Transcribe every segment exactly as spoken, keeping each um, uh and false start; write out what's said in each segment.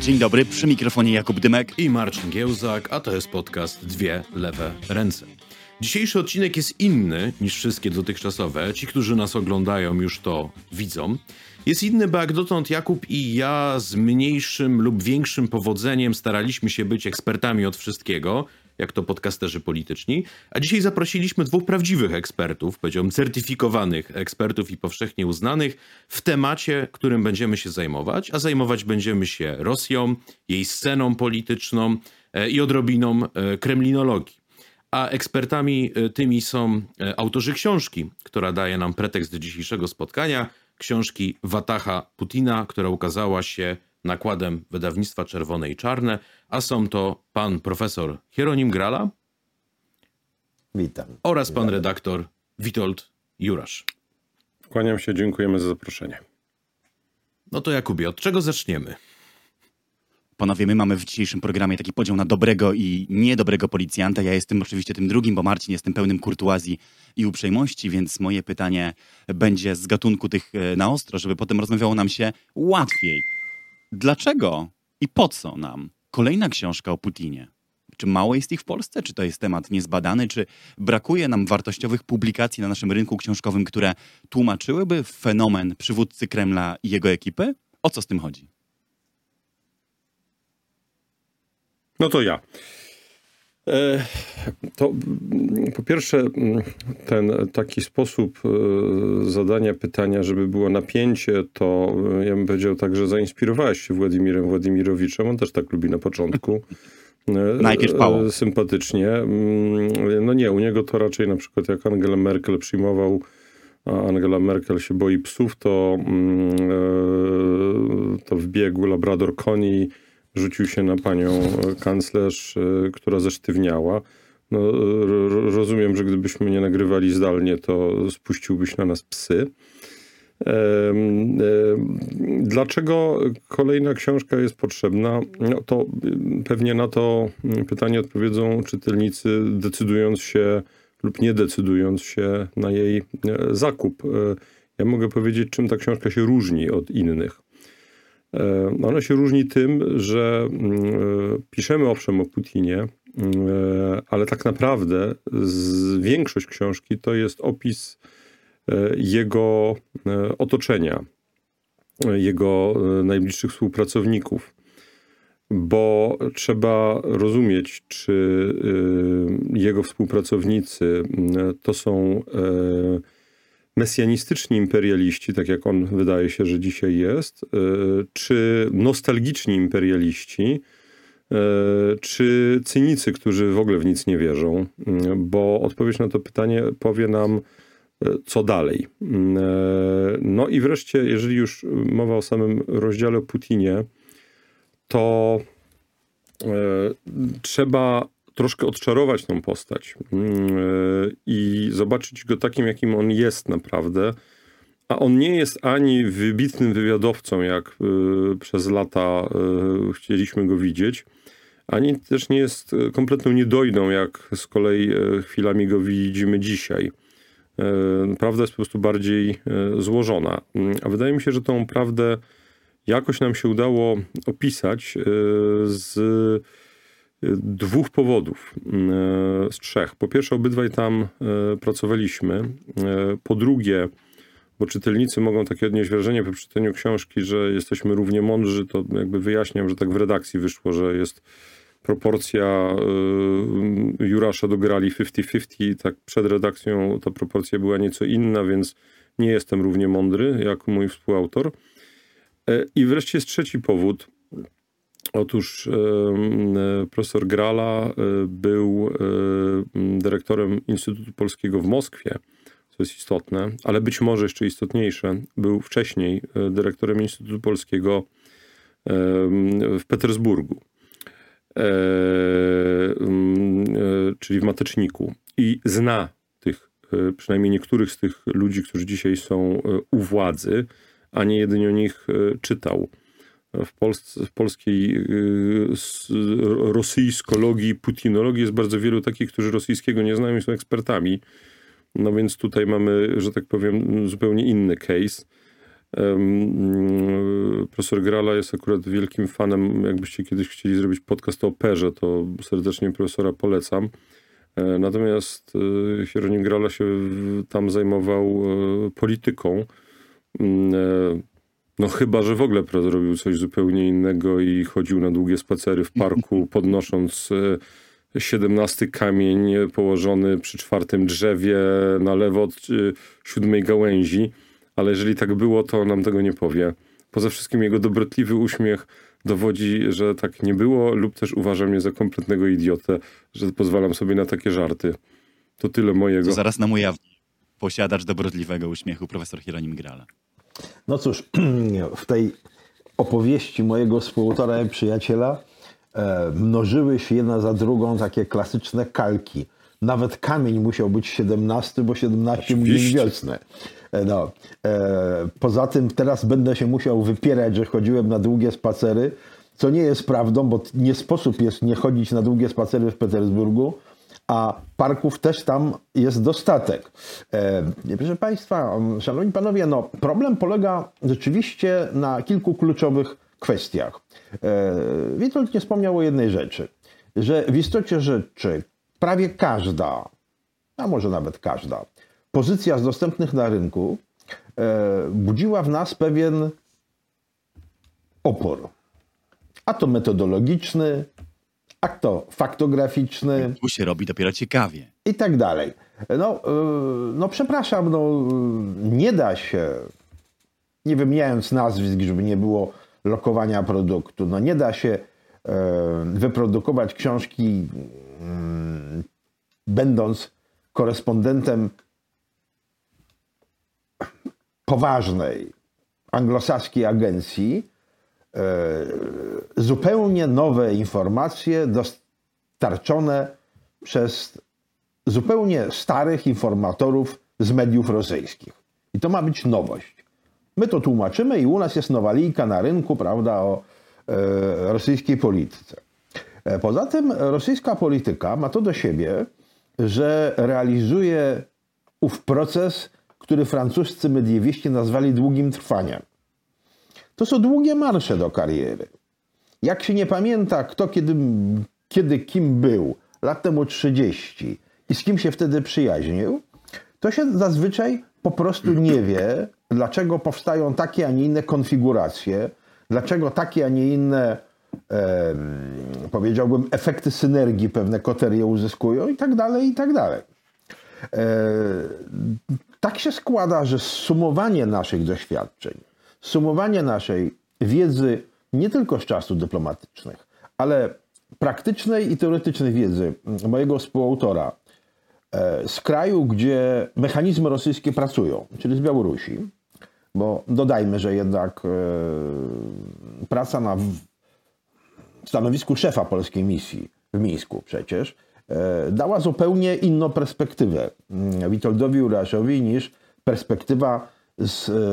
Dzień dobry, przy mikrofonie Jakub Dymek i Marcin Giełzak, a to jest podcast Dwie Lewe Ręce. Dzisiejszy odcinek jest inny niż wszystkie dotychczasowe. Ci, którzy nas oglądają, już to widzą. Jest inny, bo jak dotąd Jakub i ja z mniejszym lub większym powodzeniem staraliśmy się być ekspertami od wszystkiego, jak to podcasterzy polityczni, a dzisiaj zaprosiliśmy dwóch prawdziwych ekspertów, powiedziałbym certyfikowanych ekspertów i powszechnie uznanych w temacie, którym będziemy się zajmować, a zajmować będziemy się Rosją, jej sceną polityczną i odrobiną kremlinologii. A ekspertami tymi są autorzy książki, która daje nam pretekst do dzisiejszego spotkania, książki Wataha Putina, która ukazała się nakładem wydawnictwa Czerwone i Czarne, a są to pan profesor Hieronim Grala. Witam. Oraz pan redaktor Witold Jurasz. Kłaniam się, dziękujemy za zaproszenie. No to Jakubie, od czego zaczniemy? Panowie, my mamy w dzisiejszym programie taki podział na dobrego i niedobrego policjanta. Ja jestem oczywiście tym drugim, bo Marcin jest tym pełnym kurtuazji i uprzejmości, więc moje pytanie będzie z gatunku tych na ostro, żeby potem rozmawiało nam się łatwiej. Dlaczego i po co nam kolejna książka o Putinie? Czy mało jest ich w Polsce? Czy to jest temat niezbadany? Czy brakuje nam wartościowych publikacji na naszym rynku książkowym, które tłumaczyłyby fenomen przywódcy Kremla i jego ekipy? O co z tym chodzi? No to ja. E, to po pierwsze ten taki sposób zadania pytania, żeby było napięcie, to ja bym powiedział tak, że zainspirowałeś się Władimirem Władimirowiczem. On też tak lubi na początku. Najpierw Paweł. Sympatycznie. No nie, u niego to raczej na przykład jak Angela Merkel przyjmował, a Angela Merkel się boi psów, to, to wbiegł Labrador Connie, rzucił się na panią kanclerz, która zesztywniała. No, rozumiem, że gdybyśmy nie nagrywali zdalnie, to spuściłbyś na nas psy. Dlaczego kolejna książka jest potrzebna? No to pewnie na to pytanie odpowiedzą czytelnicy, decydując się lub nie decydując się na jej zakup. Ja mogę powiedzieć, czym ta książka się różni od innych. Ona się różni tym, że piszemy owszem o Putinie, ale tak naprawdę większość książki to jest opis jego otoczenia, jego najbliższych współpracowników, bo trzeba rozumieć, czy jego współpracownicy to są mesjanistyczni imperialiści, tak jak on wydaje się, że dzisiaj jest, czy nostalgiczni imperialiści, czy cynicy, którzy w ogóle w nic nie wierzą, bo odpowiedź na to pytanie powie nam, co dalej. No i wreszcie, jeżeli już mowa o samym rozdziale o Putinie, to trzeba troszkę odczarować tą postać i zobaczyć go takim, jakim on jest naprawdę. A on nie jest ani wybitnym wywiadowcą, jak przez lata chcieliśmy go widzieć, ani też nie jest kompletną niedojdą, jak z kolei chwilami go widzimy dzisiaj. Prawda jest po prostu bardziej złożona. A wydaje mi się, że tą prawdę jakoś nam się udało opisać z dwóch powodów, z trzech. Po pierwsze, obydwaj tam pracowaliśmy. Po drugie, bo czytelnicy mogą takie odnieść wrażenie po przeczytaniu książki, że jesteśmy równie mądrzy, to jakby wyjaśniam, że tak w redakcji wyszło, że jest proporcja Jurasza do Grali pięćdziesiąt pięćdziesiąt. Tak przed redakcją ta proporcja była nieco inna, więc nie jestem równie mądry jak mój współautor. I wreszcie jest trzeci powód. Otóż e, profesor Grala był e, dyrektorem Instytutu Polskiego w Moskwie, co jest istotne, ale być może jeszcze istotniejsze, był wcześniej dyrektorem Instytutu Polskiego e, w Petersburgu, e, e, czyli w Mateczniku, i zna tych, e, przynajmniej niektórych z tych ludzi, którzy dzisiaj są u władzy, a nie jedynie o nich e, czytał. W, Polsce, w polskiej y, rosyjskologii, putinologii jest bardzo wielu takich, którzy rosyjskiego nie znają i są ekspertami. No więc tutaj mamy, że tak powiem, zupełnie inny case. Profesor Grala jest akurat wielkim fanem. Jakbyście kiedyś chcieli zrobić podcast o operze, to serdecznie profesora polecam. Natomiast Hieronim Grala się tam zajmował polityką. No chyba, że w ogóle robił coś zupełnie innego i chodził na długie spacery w parku, podnosząc siedemnasty kamień położony przy czwartym drzewie na lewo od siódmej gałęzi. Ale jeżeli tak było, to nam tego nie powie. Poza wszystkim jego dobrotliwy uśmiech dowodzi, że tak nie było, lub też uważa mnie za kompletnego idiotę, że pozwalam sobie na takie żarty. To tyle mojego. To zaraz nam ujawni posiadacz dobrotliwego uśmiechu, profesor Hieronim Grala. No cóż, w tej opowieści mojego współautora i przyjaciela e, mnożyły się jedna za drugą takie klasyczne kalki. Nawet kamień musiał być siedemnasty, bo siedemnaście mówi wiosnę. No. E, poza tym teraz będę się musiał wypierać, że chodziłem na długie spacery, co nie jest prawdą, bo nie sposób jest nie chodzić na długie spacery w Petersburgu, a parków też tam jest dostatek. E, proszę Państwa, szanowni panowie, no, problem polega rzeczywiście na kilku kluczowych kwestiach. E, Witold nie wspomniał o jednej rzeczy, że w istocie rzeczy prawie każda, a może nawet każda, pozycja z dostępnych na rynku e, budziła w nas pewien opór. A to metodologiczny, a to faktograficzny. Tu się robi dopiero ciekawie. I tak dalej. No, e, no przepraszam, no, nie da się, nie wymieniając nazwisk, żeby nie było lokowania produktu, no nie da się e, wyprodukować książki mm, będąc korespondentem poważnej anglosaskiej agencji, e, zupełnie nowe informacje dostarczone przez zupełnie starych informatorów z mediów rosyjskich. I to ma być nowość. My to tłumaczymy i u nas jest nowalijka na rynku, prawda, o e, rosyjskiej polityce. E, poza tym rosyjska polityka ma to do siebie, że realizuje ów proces, który francuscy mediewiści nazwali długim trwaniem. To są długie marsze do kariery. Jak się nie pamięta, kto kiedy, kiedy kim był, lat temu trzydzieści i z kim się wtedy przyjaźnił, to się zazwyczaj po prostu nie wie, dlaczego powstają takie, a nie inne konfiguracje, dlaczego takie, a nie inne, e, powiedziałbym, efekty synergii pewne koterie uzyskują i tak dalej, i tak dalej. E, tak się składa, że sumowanie naszych doświadczeń, sumowanie naszej wiedzy nie tylko z czasów dyplomatycznych, ale praktycznej i teoretycznej wiedzy mojego współautora e, z kraju, gdzie mechanizmy rosyjskie pracują, czyli z Białorusi, bo dodajmy, że jednak e, praca na w, stanowisku szefa polskiej misji w Mińsku przecież e, dała zupełnie inną perspektywę Witoldowi Uraszowi niż perspektywa z e,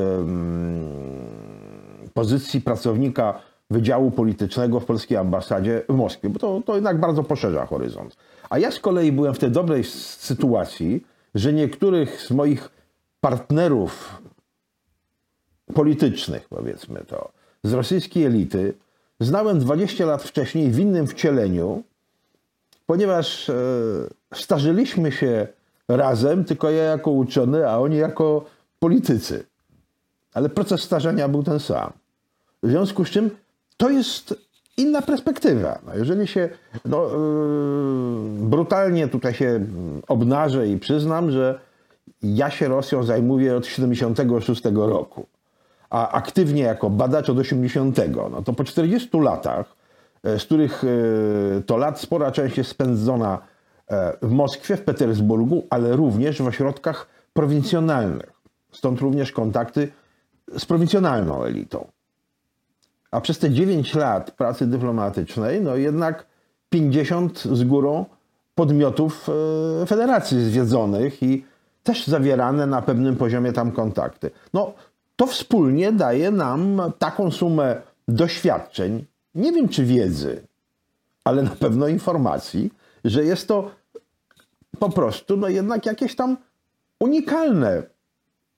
pozycji pracownika Wydziału Politycznego w polskiej ambasadzie w Moskwie, bo to, to jednak bardzo poszerza horyzont. A ja z kolei byłem w tej dobrej sytuacji, że niektórych z moich partnerów politycznych, powiedzmy to, z rosyjskiej elity znałem dwadzieścia lat wcześniej w innym wcieleniu, ponieważ e, starzyliśmy się razem, tylko ja jako uczony, a oni jako politycy. Ale proces starzenia był ten sam. W związku z czym to jest inna perspektywa. No, jeżeli się no, yy, brutalnie tutaj się obnażę i przyznam, że ja się Rosją zajmuję od siedemdziesiątego szóstego roku, a aktywnie jako badacz od osiemdziesiątego. No to po czterdziestu latach, z których yy, to lat spora część jest spędzona w Moskwie, w Petersburgu, ale również w ośrodkach prowincjonalnych. Stąd również kontakty z prowincjonalną elitą. A przez te dziewięć lat pracy dyplomatycznej, no jednak pięćdziesiąt z górą podmiotów Federacji Zjednoczonych i też zawierane na pewnym poziomie tam kontakty. No to wspólnie daje nam taką sumę doświadczeń, nie wiem czy wiedzy, ale na pewno informacji, że jest to po prostu no jednak jakieś tam unikalne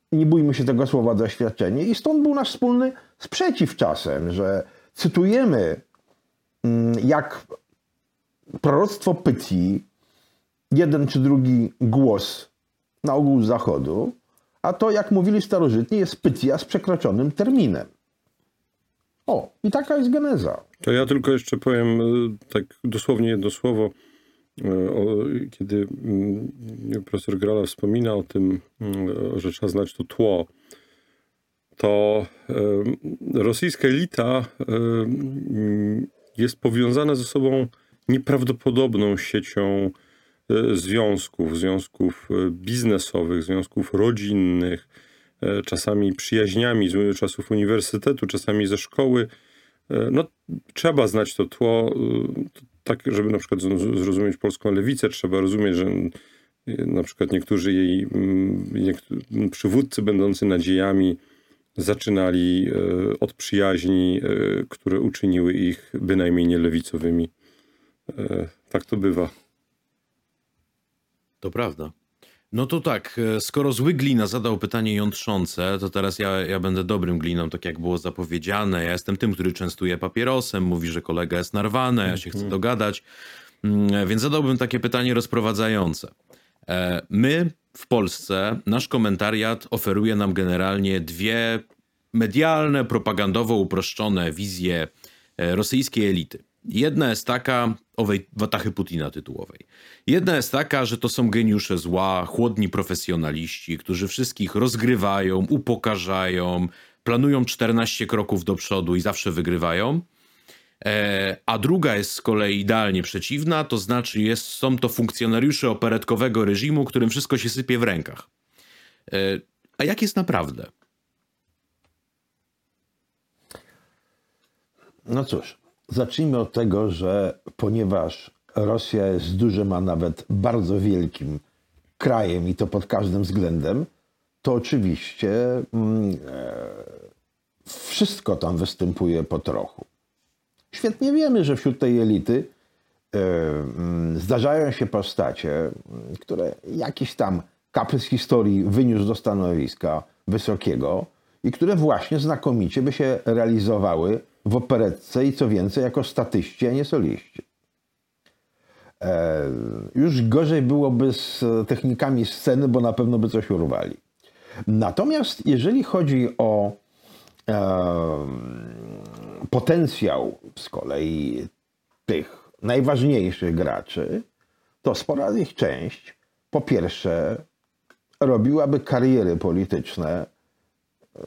nie bójmy się tego słowa, doświadczenie. I stąd był nasz wspólny sprzeciw czasem, że cytujemy jak proroctwo Pythii, jeden czy drugi głos na ogół z zachodu, a to, jak mówili starożytni, jest Pythia z przekroczonym terminem. O, i taka jest geneza. To ja tylko jeszcze powiem tak dosłownie jedno słowo. O, kiedy profesor Grala wspomina o tym, że trzeba znać to tło, to rosyjska elita jest powiązana ze sobą nieprawdopodobną siecią związków, związków biznesowych, związków rodzinnych, czasami przyjaźniami z czasów uniwersytetu, czasami ze szkoły. No, trzeba znać to tło, tak żeby na przykład zrozumieć polską lewicę, trzeba rozumieć, że na przykład niektórzy jej niektórzy przywódcy będący nadziejami zaczynali od przyjaźni, które uczyniły ich bynajmniej nie lewicowymi. Tak to bywa. To prawda. No to tak, skoro zły Glina zadał pytanie jątrzące, to teraz ja, ja będę dobrym Gliną, tak jak było zapowiedziane. Ja jestem tym, który częstuje papierosem, mówi, że kolega jest narwany, ja się chcę dogadać. Więc zadałbym takie pytanie rozprowadzające. My w Polsce, nasz komentariat oferuje nam generalnie dwie medialne, propagandowo uproszczone wizje rosyjskiej elity. Jedna jest taka, owej watachy Putina tytułowej. Jedna jest taka, że to są geniusze zła, chłodni profesjonaliści, którzy wszystkich rozgrywają, upokarzają, planują czternaście kroków do przodu i zawsze wygrywają. E, a druga jest z kolei idealnie przeciwna, to znaczy jest, są to funkcjonariusze operetkowego reżimu, którym wszystko się sypie w rękach. E, a jak jest naprawdę? No cóż. Zacznijmy od tego, że ponieważ Rosja jest dużym, a nawet bardzo wielkim krajem i to pod każdym względem, to oczywiście mm, e, wszystko tam występuje po trochu. Świetnie wiemy, że wśród tej elity e, mm, zdarzają się postacie, które jakiś tam kaprys historii wyniósł do stanowiska wysokiego i które właśnie znakomicie by się realizowały w operetce i co więcej jako statyści, a nie soliści. E, już gorzej byłoby z technikami sceny, bo na pewno by coś urwali. Natomiast jeżeli chodzi o e, potencjał z kolei tych najważniejszych graczy, to spora ich część po pierwsze robiłaby kariery polityczne e,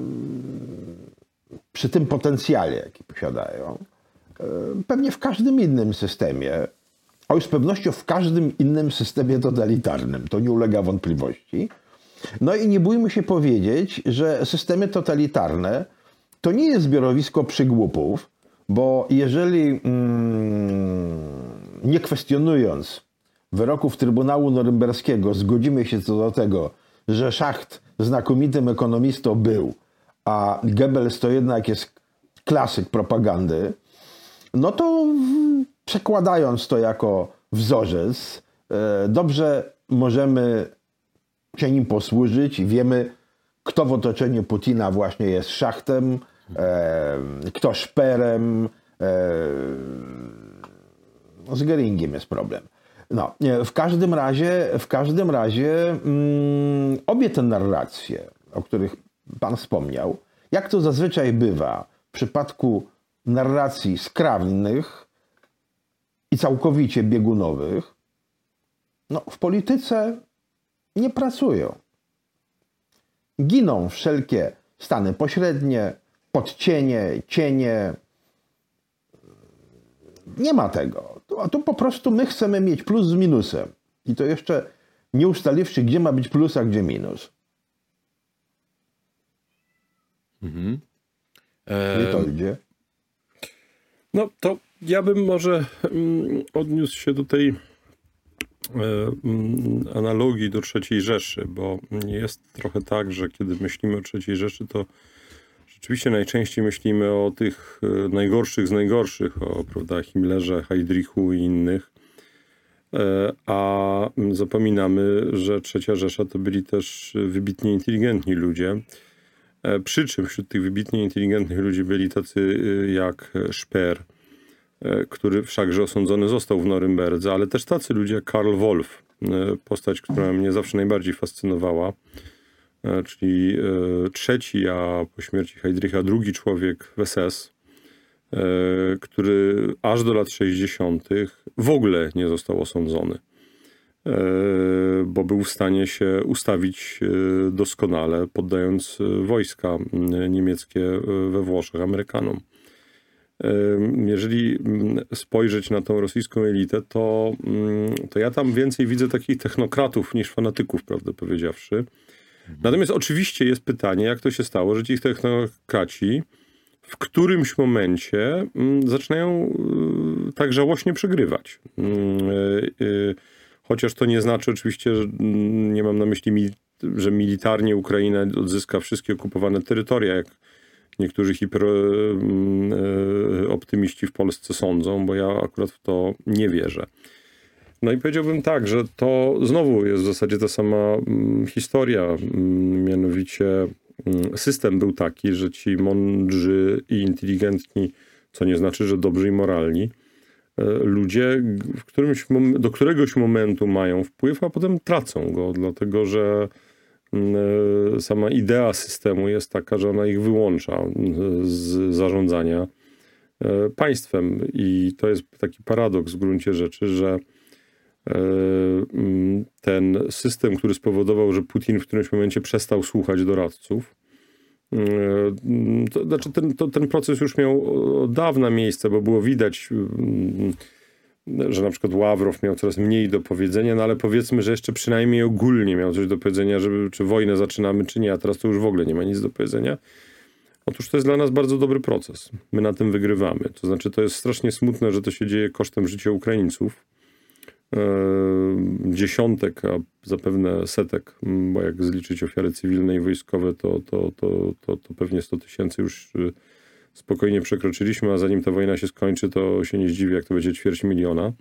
przy tym potencjale, jaki posiadają, pewnie w każdym innym systemie, a już z pewnością w każdym innym systemie totalitarnym, to nie ulega wątpliwości. No i nie bójmy się powiedzieć, że systemy totalitarne to nie jest zbiorowisko przygłupów, bo jeżeli mm, nie kwestionując wyroków Trybunału Norymberskiego zgodzimy się co do tego, że Schacht znakomitym ekonomistą był, a Goebbels to jednak jest klasyk propagandy, no to przekładając to jako wzorzec, dobrze możemy się nim posłużyć i wiemy, kto w otoczeniu Putina właśnie jest Schachtem, kto Szperem, z Göringiem jest problem. No, w każdym razie, w każdym razie mm, obie te narracje, o których Pan wspomniał, jak to zazwyczaj bywa w przypadku narracji skrawnych i całkowicie biegunowych, no, w polityce nie pracują. Giną wszelkie stany pośrednie, podcienie, cienie. Nie ma tego. A tu po prostu my chcemy mieć plus z minusem. I to jeszcze nie ustaliwszy, gdzie ma być plus, a gdzie minus. Mhm. Gdzie to idzie? No to ja bym może mm, odniósł się do tej e, mm, analogii do trzeciej Rzeszy, bo jest trochę tak, że kiedy myślimy o trzeciej Rzeszy, to rzeczywiście najczęściej myślimy o tych najgorszych z najgorszych, o, prawda, Himmlerze, Heydrichu i innych. a zapominamy, że Trzecia Rzesza to byli też wybitnie inteligentni ludzie. Przy czym wśród tych wybitnie inteligentnych ludzi byli tacy jak Speer, który wszakże osądzony został w Norymberdze, ale też tacy ludzie jak Karl Wolff, postać, która mnie zawsze najbardziej fascynowała, czyli trzeci, a po śmierci Heydricha drugi człowiek w S S, który aż do lat sześćdziesiątych w ogóle nie został osądzony, bo był w stanie się ustawić doskonale, poddając wojska niemieckie we Włoszech Amerykanom. Jeżeli spojrzeć na tą rosyjską elitę, to, to ja tam więcej widzę takich technokratów niż fanatyków, prawdę powiedziawszy. Natomiast oczywiście jest pytanie, jak to się stało, że ci technokraci w którymś momencie zaczynają tak żałośnie przegrywać. Chociaż to nie znaczy oczywiście, że nie mam na myśli, że militarnie Ukraina odzyska wszystkie okupowane terytoria, jak niektórzy hiperoptymiści w Polsce sądzą, bo ja akurat w to nie wierzę. No i powiedziałbym tak, że to znowu jest w zasadzie ta sama historia, mianowicie system był taki, że ci mądrzy i inteligentni, co nie znaczy, że dobrzy i moralni, ludzie w którymś, do któregoś momentu mają wpływ, a potem tracą go, dlatego że sama idea systemu jest taka, że ona ich wyłącza z zarządzania państwem. I to jest taki paradoks w gruncie rzeczy, że ten system, który spowodował, że Putin w którymś momencie przestał słuchać doradców, to znaczy ten, to, ten proces już miał od dawna miejsce, bo było widać, że na przykład Ławrow miał coraz mniej do powiedzenia, no ale powiedzmy, że jeszcze przynajmniej ogólnie miał coś do powiedzenia, żeby, czy wojnę zaczynamy, czy nie, a teraz to już w ogóle nie ma nic do powiedzenia. Otóż to jest dla nas bardzo dobry proces. My na tym wygrywamy. To znaczy to jest strasznie smutne, że to się dzieje kosztem życia Ukraińców. Dziesiątek, a zapewne setek, bo jak zliczyć ofiary cywilne i wojskowe, to, to, to, to, to pewnie sto tysięcy już spokojnie przekroczyliśmy, a zanim ta wojna się skończy, to się nie zdziwię, jak to będzie ćwierć miliona.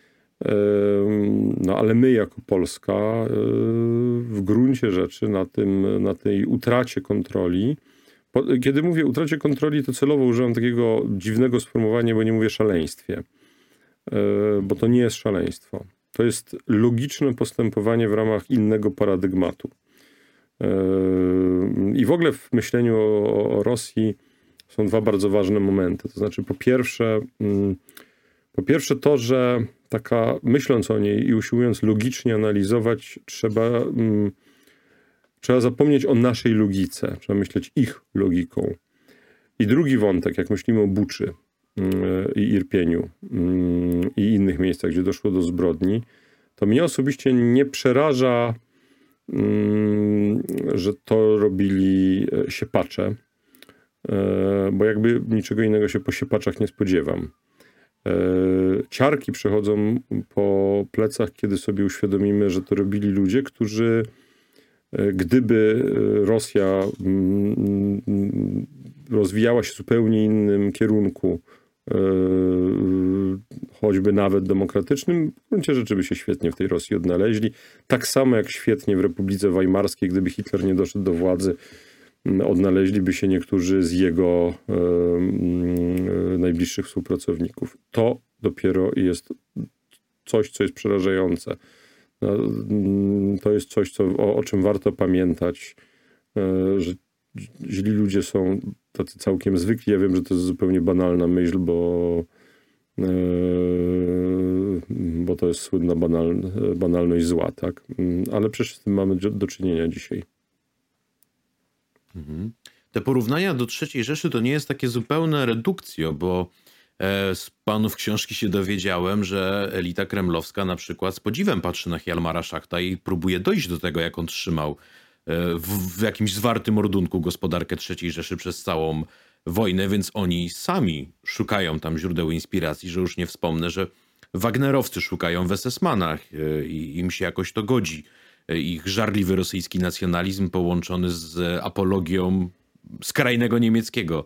No ale my jako Polska w gruncie rzeczy na, tym, na tej utracie kontroli, kiedy mówię utracie kontroli, to celowo używam takiego dziwnego sformułowania, bo nie mówię szaleństwie. Bo to nie jest szaleństwo. To jest logiczne postępowanie w ramach innego paradygmatu. I w ogóle w myśleniu o, o Rosji są dwa bardzo ważne momenty. To znaczy po pierwsze, po pierwsze to, że taka, myśląc o niej i usiłując logicznie analizować, trzeba, trzeba zapomnieć o naszej logice. Trzeba myśleć ich logiką. I drugi wątek, jak myślimy o Buczy i Irpieniu i innych miejscach, gdzie doszło do zbrodni, to mnie osobiście nie przeraża, że to robili siepacze, bo jakby niczego innego się po siepaczach nie spodziewam. Ciarki przechodzą po plecach, kiedy sobie uświadomimy, że to robili ludzie, którzy gdyby Rosja rozwijała się w zupełnie innym kierunku, choćby nawet demokratycznym, w gruncie rzeczy by się świetnie w tej Rosji odnaleźli. Tak samo jak świetnie w Republice Weimarskiej, gdyby Hitler nie doszedł do władzy, odnaleźliby się niektórzy z jego najbliższych współpracowników. To dopiero jest coś, co jest przerażające. To jest coś, co, o, o czym warto pamiętać, że źli ludzie są tacy całkiem zwykli. Ja wiem, że to jest zupełnie banalna myśl, bo, bo to jest słynna banal, banalność zła, tak? Ale przecież z tym mamy do czynienia dzisiaj. Mhm. Te porównania do trzeciej Rzeszy to nie jest takie zupełne redukcjo, bo z panów książki się dowiedziałem, że elita kremlowska na przykład z podziwem patrzy na Hjalmara Szachta i próbuje dojść do tego, jak on trzymał w, w jakimś zwartym ordunku gospodarkę trzeciej Rzeszy przez całą wojnę, więc oni sami szukają tam źródeł inspiracji, że już nie wspomnę, że Wagnerowcy szukają w es es manach i im się jakoś to godzi. Ich żarliwy rosyjski nacjonalizm połączony z apologią skrajnego niemieckiego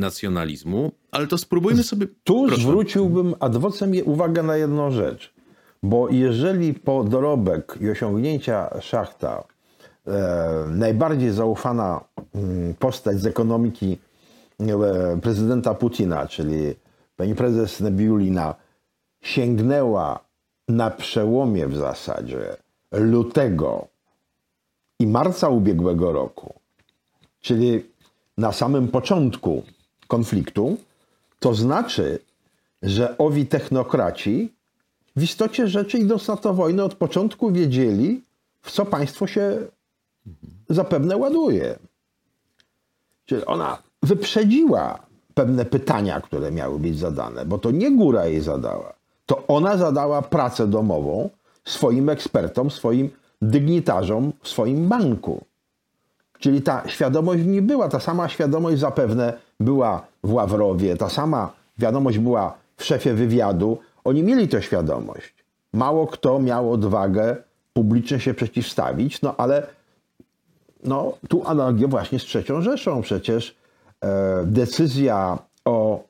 nacjonalizmu, ale to spróbujmy sobie... Tu Proszę. zwróciłbym ad vocem uwagę na jedną rzecz. Bo jeżeli po dorobek i osiągnięcia Szachta e, najbardziej zaufana m, postać z ekonomiki e, prezydenta Putina, czyli pani prezes Nabiulina, sięgnęła na przełomie w zasadzie lutego i marca ubiegłego roku, czyli na samym początku konfliktu, to znaczy, że owi technokraci w istocie rzeczy, idąc na tę wojnę, od początku wiedzieli, w co państwo się zapewne ładuje. Czyli ona wyprzedziła pewne pytania, które miały być zadane, bo to nie góra jej zadała. To ona zadała pracę domową swoim ekspertom, swoim dygnitarzom w swoim banku. Czyli ta świadomość nie była, ta sama świadomość zapewne była w Ławrowie, ta sama wiadomość była w szefie wywiadu. Oni mieli tę świadomość. Mało kto miał odwagę publicznie się przeciwstawić, no ale no, tu analogia właśnie z trzecią Rzeszą. Przecież e, decyzja o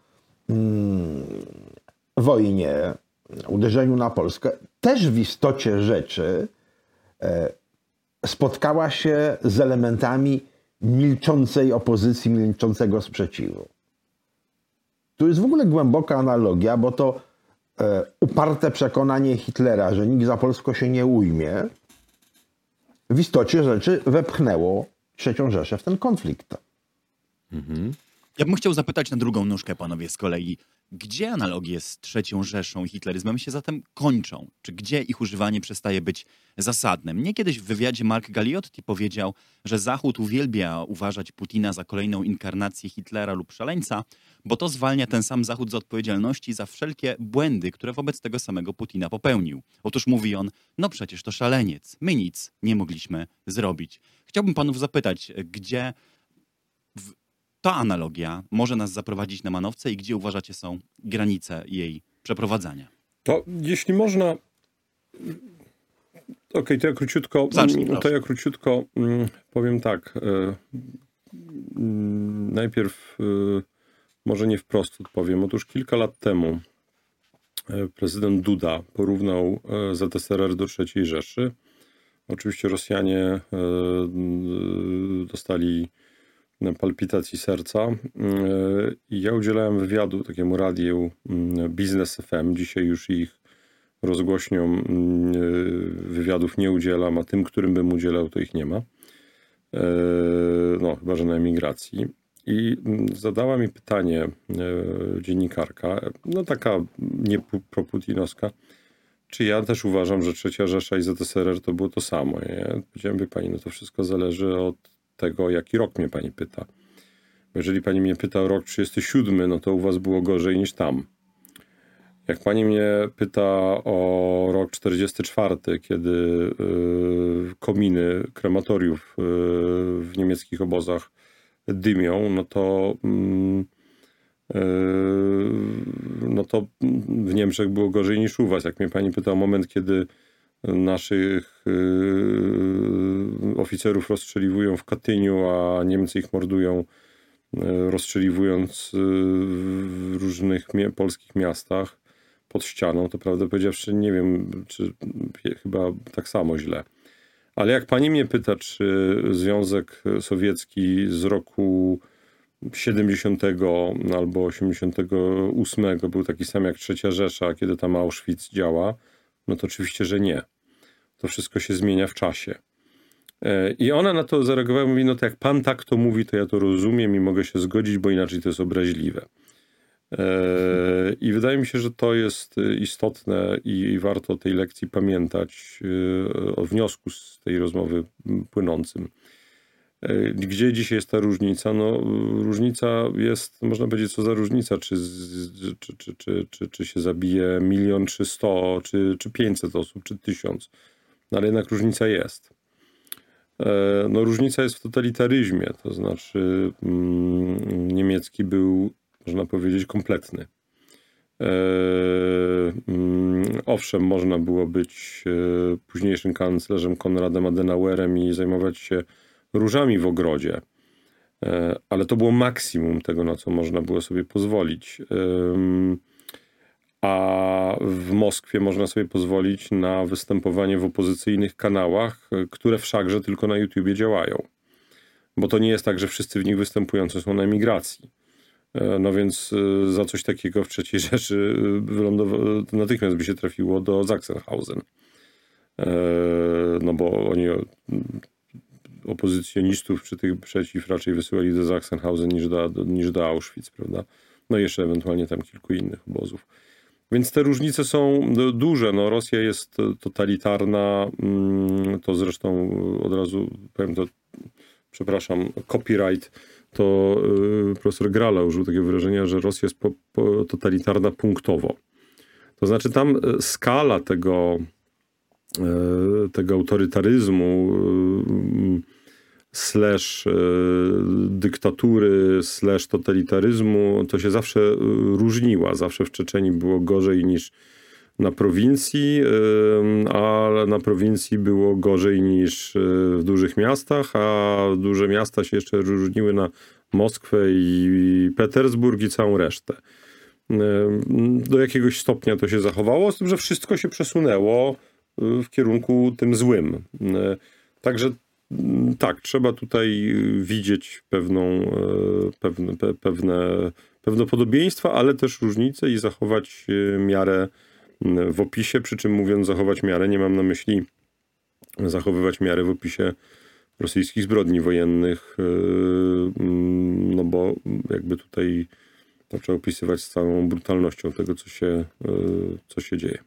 mm, wojnie, uderzeniu na Polskę, też w istocie rzeczy e, spotkała się z elementami milczącej opozycji, milczącego sprzeciwu. Tu jest w ogóle głęboka analogia, bo to e, uparte przekonanie Hitlera, że nikt za Polską się nie ujmie, w istocie rzeczy wepchnęło trzecią Rzeszę w ten konflikt. Mhm. Ja bym chciał zapytać na drugą nóżkę, panowie, z kolei. Gdzie analogie z trzecią Rzeszą i hitleryzmem się zatem kończą? Czy gdzie ich używanie przestaje być zasadne? Mnie kiedyś w wywiadzie Mark Galliotti powiedział, że Zachód uwielbia uważać Putina za kolejną inkarnację Hitlera lub szaleńca, bo to zwalnia ten sam Zachód z odpowiedzialności za wszelkie błędy, które wobec tego samego Putina popełnił. Otóż mówi on, no przecież to szaleniec, my nic nie mogliśmy zrobić. Chciałbym panów zapytać, gdzie w ta analogia może nas zaprowadzić na manowce i gdzie uważacie są granice jej przeprowadzania? To jeśli można... Okej, okay, to ja króciutko, Zacznij, to ja króciutko powiem tak. Najpierw może nie wprost odpowiem. Otóż kilka lat temu prezydent Duda porównał Z S R R do trzeciej Rzeszy. Oczywiście Rosjanie dostali palpitacji serca i ja udzielałem wywiadu takiemu radiu Biznes F M. Dzisiaj już ich rozgłośniom wywiadów nie udzielam, a tym, którym bym udzielał, to ich nie ma. No, chyba że na emigracji. I zadała mi pytanie dziennikarka, no taka nie proputinowska, czy ja też uważam, że trzecia Rzesza i Z S R R to było to samo. Ja powiedziałem, wie pani, no to wszystko zależy od tego, jaki rok mnie pani pyta. Bo jeżeli pani mnie pyta o rok trzydziesty siódmy, no to u was było gorzej niż tam. Jak pani mnie pyta o rok czterdziesty czwarty, kiedy y, kominy krematoriów y, w niemieckich obozach dymią, no to, y, y, no to w Niemczech było gorzej niż u was. Jak mnie pani pyta o moment, kiedy naszych y, oficerów rozstrzeliwują w Katyniu, a Niemcy ich mordują, y, rozstrzeliwując y, w różnych mi- polskich miastach pod ścianą, to prawdę powiedziawszy nie wiem, czy chyba tak samo źle. Ale jak pani mnie pyta, czy Związek Sowiecki z roku siedemdziesiątego albo osiemdziesiątego ósmego był taki sam jak trzecia Rzesza, kiedy tam Auschwitz działa, no to oczywiście, że nie. To wszystko się zmienia w czasie. I ona na to zareagowała i mówi, no to jak pan tak to mówi, to ja to rozumiem i mogę się zgodzić, bo inaczej to jest obraźliwe. I wydaje mi się, że to jest istotne i warto o tej lekcji pamiętać, o wniosku z tej rozmowy płynącym. Gdzie dzisiaj jest ta różnica? No, różnica jest, można powiedzieć, co za różnica, czy, czy, czy, czy, czy, czy się zabije milion, czy sto, czy, czy pięćset osób, czy tysiąc. No, ale jednak różnica jest. No, różnica jest w totalitaryzmie, to znaczy mm, niemiecki był, można powiedzieć, kompletny. Owszem, można było być późniejszym kanclerzem Konradem Adenauerem i zajmować się różami w ogrodzie, ale to było maksimum tego, na co można było sobie pozwolić. a w Moskwie można sobie pozwolić na występowanie w opozycyjnych kanałach, które wszakże tylko na YouTubie działają. Bo to nie jest tak, że wszyscy w nich występujący są na emigracji. No więc za coś takiego w trzeciej Rzeszy natychmiast by się trafiło do Sachsenhausen. No bo oni opozycjonistów czy tych przeciw raczej wysyłali do Sachsenhausen niż do, niż do Auschwitz, prawda? No i jeszcze ewentualnie tam kilku innych obozów. Więc te różnice są duże. No Rosja jest totalitarna, to zresztą od razu powiem to, przepraszam, copyright, to profesor Grala użył takiego wyrażenia, że Rosja jest po, po totalitarna punktowo. To znaczy tam skala tego, tego autorytaryzmu slash dyktatury, slash totalitaryzmu, to się zawsze różniła. Zawsze w Czeczenii było gorzej niż na prowincji, a na prowincji było gorzej niż w dużych miastach, a duże miasta się jeszcze różniły na Moskwę i Petersburg i całą resztę. Do jakiegoś stopnia to się zachowało, z tym, że wszystko się przesunęło w kierunku tym złym. Także tak, trzeba tutaj widzieć pewną, pewne, pewne, pewne podobieństwa, ale też różnice i zachować miarę w opisie, przy czym mówiąc zachować miarę, nie mam na myśli zachowywać miarę w opisie rosyjskich zbrodni wojennych, no bo jakby tutaj to trzeba opisywać z całą brutalnością tego, co się, co się dzieje.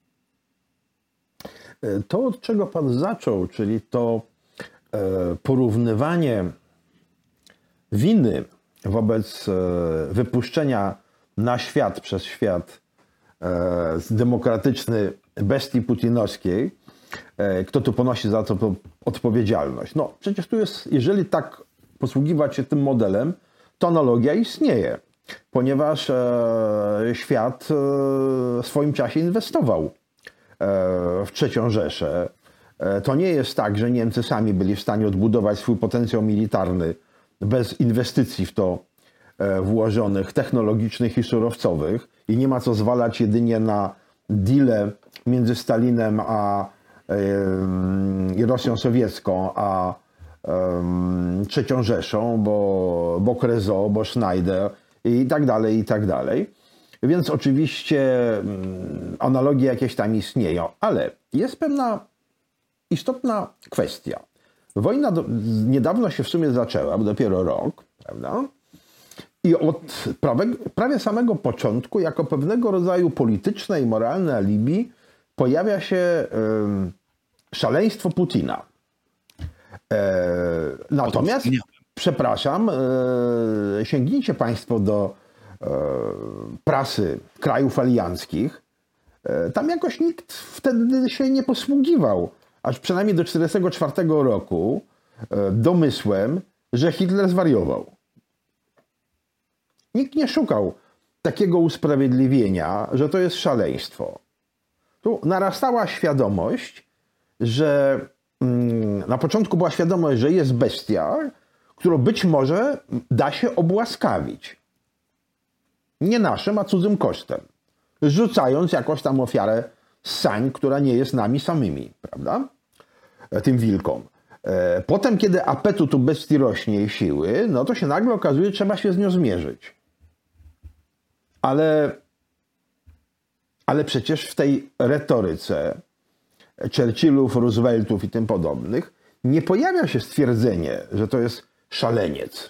To, od czego pan zaczął, czyli to porównywanie winy wobec wypuszczenia na świat przez świat demokratyczny bestii putinowskiej, kto tu ponosi za to odpowiedzialność? No przecież tu jest, jeżeli tak posługiwać się tym modelem, to analogia istnieje, ponieważ świat w swoim czasie inwestował w trzecią Rzeszę. To nie jest tak, że Niemcy sami byli w stanie odbudować swój potencjał militarny bez inwestycji w to włożonych, technologicznych i surowcowych i nie ma co zwalać jedynie na deale między Stalinem a i Rosją Sowiecką, a trzecią Rzeszą, bo, bo Creusot, bo Schneider i tak dalej, i tak dalej. Więc oczywiście analogie jakieś tam istnieją, ale jest pewna istotna kwestia. Wojna do, niedawno się w sumie zaczęła, bo dopiero rok, prawda? I od prawie, prawie samego początku, jako pewnego rodzaju polityczne i moralne alibi, pojawia się y, szaleństwo Putina. E, natomiast, przepraszam, y, sięgnijcie państwo do y, prasy krajów alianckich. Y, tam jakoś nikt wtedy się nie posługiwał, aż przynajmniej do tysiąc dziewięćset czterdziestego czwartego roku, y, domysłem, że Hitler zwariował. Nikt nie szukał takiego usprawiedliwienia, że to jest szaleństwo. Tu narastała świadomość, że mm, na początku była świadomość, że jest bestia, którą być może da się obłaskawić. Nie naszym, a cudzym kosztem. Rzucając jakąś tam ofiarę z sań, która nie jest nami samymi, prawda? Tym wilkom. Potem, kiedy apetyt u bestii rośnie i siły, no to się nagle okazuje, że trzeba się z nią zmierzyć. Ale, ale przecież w tej retoryce Churchillów, Rooseveltów i tym podobnych nie pojawia się stwierdzenie, że to jest szaleniec.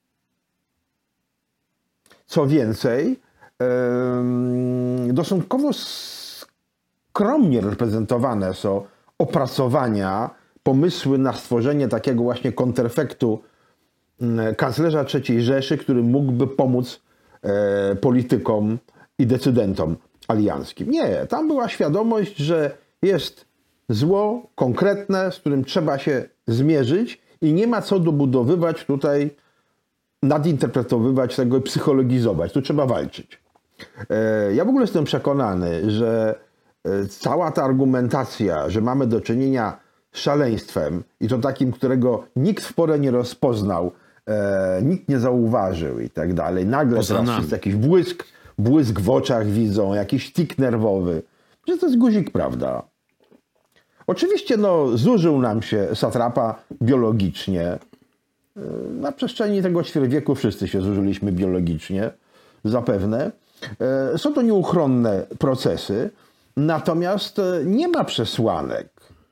Co więcej, stosunkowo skromnie reprezentowane są opracowania, pomysły na stworzenie takiego właśnie kontrefektu kanclerza trzeciej Rzeszy, który mógłby pomóc politykom i decydentom alianckim. Nie, tam była świadomość, że jest zło konkretne, z którym trzeba się zmierzyć i nie ma co dobudowywać tutaj, nadinterpretowywać tego i psychologizować. Tu trzeba walczyć. Ja w ogóle jestem przekonany, że cała ta argumentacja, że mamy do czynienia z szaleństwem i to takim, którego nikt w porę nie rozpoznał, E, nikt nie zauważył i tak dalej. Nagle teraz jest jakiś błysk, błysk w oczach widzą, jakiś tik nerwowy. Że to jest guzik, prawda? Oczywiście no, zużył nam się satrapa biologicznie. Na przestrzeni tego ćwierćwieku wszyscy się zużyliśmy biologicznie, zapewne. Są to nieuchronne procesy, natomiast nie ma przesłanek.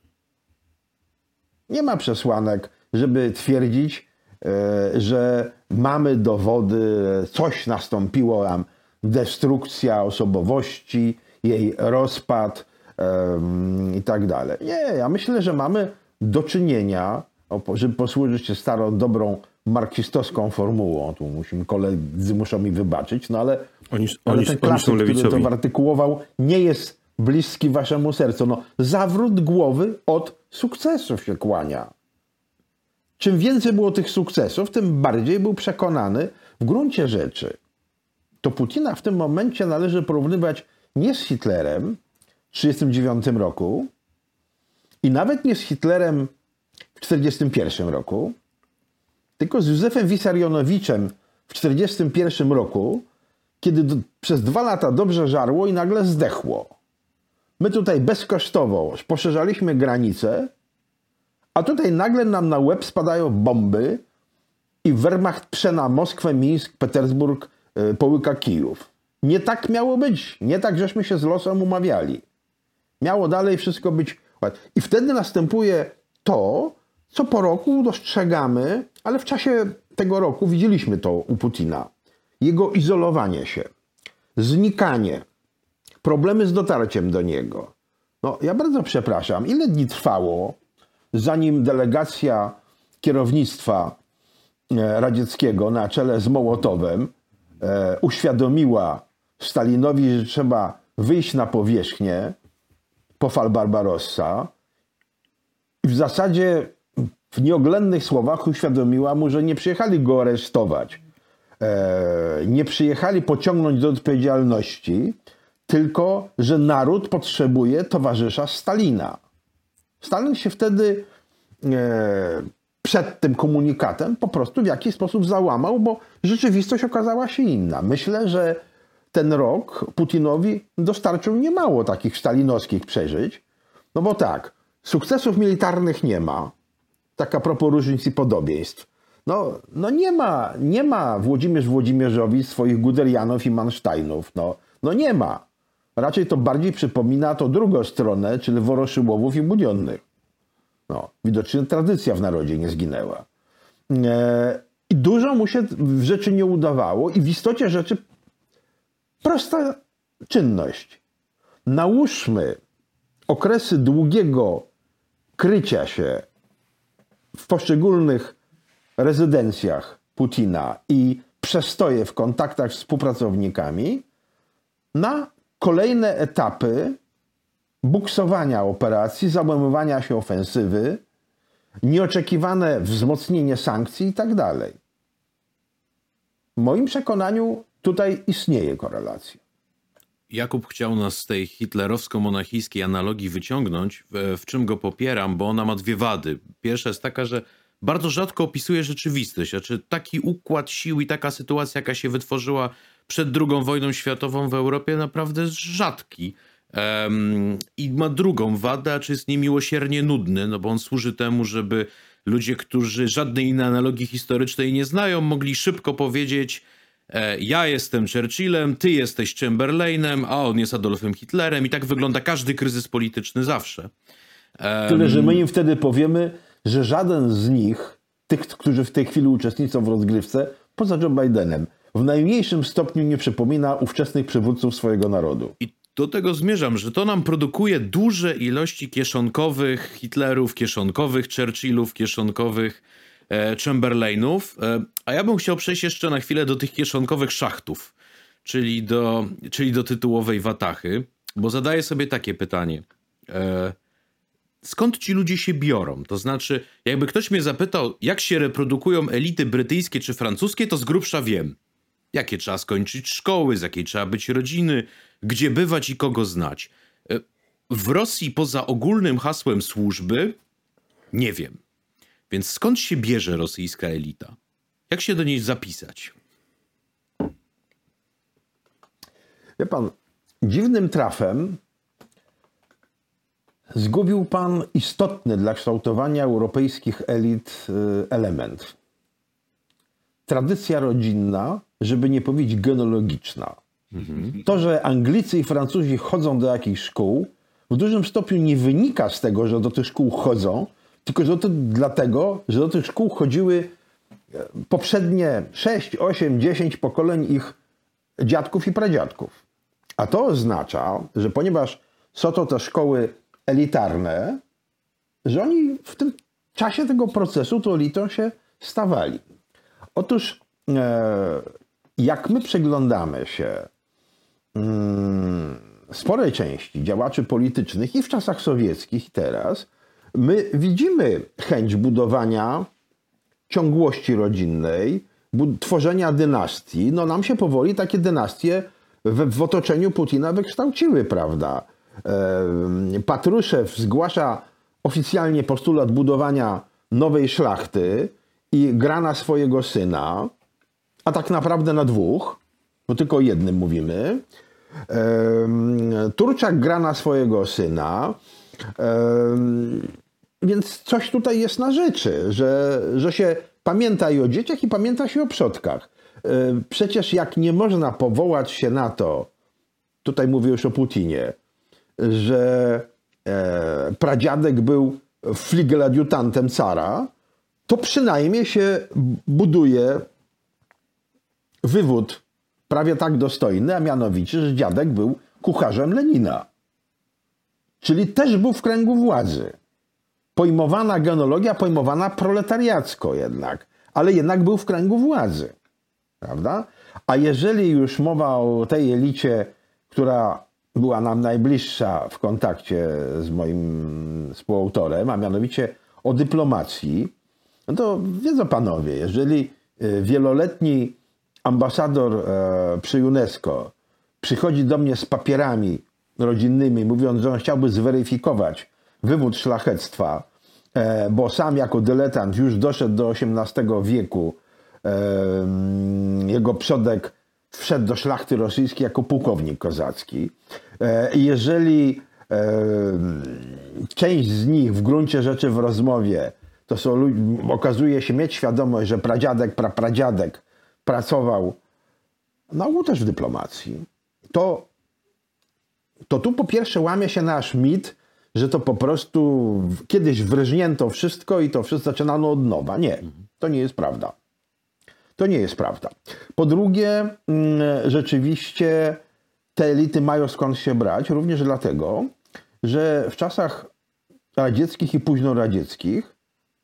Nie ma przesłanek, żeby twierdzić, że mamy dowody, coś nastąpiło nam, destrukcja osobowości, jej rozpad i tak dalej. Nie, ja myślę, że mamy do czynienia, żeby posłużyć się starą, dobrą marksistowską formułą, tu musimy, koledzy muszą mi wybaczyć, no ale, Oni, ale oni, ten oni klasyk, są który lewicowi. to artykułował, nie jest bliski waszemu sercu. No, zawrót głowy od sukcesów się kłania. Czym więcej było tych sukcesów, tym bardziej był przekonany w gruncie rzeczy. To Putina w tym momencie należy porównywać nie z Hitlerem w tysiąc dziewięćset trzydziestym dziewiątym roku i nawet nie z Hitlerem w tysiąc dziewięćset czterdziestym pierwszym roku, tylko z Józefem Wissarionowiczem w tysiąc dziewięćset czterdziestym pierwszym roku, kiedy do, przez dwa lata dobrze żarło i nagle zdechło. My tutaj bezkosztowo poszerzaliśmy granice, a tutaj nagle nam na łeb spadają bomby i Wehrmacht prze na Moskwę, Mińsk, Petersburg, yy, połyka Kijów. Nie tak miało być. Nie tak żeśmy się z losem umawiali. Miało dalej wszystko być. I wtedy następuje to, co po roku dostrzegamy, ale w czasie tego roku widzieliśmy to u Putina. Jego izolowanie się, znikanie, problemy z dotarciem do niego. No, ja bardzo przepraszam, ile dni trwało, zanim delegacja kierownictwa radzieckiego na czele z Mołotowem e, uświadomiła Stalinowi, że trzeba wyjść na powierzchnię po fal Barbarossa i w zasadzie w nieoględnych słowach uświadomiła mu, że nie przyjechali go aresztować, e, nie przyjechali pociągnąć do odpowiedzialności, tylko że naród potrzebuje towarzysza Stalina. Stalin się wtedy e, przed tym komunikatem po prostu w jakiś sposób załamał, bo rzeczywistość okazała się inna. Myślę, że ten rok Putinowi dostarczył niemało takich stalinowskich przeżyć, no bo tak, sukcesów militarnych nie ma, tak a propos różnic i podobieństw. No, no nie ma, nie ma Włodzimierz Włodzimierzowi swoich Guderianów i Mansteinów, no, no nie ma. Raczej to bardziej przypomina to drugą stronę, czyli Woroszyłowów i Budionnych. No, widocznie tradycja w narodzie nie zginęła. E, I dużo mu się w rzeczy nie udawało i w istocie rzeczy prosta czynność. Nałóżmy okresy długiego krycia się w poszczególnych rezydencjach Putina i przestoje w kontaktach z współpracownikami na kolejne etapy buksowania operacji, załamywania się ofensywy, nieoczekiwane wzmocnienie sankcji i tak dalej. W moim przekonaniu tutaj istnieje korelacja. Jakub chciał nas z tej hitlerowsko-monachijskiej analogii wyciągnąć, w, w czym go popieram, bo ona ma dwie wady. Pierwsza jest taka, że bardzo rzadko opisuje rzeczywistość, znaczy taki układ sił i taka sytuacja, jaka się wytworzyła przed drugą wojną światową w Europie, naprawdę jest rzadki. Um, I ma drugą wadę, a czy jest niemiłosiernie nudny, no bo on służy temu, żeby ludzie, którzy żadnej innej analogii historycznej nie znają, mogli szybko powiedzieć: e, ja jestem Churchillem, ty jesteś Chamberlainem, a on jest Adolfem Hitlerem, i tak wygląda każdy kryzys polityczny zawsze. Um, Tyle, że my im wtedy powiemy, że żaden z nich, tych, którzy w tej chwili uczestniczą w rozgrywce, poza Joe Bidenem, w najmniejszym stopniu nie przypomina ówczesnych przywódców swojego narodu. I do tego zmierzam, że to nam produkuje duże ilości kieszonkowych Hitlerów, kieszonkowych Churchillów, kieszonkowych e, Chamberlainów, e, a ja bym chciał przejść jeszcze na chwilę do tych kieszonkowych szachtów, czyli do, czyli do tytułowej watachy, bo zadaję sobie takie pytanie. E, skąd ci ludzie się biorą? To znaczy, jakby ktoś mnie zapytał, jak się reprodukują elity brytyjskie czy francuskie, to z grubsza wiem. Jakie trzeba skończyć szkoły, z jakiej trzeba być rodziny, gdzie bywać i kogo znać. W Rosji poza ogólnym hasłem służby nie wiem. Więc skąd się bierze rosyjska elita? Jak się do niej zapisać? Wie pan, dziwnym trafem zgubił pan istotny dla kształtowania europejskich elit element. Tradycja rodzinna, żeby nie powiedzieć genealogiczna. Mhm. To, że Anglicy i Francuzi chodzą do jakichś szkół, w dużym stopniu nie wynika z tego, że do tych szkół chodzą, tylko że to dlatego, że do tych szkół chodziły poprzednie sześć, osiem, dziesięć pokoleń ich dziadków i pradziadków. A to oznacza, że ponieważ są to te szkoły elitarne, że oni w tym czasie tego procesu tą elitą się stawali. Otóż jak my przyglądamy się sporej części działaczy politycznych i w czasach sowieckich i teraz, my widzimy chęć budowania ciągłości rodzinnej, tworzenia dynastii. No nam się powoli takie dynastie w, w otoczeniu Putina wykształciły, prawda? Patruszew zgłasza oficjalnie postulat budowania nowej szlachty i gra na swojego syna, a tak naprawdę na dwóch, bo tylko o jednym mówimy. Turczak gra na swojego syna, więc coś tutaj jest na rzeczy, że, że się pamięta i o dzieciach, i pamięta się o przodkach. Przecież jak nie można powołać się na to, tutaj mówię już o Putinie, że pradziadek był fligeladiutantem cara, to przynajmniej się buduje wywód prawie tak dostojny, a mianowicie, że dziadek był kucharzem Lenina. Czyli też był w kręgu władzy. Pojmowana genealogia, pojmowana proletariacko jednak, ale jednak był w kręgu władzy. Prawda? A jeżeli już mowa o tej elicie, która była nam najbliższa w kontakcie z moim współautorem, a mianowicie o dyplomacji, no to wiedzą panowie, jeżeli wieloletni ambasador przy UNESCO przychodzi do mnie z papierami rodzinnymi, mówiąc, że on chciałby zweryfikować wywód szlachectwa, bo sam jako dyletant już doszedł do osiemnastego wieku, jego przodek wszedł do szlachty rosyjskiej jako pułkownik kozacki. Jeżeli część z nich w gruncie rzeczy w rozmowie to są ludzie, okazuje się mieć świadomość, że pradziadek, prapradziadek pracował na ogół też w dyplomacji, to, to tu po pierwsze łamie się nasz mit, że to po prostu kiedyś wrżnięto wszystko i to wszystko zaczynano od nowa. Nie, to nie jest prawda. To nie jest prawda. Po drugie, rzeczywiście te elity mają skąd się brać, również dlatego, że w czasach radzieckich i późnoradzieckich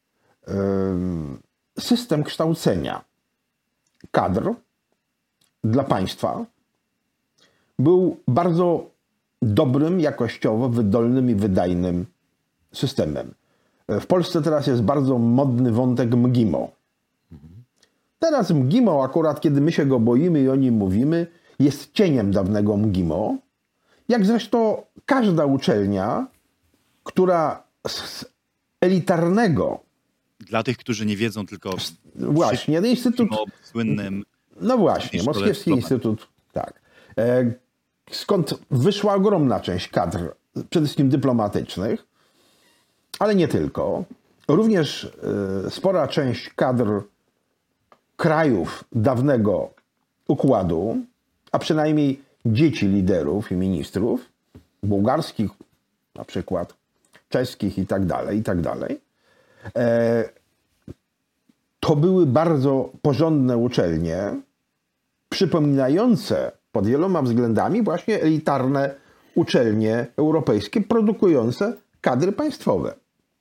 system kształcenia kadr dla państwa był bardzo dobrym, jakościowo, wydolnym i wydajnym systemem. W Polsce teraz jest bardzo modny wątek MGIMO. Teraz MGIMO, akurat kiedy my się go boimy i o nim mówimy, jest cieniem dawnego MGIMO, jak zresztą każda uczelnia, która z elitarnego... Dla tych, którzy nie wiedzą, tylko... Właśnie, instytut... słynnym... No właśnie, Moskiewski Instytut, tak. Skąd wyszła ogromna część kadr, przede wszystkim dyplomatycznych, ale nie tylko. Również spora część kadr krajów dawnego układu, a przynajmniej dzieci liderów i ministrów, bułgarskich na przykład, czeskich i tak dalej, i tak dalej. To były bardzo porządne uczelnie, przypominające pod wieloma względami właśnie elitarne uczelnie europejskie, produkujące kadry państwowe.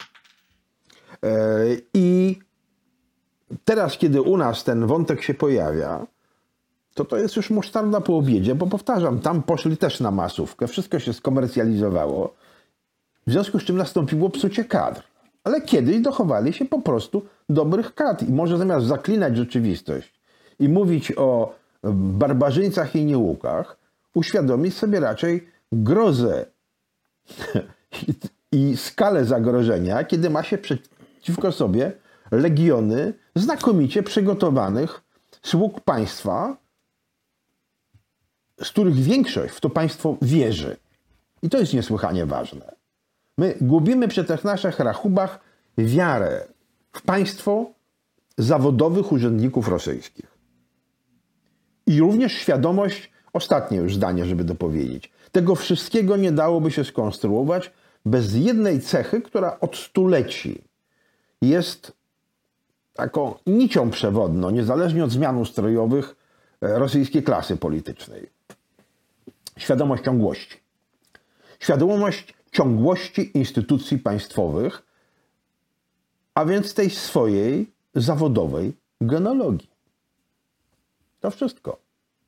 I teraz, kiedy u nas ten wątek się pojawia, to to jest już musztarda po obiedzie, bo powtarzam, tam poszli też na masówkę, wszystko się skomercjalizowało, w związku z czym nastąpiło psucie kadr. Ale kiedyś dochowali się po prostu dobrych kadr. I może zamiast zaklinać rzeczywistość i mówić o barbarzyńcach i niełukach, uświadomić sobie raczej grozę i, i skalę zagrożenia, kiedy ma się przeciwko sobie legiony znakomicie przygotowanych sług państwa, z których większość w to państwo wierzy. I to jest niesłychanie ważne. My gubimy przy tych naszych rachubach wiarę w państwo zawodowych urzędników rosyjskich. I również świadomość, ostatnie już zdanie, żeby dopowiedzieć, tego wszystkiego nie dałoby się skonstruować bez jednej cechy, która od stuleci jest taką nicią przewodną, niezależnie od zmian ustrojowych rosyjskiej klasy politycznej. Świadomość ciągłości. Świadomość ciągłości instytucji państwowych, a więc tej swojej zawodowej genealogii. To wszystko.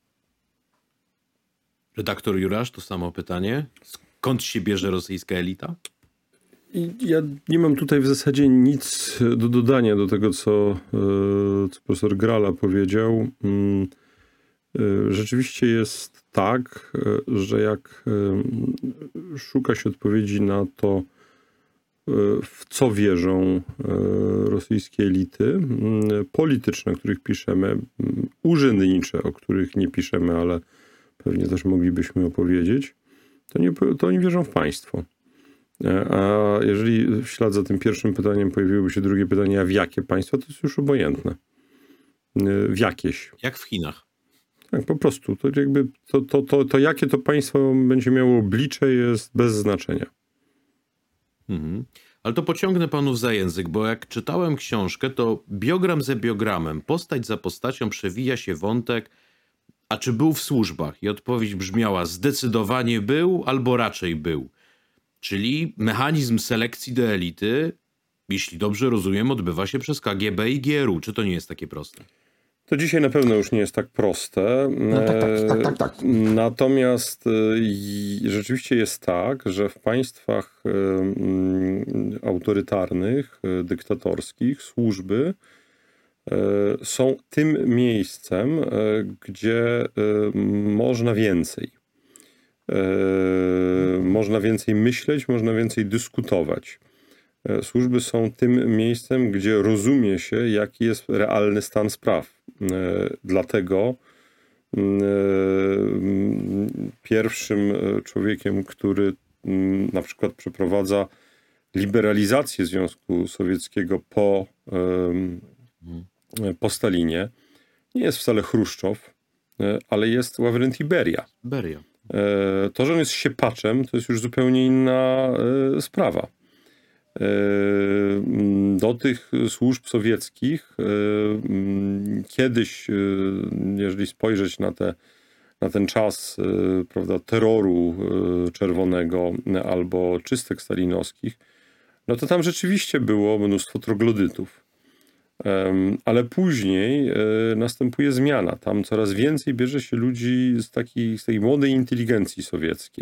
Redaktor Jurasz, to samo pytanie. Skąd się bierze rosyjska elita? I ja nie mam tutaj w zasadzie nic do dodania do tego, co, co profesor Grala powiedział. Rzeczywiście jest tak, że jak szuka się odpowiedzi na to, w co wierzą rosyjskie elity polityczne, o których piszemy, urzędnicze, o których nie piszemy, ale pewnie też moglibyśmy opowiedzieć, to, nie, to oni wierzą w państwo. A jeżeli w ślad za tym pierwszym pytaniem pojawiłoby się drugie pytanie, a w jakie państwo, to jest już obojętne. W jakieś. Jak w Chinach. Tak, po prostu. To, jakby to, to, to, to jakie to państwo będzie miało oblicze, jest bez znaczenia. Mhm. Ale to pociągnę panów za język, bo jak czytałem książkę, to biogram za biogramem, postać za postacią przewija się wątek, a czy był w służbach? I odpowiedź brzmiała, zdecydowanie był, albo raczej był. Czyli mechanizm selekcji do elity, jeśli dobrze rozumiem, odbywa się przez K G B i G R U. Czy to nie jest takie proste? To dzisiaj na pewno już nie jest tak proste. No tak, tak, tak, tak, tak. Natomiast rzeczywiście jest tak, że w państwach autorytarnych, dyktatorskich służby są tym miejscem, gdzie można więcej. Można więcej myśleć, można więcej dyskutować. Służby są tym miejscem, gdzie rozumie się, jaki jest realny stan spraw. Dlatego pierwszym człowiekiem, który na przykład przeprowadza liberalizację Związku Sowieckiego po, po Stalinie, nie jest wcale Chruszczow, ale jest Ławrentii Beria. Beria. To, że on jest siepaczem, to jest już zupełnie inna sprawa. Do tych służb sowieckich kiedyś, jeżeli spojrzeć na, te, na ten czas, prawda, terroru czerwonego albo czystek stalinowskich, no to tam rzeczywiście było mnóstwo troglodytów. Ale później następuje zmiana. Tam coraz więcej bierze się ludzi z takiej, z tej młodej inteligencji sowieckiej.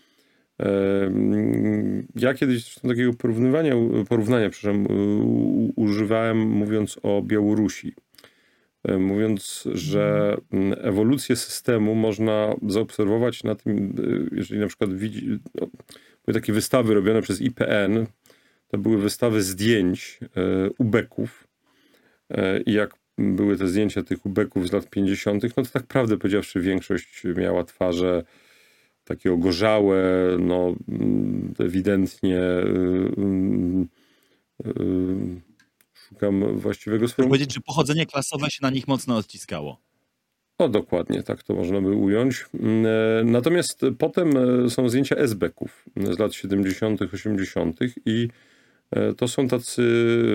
Ja kiedyś takiego porównywania, porównania przepraszam, używałem, mówiąc o Białorusi. Mówiąc, że ewolucję systemu można zaobserwować na tym, jeżeli na przykład widzi, no, były takie wystawy robione przez I P N, to były wystawy zdjęć ubeków i jak były te zdjęcia tych ubeków z lat pięćdziesiątych, no to tak prawdę powiedziawszy większość miała twarze takie ogorzałe, no ewidentnie yy, yy, szukam właściwego Chcę słowa. powiedzieć, że pochodzenie klasowe się na nich mocno odciskało. O, dokładnie, tak to można by ująć. Natomiast potem są zdjęcia esbeków z lat siedemdziesiątych, osiemdziesiątych i to są tacy,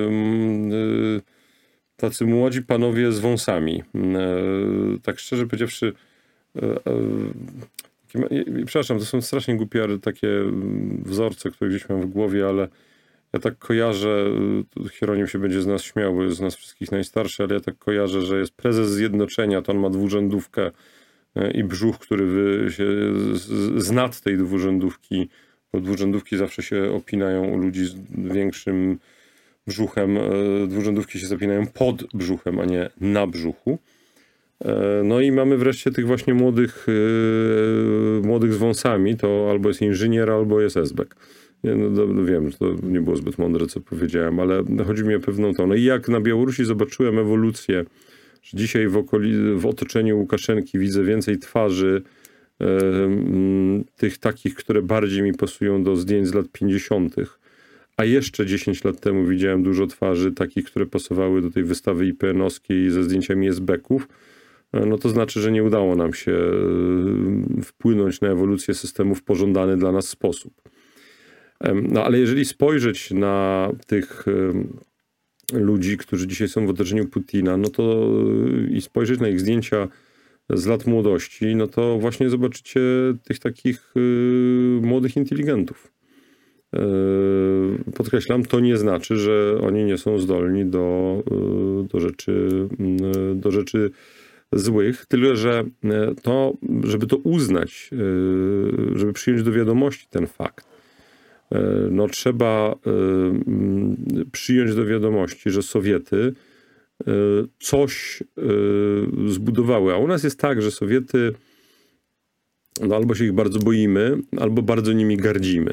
tacy młodzi panowie z wąsami. Tak szczerze powiedziawszy, przepraszam, to są strasznie głupie takie wzorce, które gdzieś mam w głowie, ale ja tak kojarzę, Hieronim się będzie z nas śmiał, bo jest z nas wszystkich najstarszy, ale ja tak kojarzę, że jest prezes Zjednoczenia, to on ma dwurzędówkę i brzuch, który wy się z nad tej dwurzędówki, bo dwurzędówki zawsze się opinają u ludzi z większym brzuchem, dwurzędówki się zapinają pod brzuchem, a nie na brzuchu. No i mamy wreszcie tych właśnie młodych, młodych z wąsami, to albo jest inżynier, albo jest esbek. No, no, wiem, że to nie było zbyt mądre, co powiedziałem, ale chodzi mi o pewną tą. No i jak na Białorusi zobaczyłem ewolucję, że dzisiaj w, okoli, w otoczeniu Łukaszenki widzę więcej twarzy tych takich, które bardziej mi pasują do zdjęć z lat pięćdziesiątych. A jeszcze dziesięć lat temu widziałem dużo twarzy takich, które pasowały do tej wystawy I P N-owskiej ze zdjęciami esbeków, no to znaczy, że nie udało nam się wpłynąć na ewolucję systemu w pożądany dla nas sposób. No ale jeżeli spojrzeć na tych ludzi, którzy dzisiaj są w otoczeniu Putina, no to i spojrzeć na ich zdjęcia z lat młodości, no to właśnie zobaczycie tych takich młodych inteligentów. Podkreślam, to nie znaczy, że oni nie są zdolni do, do, rzeczy, do rzeczy złych, tyle że to, żeby to uznać, żeby przyjąć do wiadomości ten fakt, no trzeba przyjąć do wiadomości, że Sowiety coś zbudowały. A u nas jest tak, że Sowiety, no albo się ich bardzo boimy, albo bardzo nimi gardzimy.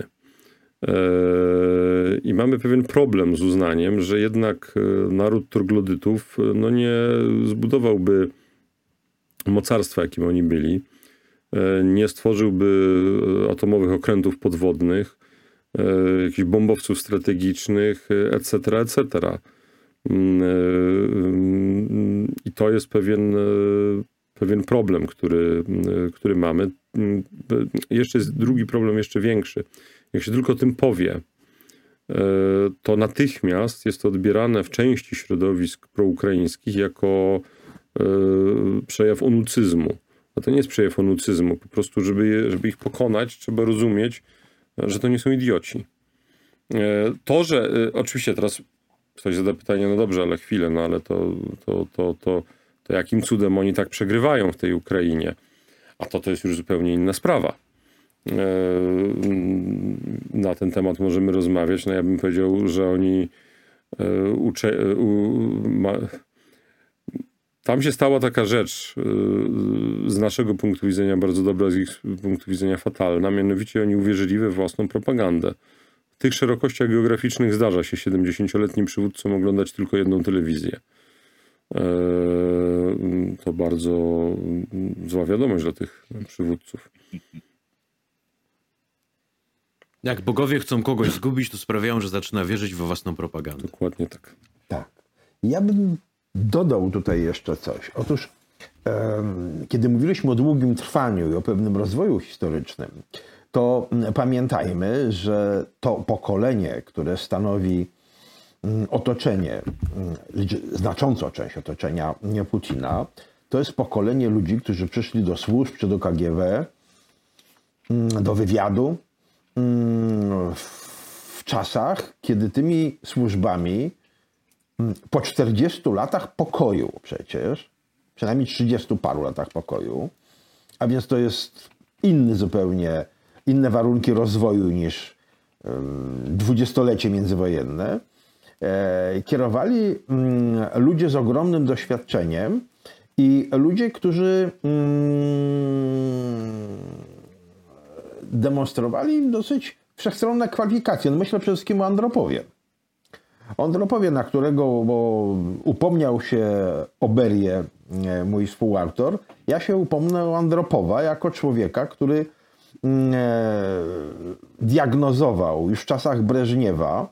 I mamy pewien problem z uznaniem, że jednak naród troglodytów no nie zbudowałby mocarstwa, jakim oni byli, nie stworzyłby atomowych okrętów podwodnych, jakichś bombowców strategicznych, et cetera, et cetera. I to jest pewien, pewien problem, który, który mamy. Jeszcze jest drugi problem, jeszcze większy. Jak się tylko o tym powie, to natychmiast jest to odbierane w części środowisk proukraińskich jako przejaw onucyzmu. A to nie jest przejaw onucyzmu. Po prostu, żeby, żeby ich pokonać, trzeba rozumieć, że to nie są idioci. To, że oczywiście teraz ktoś zada pytanie, no dobrze, ale chwilę, no ale to, to, to, to, to jakim cudem oni tak przegrywają w tej Ukrainie? A to to jest już zupełnie inna sprawa. Na ten temat możemy rozmawiać. No ja bym powiedział, że oni ucze... ma... Tam się stała taka rzecz z naszego punktu widzenia bardzo dobra, z ich punktu widzenia fatalna. Mianowicie oni uwierzyli we własną propagandę. W tych szerokościach geograficznych zdarza się siedemdziesięcioletnim przywódcom oglądać tylko jedną telewizję. To bardzo zła wiadomość dla tych przywódców. Jak bogowie chcą kogoś zgubić, to sprawiają, że zaczyna wierzyć we własną propagandę. Dokładnie tak. Tak. Ja bym dodał tutaj jeszcze coś. Otóż, um, kiedy mówiliśmy o długim trwaniu i o pewnym rozwoju historycznym, to pamiętajmy, że to pokolenie, które stanowi otoczenie, znaczącą część otoczenia Putina, to jest pokolenie ludzi, którzy przyszli do służb czy do K G B, do wywiadu w czasach, kiedy tymi służbami po czterdziestu latach pokoju przecież, przynajmniej trzydziestu paru latach pokoju, a więc to jest inny zupełnie, inne warunki rozwoju niż dwudziestolecie międzywojenne, kierowali ludzie z ogromnym doświadczeniem i ludzie, którzy demonstrowali dosyć wszechstronne kwalifikacje. No myślę przede wszystkim o Andropowie. O Andropowie, na którego bo upomniał się o Berię mój współautor. Ja się upomnę o Andropowa jako człowieka, który diagnozował już w czasach Breżniewa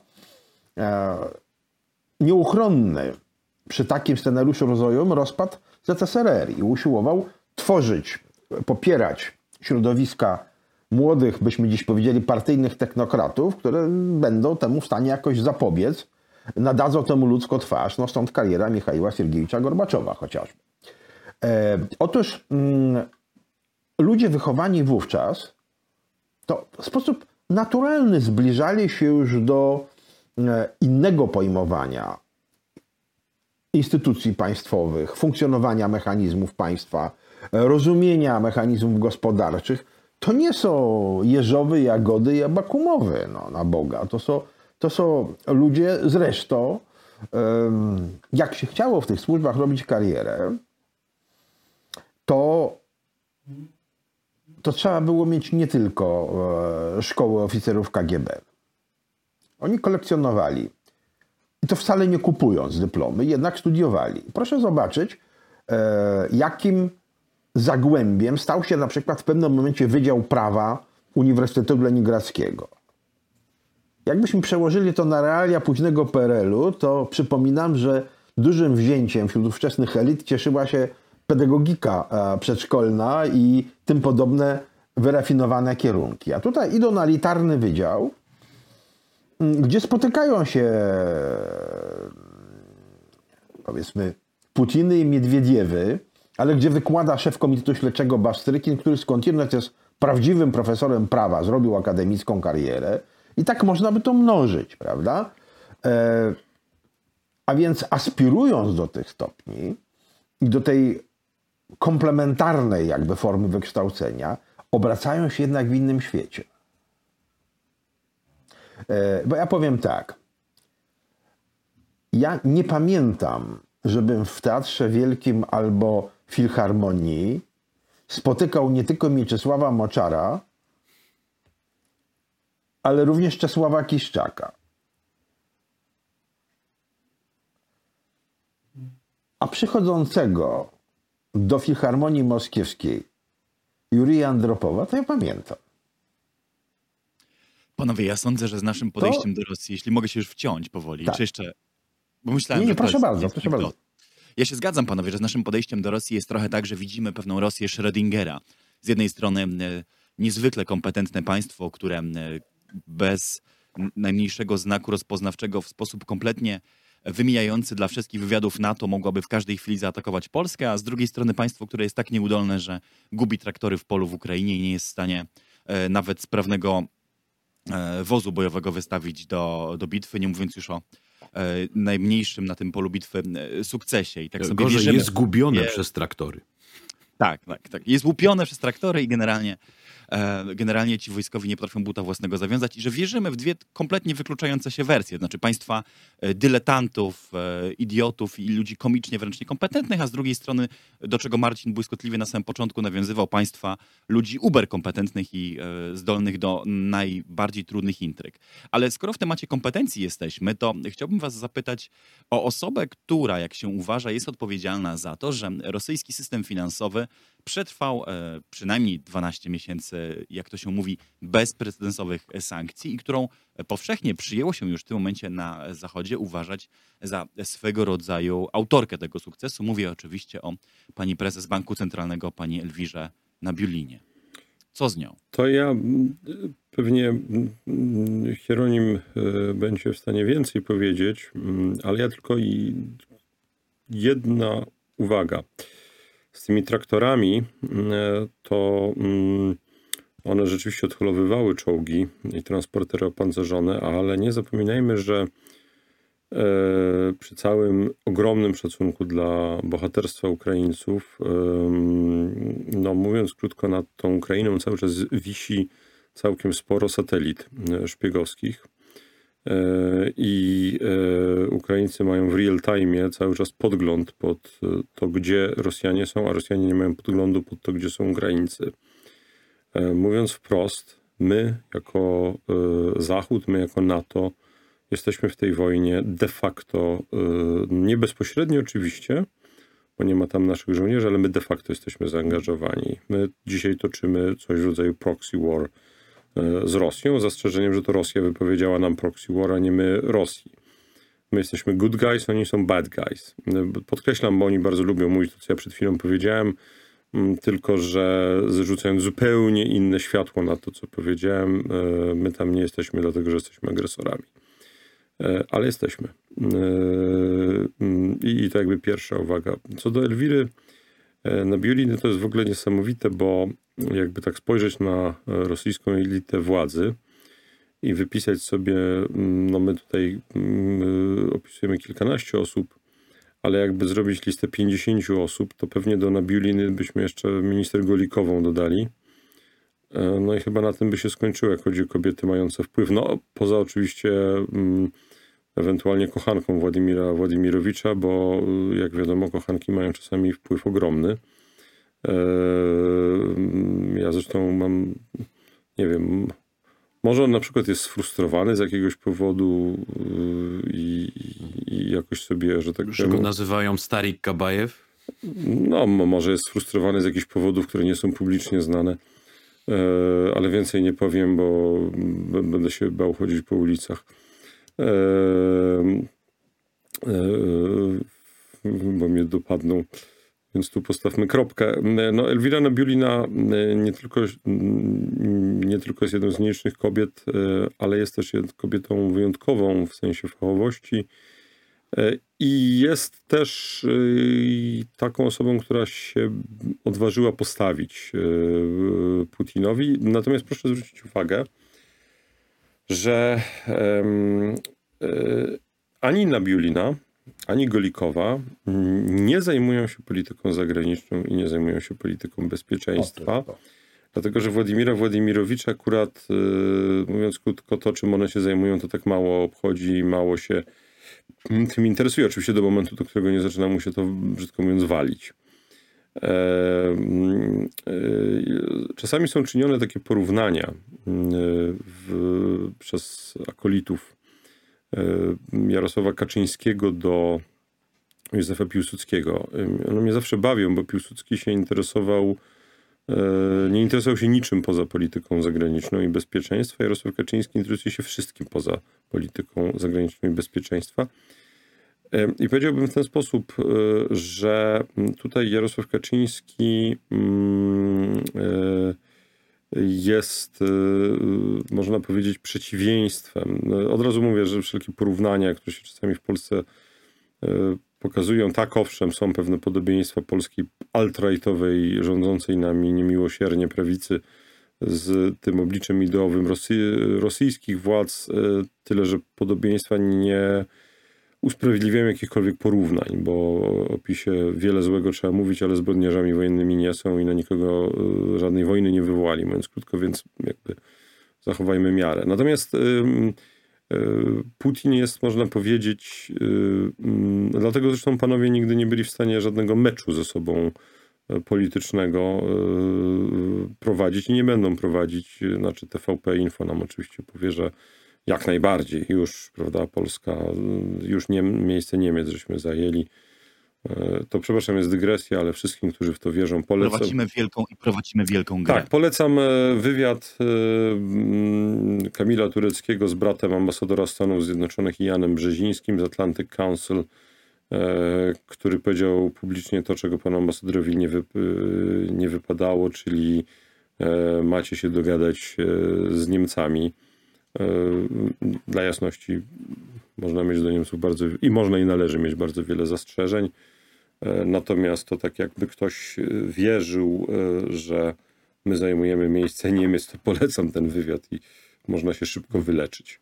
nieuchronny przy takim scenariuszu rozwojowym rozpad Z S R R i usiłował tworzyć, popierać środowiska młodych, byśmy dziś powiedzieli, partyjnych technokratów, które będą temu w stanie jakoś zapobiec, nadadzą temu ludzko twarz, no stąd kariera Michaiła Siergiejewicza Gorbaczowa chociażby. E, otóż mm, ludzie wychowani wówczas to w sposób naturalny zbliżali się już do e, innego pojmowania instytucji państwowych, funkcjonowania mechanizmów państwa, rozumienia mechanizmów gospodarczych. To nie są Jeżowy, Jagody i Abakumowy, no, na Boga. To są, to są ludzie zresztą, jak się chciało w tych służbach robić karierę, to, to trzeba było mieć nie tylko szkoły oficerów K G B. Oni kolekcjonowali. I to wcale nie kupując dyplomy, jednak studiowali. Proszę zobaczyć, jakim zagłębiem stał się na przykład w pewnym momencie Wydział Prawa Uniwersytetu Leningradzkiego. Jakbyśmy przełożyli to na realia późnego P R L u, to przypominam, że dużym wzięciem wśród ówczesnych elit cieszyła się pedagogika przedszkolna i tym podobne wyrafinowane kierunki. A tutaj idą na elitarny wydział, gdzie spotykają się, powiedzmy, Putiny i Miedwiediewy, ale gdzie wykłada szef Komitetu Śledczego Bastrykin, który skądinąd jest prawdziwym profesorem prawa, zrobił akademicką karierę i tak można by to mnożyć, prawda? E, a więc aspirując do tych stopni i do tej komplementarnej jakby formy wykształcenia, obracają się jednak w innym świecie. E, bo ja powiem tak, ja nie pamiętam, żebym w Teatrze Wielkim albo Filharmonii spotykał nie tylko Mieczysława Moczara, ale również Czesława Kiszczaka. A przychodzącego do Filharmonii Moskiewskiej Jurija Andropowa to ja pamiętam. Panowie, ja sądzę, że z naszym podejściem to... do Rosji, jeśli mogę się już wciąć powoli, tak. czy jeszcze... Bo myślałem, nie, nie, że proszę jest, bardzo, jest proszę bardzo. To. Ja się zgadzam, panowie, że z naszym podejściem do Rosji jest trochę tak, że widzimy pewną Rosję Schrödingera. Z jednej strony e, niezwykle kompetentne państwo, które e, bez najmniejszego znaku rozpoznawczego w sposób kompletnie wymijający dla wszystkich wywiadów NATO mogłaby w każdej chwili zaatakować Polskę, a z drugiej strony państwo, które jest tak nieudolne, że gubi traktory w polu w Ukrainie i nie jest w stanie e, nawet sprawnego e, wozu bojowego wystawić do, do bitwy, nie mówiąc już o e, najmniejszym na tym polu bitwy e, sukcesie. I tak sobie Gorzej, wierzymy, jest zgubione je, przez traktory. Tak, tak, tak. Jest łupione przez traktory i generalnie, e, generalnie ci wojskowi nie potrafią buta własnego zawiązać i że wierzymy w dwie kompletnie wykluczające się wersje. Znaczy państwa e, dyletantów, e, idiotów i ludzi komicznie wręcz niekompetentnych, a z drugiej strony, do czego Marcin błyskotliwie na samym początku nawiązywał, państwa ludzi uberkompetentnych i e, zdolnych do najbardziej trudnych intryg. Ale skoro w temacie kompetencji jesteśmy, to chciałbym was zapytać o osobę, która, jak się uważa, jest odpowiedzialna za to, że rosyjski system finansowy przetrwał e, przynajmniej dwanaście miesięcy, jak to się mówi, bezprecedensowych sankcji i którą powszechnie przyjęło się już w tym momencie na Zachodzie uważać za swego rodzaju autorkę tego sukcesu. Mówię oczywiście o pani prezes Banku Centralnego, pani Elwirze Nabiulinie. Co z nią? To ja pewnie Hieronim będzie w stanie więcej powiedzieć, ale ja tylko i jedna uwaga. Z tymi traktorami to one rzeczywiście odholowywały czołgi i transportery opancerzone, ale nie zapominajmy, że przy całym ogromnym szacunku dla bohaterstwa Ukraińców, no mówiąc krótko, nad tą Ukrainą cały czas wisi całkiem sporo satelit szpiegowskich. I Ukraińcy mają w real time cały czas podgląd pod to, gdzie Rosjanie są, a Rosjanie nie mają podglądu pod to, gdzie są Ukraińcy. Mówiąc wprost, my jako Zachód, my jako NATO jesteśmy w tej wojnie de facto, nie bezpośrednio oczywiście, bo nie ma tam naszych żołnierzy, ale my de facto jesteśmy zaangażowani. My dzisiaj toczymy coś w rodzaju proxy war z Rosją, z zastrzeżeniem, że to Rosja wypowiedziała nam proxy war, a nie my Rosji. My jesteśmy good guys, oni są bad guys. Podkreślam, bo oni bardzo lubią mówić to, co ja przed chwilą powiedziałem, tylko że zrzucając zupełnie inne światło na to, co powiedziałem, my tam nie jesteśmy dlatego, że jesteśmy agresorami. Ale jesteśmy. I to jakby pierwsza uwaga. Co do Elwiry Nabiuliny, to jest w ogóle niesamowite, bo jakby tak spojrzeć na rosyjską elitę władzy i wypisać sobie, no my tutaj opisujemy kilkanaście osób, ale jakby zrobić listę pięćdziesięciu osób, to pewnie do Nabiuliny byśmy jeszcze minister Golikową dodali. No i chyba na tym by się skończyło, jak chodzi o kobiety mające wpływ. No poza oczywiście mm, ewentualnie kochanką Władimira Władimirowicza, bo jak wiadomo, kochanki mają czasami wpływ ogromny. Ja zresztą mam, nie wiem, może on na przykład jest sfrustrowany z jakiegoś powodu i, i jakoś sobie, że tak Że powiem... go nazywają Starik Kabajew? no może jest sfrustrowany z jakichś powodów, które nie są publicznie znane, ale więcej nie powiem, bo będę się bał chodzić po ulicach. Bo mnie dopadną. Więc tu postawmy kropkę. No, Elwira Nabiulina nie tylko, nie tylko jest jedną z nielicznych kobiet, ale jest też kobietą wyjątkową w sensie fachowości. I jest też taką osobą, która się odważyła postawić Putinowi. Natomiast proszę zwrócić uwagę, że ani Nabiulina, ani Golikowa nie zajmują się polityką zagraniczną i nie zajmują się polityką bezpieczeństwa. O, to, to. Dlatego, że Władimira Władimirowicza akurat, mówiąc krótko, to czym one się zajmują, to tak mało obchodzi, mało się tym interesuje. Oczywiście do momentu, do którego nie zaczyna mu się to, brzydko mówiąc, walić. Czasami są czynione takie porównania w, przez akolitów Jarosława Kaczyńskiego do Józefa Piłsudskiego. One mnie zawsze bawią, bo Piłsudski się interesował, nie interesował się niczym poza polityką zagraniczną i bezpieczeństwa. Jarosław Kaczyński interesuje się wszystkim poza polityką zagraniczną i bezpieczeństwa. I powiedziałbym w ten sposób, że tutaj Jarosław Kaczyński jest, można powiedzieć, przeciwieństwem. Od razu mówię, że wszelkie porównania, które się czasami w Polsce pokazują, tak owszem, są pewne podobieństwa polskiej alt-rightowej, rządzącej nami niemiłosiernie prawicy z tym obliczem ideowym Rosy, rosyjskich władz, tyle że podobieństwa nie usprawiedliwiają jakichkolwiek porównań, bo o PiSie wiele złego trzeba mówić, ale zbrodniarzami wojennymi nie są i na nikogo żadnej wojny nie wywołali, mówiąc krótko, więc jakby zachowajmy miarę. Natomiast y, y, Putin jest, można powiedzieć, y, y, dlatego zresztą panowie nigdy nie byli w stanie żadnego meczu ze sobą politycznego y, prowadzić i nie będą prowadzić. Znaczy T V P Info nam oczywiście powie, że jak najbardziej. Już, prawda, Polska, już nie, miejsce Niemiec żeśmy zajęli. To, przepraszam, jest dygresja, ale wszystkim, którzy w to wierzą, polecam. Prowadzimy wielką i prowadzimy wielką grę. Tak, polecam wywiad Kamila Tureckiego z bratem ambasadora Stanów Zjednoczonych i Janem Brzezińskim z Atlantic Council, który powiedział publicznie to, czego panu ambasadorowi nie, wy, nie wypadało, czyli macie się dogadać z Niemcami. Dla jasności można mieć do Niemców bardzo i można i należy mieć bardzo wiele zastrzeżeń. Natomiast to tak jakby ktoś wierzył, że my zajmujemy miejsce Niemiec, to polecam ten wywiad i można się szybko wyleczyć.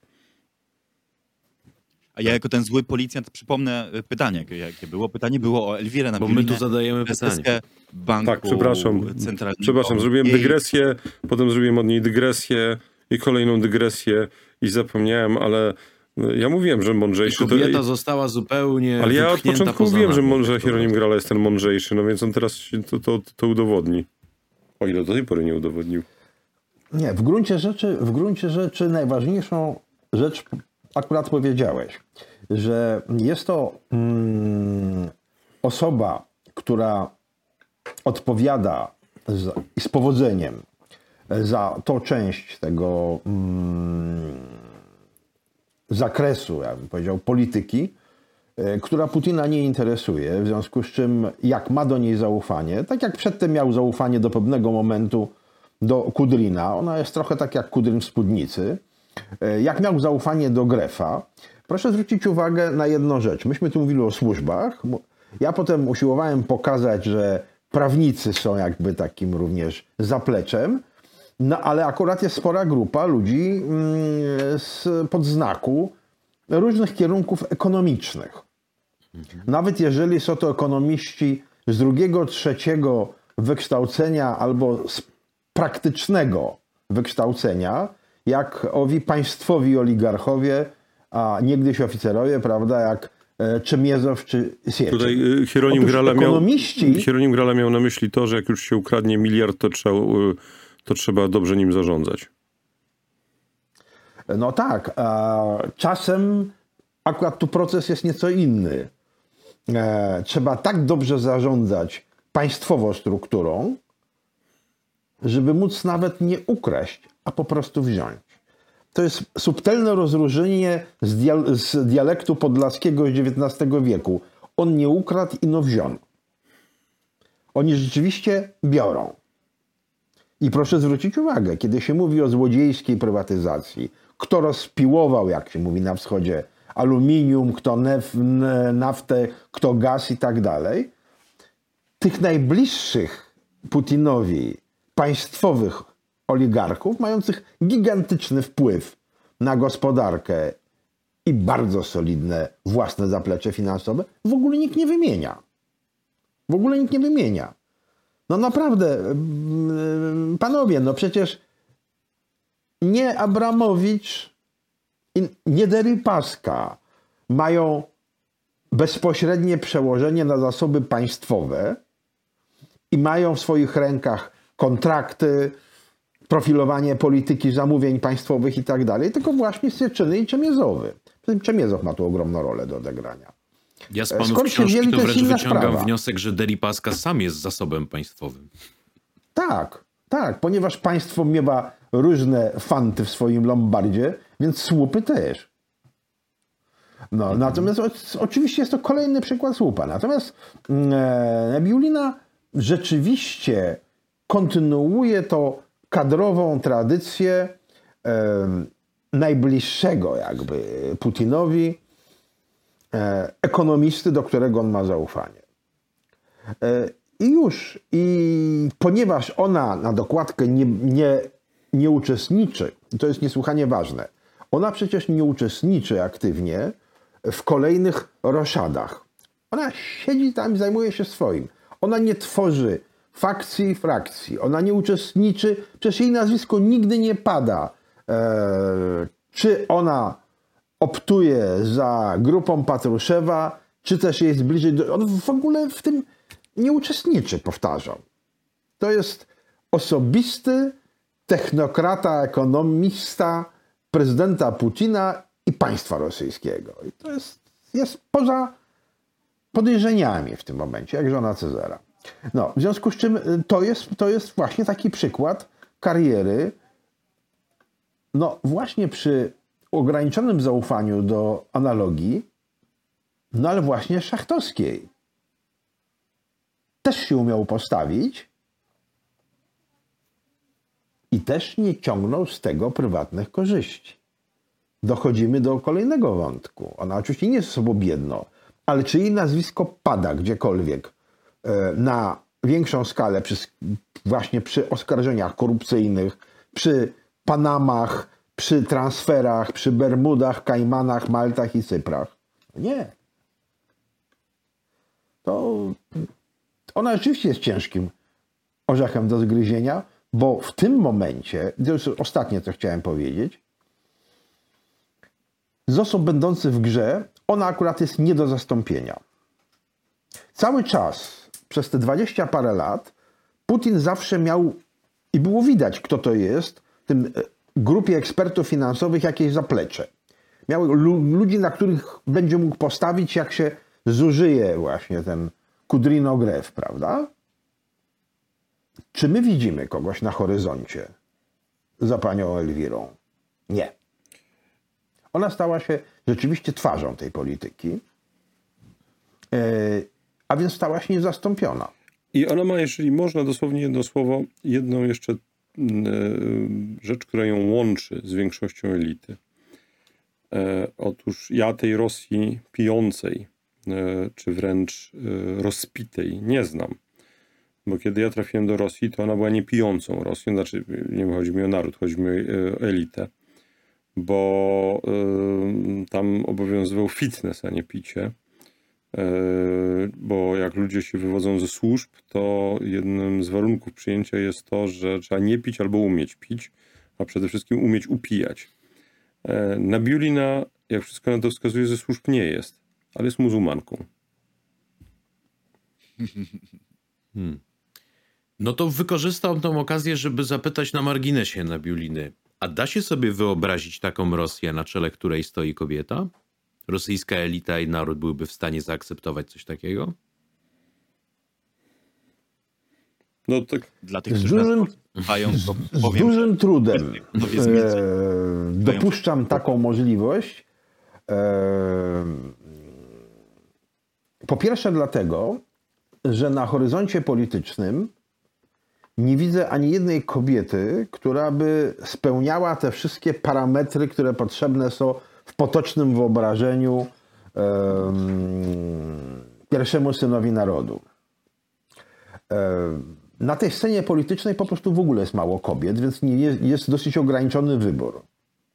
A ja jako ten zły policjant przypomnę pytanie, jakie było. Pytanie było o Elwirę Nabiulinę. Bo my tu zadajemy pytanie. Banku tak, przepraszam. Centralnego. Przepraszam, zrobiłem jej... dygresję, potem zrobiłem od niej dygresję i kolejną dygresję i zapomniałem, ale ja mówiłem, że mądrzejszy... I kobieta to... została zupełnie Ale ja od początku mówiłem, że, że Hieronim Grala jest ten mądrzejszy, no więc on teraz to, to, to udowodni. O ile do tej pory nie udowodnił. Nie, w gruncie rzeczy, w gruncie rzeczy najważniejszą rzecz akurat powiedziałeś, że jest to mm, osoba, która odpowiada za, i z powodzeniem za tą część tego mm, zakresu, ja bym powiedział, polityki, y, która Putina nie interesuje, w związku z czym jak ma do niej zaufanie, tak jak przedtem miał zaufanie do pewnego momentu do Kudryna, ona jest trochę tak jak Kudryn w spódnicy, y, jak miał zaufanie do Grefa, proszę zwrócić uwagę na jedną rzecz. Myśmy tu mówili o służbach, ja potem usiłowałem pokazać, że prawnicy są jakby takim również zapleczem, no ale akurat jest spora grupa ludzi z podznaku różnych kierunków ekonomicznych. Nawet jeżeli są to ekonomiści z drugiego, trzeciego wykształcenia albo z praktycznego wykształcenia, jak owi państwowi oligarchowie, a niegdyś oficerowie, prawda, jak Czemiezow czy Sieczyn. Tutaj Hieronim Grala, ekonomiści... miał, Hieronim Grala miał na myśli to, że jak już się ukradnie miliard, to trzeba, to trzeba dobrze nim zarządzać. No tak. A czasem akurat tu proces jest nieco inny. e, trzeba tak dobrze zarządzać państwową strukturą, żeby móc nawet nie ukraść, a po prostu wziąć. To jest subtelne rozróżnienie z, dia- z dialektu podlaskiego z dziewiętnastego wieku. On nie ukradł, ino wziął. Oni rzeczywiście biorą. I proszę zwrócić uwagę, kiedy się mówi o złodziejskiej prywatyzacji, kto rozpiłował, jak się mówi na wschodzie, aluminium, kto nef- naftę, kto gaz i tak dalej, tych najbliższych Putinowi państwowych oligarchów, mających gigantyczny wpływ na gospodarkę i bardzo solidne własne zaplecze finansowe, w ogóle nikt nie wymienia. W ogóle nikt nie wymienia. No naprawdę, panowie, no przecież nie Abramowicz i nie Deripaska mają bezpośrednie przełożenie na zasoby państwowe i mają w swoich rękach kontrakty, profilowanie polityki zamówień państwowych i tak dalej, tylko właśnie Syczyny i Czemiezowy. Czemiezow ma tu ogromną rolę do odegrania. Ja z panów Skąd się książki wzięli, to to jest wręcz inna wyciągam sprawa. wniosek, że Deripaska sam jest zasobem państwowym. Tak, tak, ponieważ państwo miewa różne fanty w swoim lombardzie, więc słupy też. No, natomiast o, oczywiście jest to kolejny przykład słupa. Natomiast e, Nabiulina rzeczywiście kontynuuje to kadrową tradycję e, najbliższego jakby Putinowi e, ekonomisty, do którego on ma zaufanie. E, I już. I ponieważ ona na dokładkę nie, nie, nie uczestniczy, to jest niesłychanie ważne, ona przecież nie uczestniczy aktywnie w kolejnych roszadach. Ona siedzi tam i zajmuje się swoim. Ona nie tworzy fakcji i frakcji. Ona nie uczestniczy, przecież jej nazwisko nigdy nie pada. Eee, czy ona optuje za grupą Patruszewa, czy też jest bliżej do... On w ogóle w tym nie uczestniczy, powtarzam. To jest osobisty technokrata, ekonomista prezydenta Putina i państwa rosyjskiego. I to jest, jest poza podejrzeniami w tym momencie, jak żona Cezara. No, w związku z czym to jest, to jest właśnie taki przykład kariery, no właśnie przy ograniczonym zaufaniu do analogii, no ale właśnie szachowskiej. Też się umiał postawić i też nie ciągnął z tego prywatnych korzyści. Dochodzimy do kolejnego wątku. Ona oczywiście nie jest osobą biedną, ale czy jej nazwisko pada gdziekolwiek na większą skalę przy, właśnie przy oskarżeniach korupcyjnych, przy Panamach, przy transferach, przy Bermudach, Kajmanach, Maltach i Cyprach? Nie. To ona rzeczywiście jest ciężkim orzechem do zgryzienia, bo w tym momencie, to jest ostatnie, co chciałem powiedzieć, z osób będących w grze, ona akurat jest nie do zastąpienia. Cały czas, przez te dwadzieścia parę lat, Putin zawsze miał, i było widać, kto to jest, w tym grupie ekspertów finansowych jakieś zaplecze. Miał lu- ludzi, na których będzie mógł postawić, jak się zużyje właśnie ten Kudrynow, prawda? Czy my widzimy kogoś na horyzoncie za panią Elwirą? Nie. Ona stała się rzeczywiście twarzą tej polityki, yy, a więc stała się niezastąpiona. I ona ma, jeżeli można, dosłownie jedno słowo, jedną jeszcze yy, rzecz, która ją łączy z większością elity. Yy, otóż ja tej Rosji pijącej, yy, czy wręcz yy, rozpitej nie znam. Bo kiedy ja trafiłem do Rosji, to ona była nie pijącą Rosją, znaczy nie chodzi mi o naród, chodzi mi o elitę. Bo y, tam obowiązywał fitness, a nie picie. Y, bo jak ludzie się wywodzą ze służb, to jednym z warunków przyjęcia jest to, że trzeba nie pić albo umieć pić, a przede wszystkim umieć upijać. Y, Nabiulina, jak wszystko na to wskazuje, ze służb nie jest, ale jest muzułmanką. Hmm. No to wykorzystam tą okazję, żeby zapytać na marginesie Nabiuliny. A da się sobie wyobrazić taką Rosję, na czele której stoi kobieta? rosyjska elita i naród byłyby w stanie zaakceptować coś takiego? No tak. Dla tych, Z którzy dużym, nas słuchają, to z powiem, dużym trudem powiedz mi, e, dopuszczam taką możliwość. E, po pierwsze dlatego, że na horyzoncie politycznym nie widzę ani jednej kobiety, która by spełniała te wszystkie parametry, które potrzebne są w potocznym wyobrażeniu e, pierwszemu synowi narodu. E, na tej scenie politycznej po prostu w ogóle jest mało kobiet, więc nie jest, jest dosyć ograniczony wybór.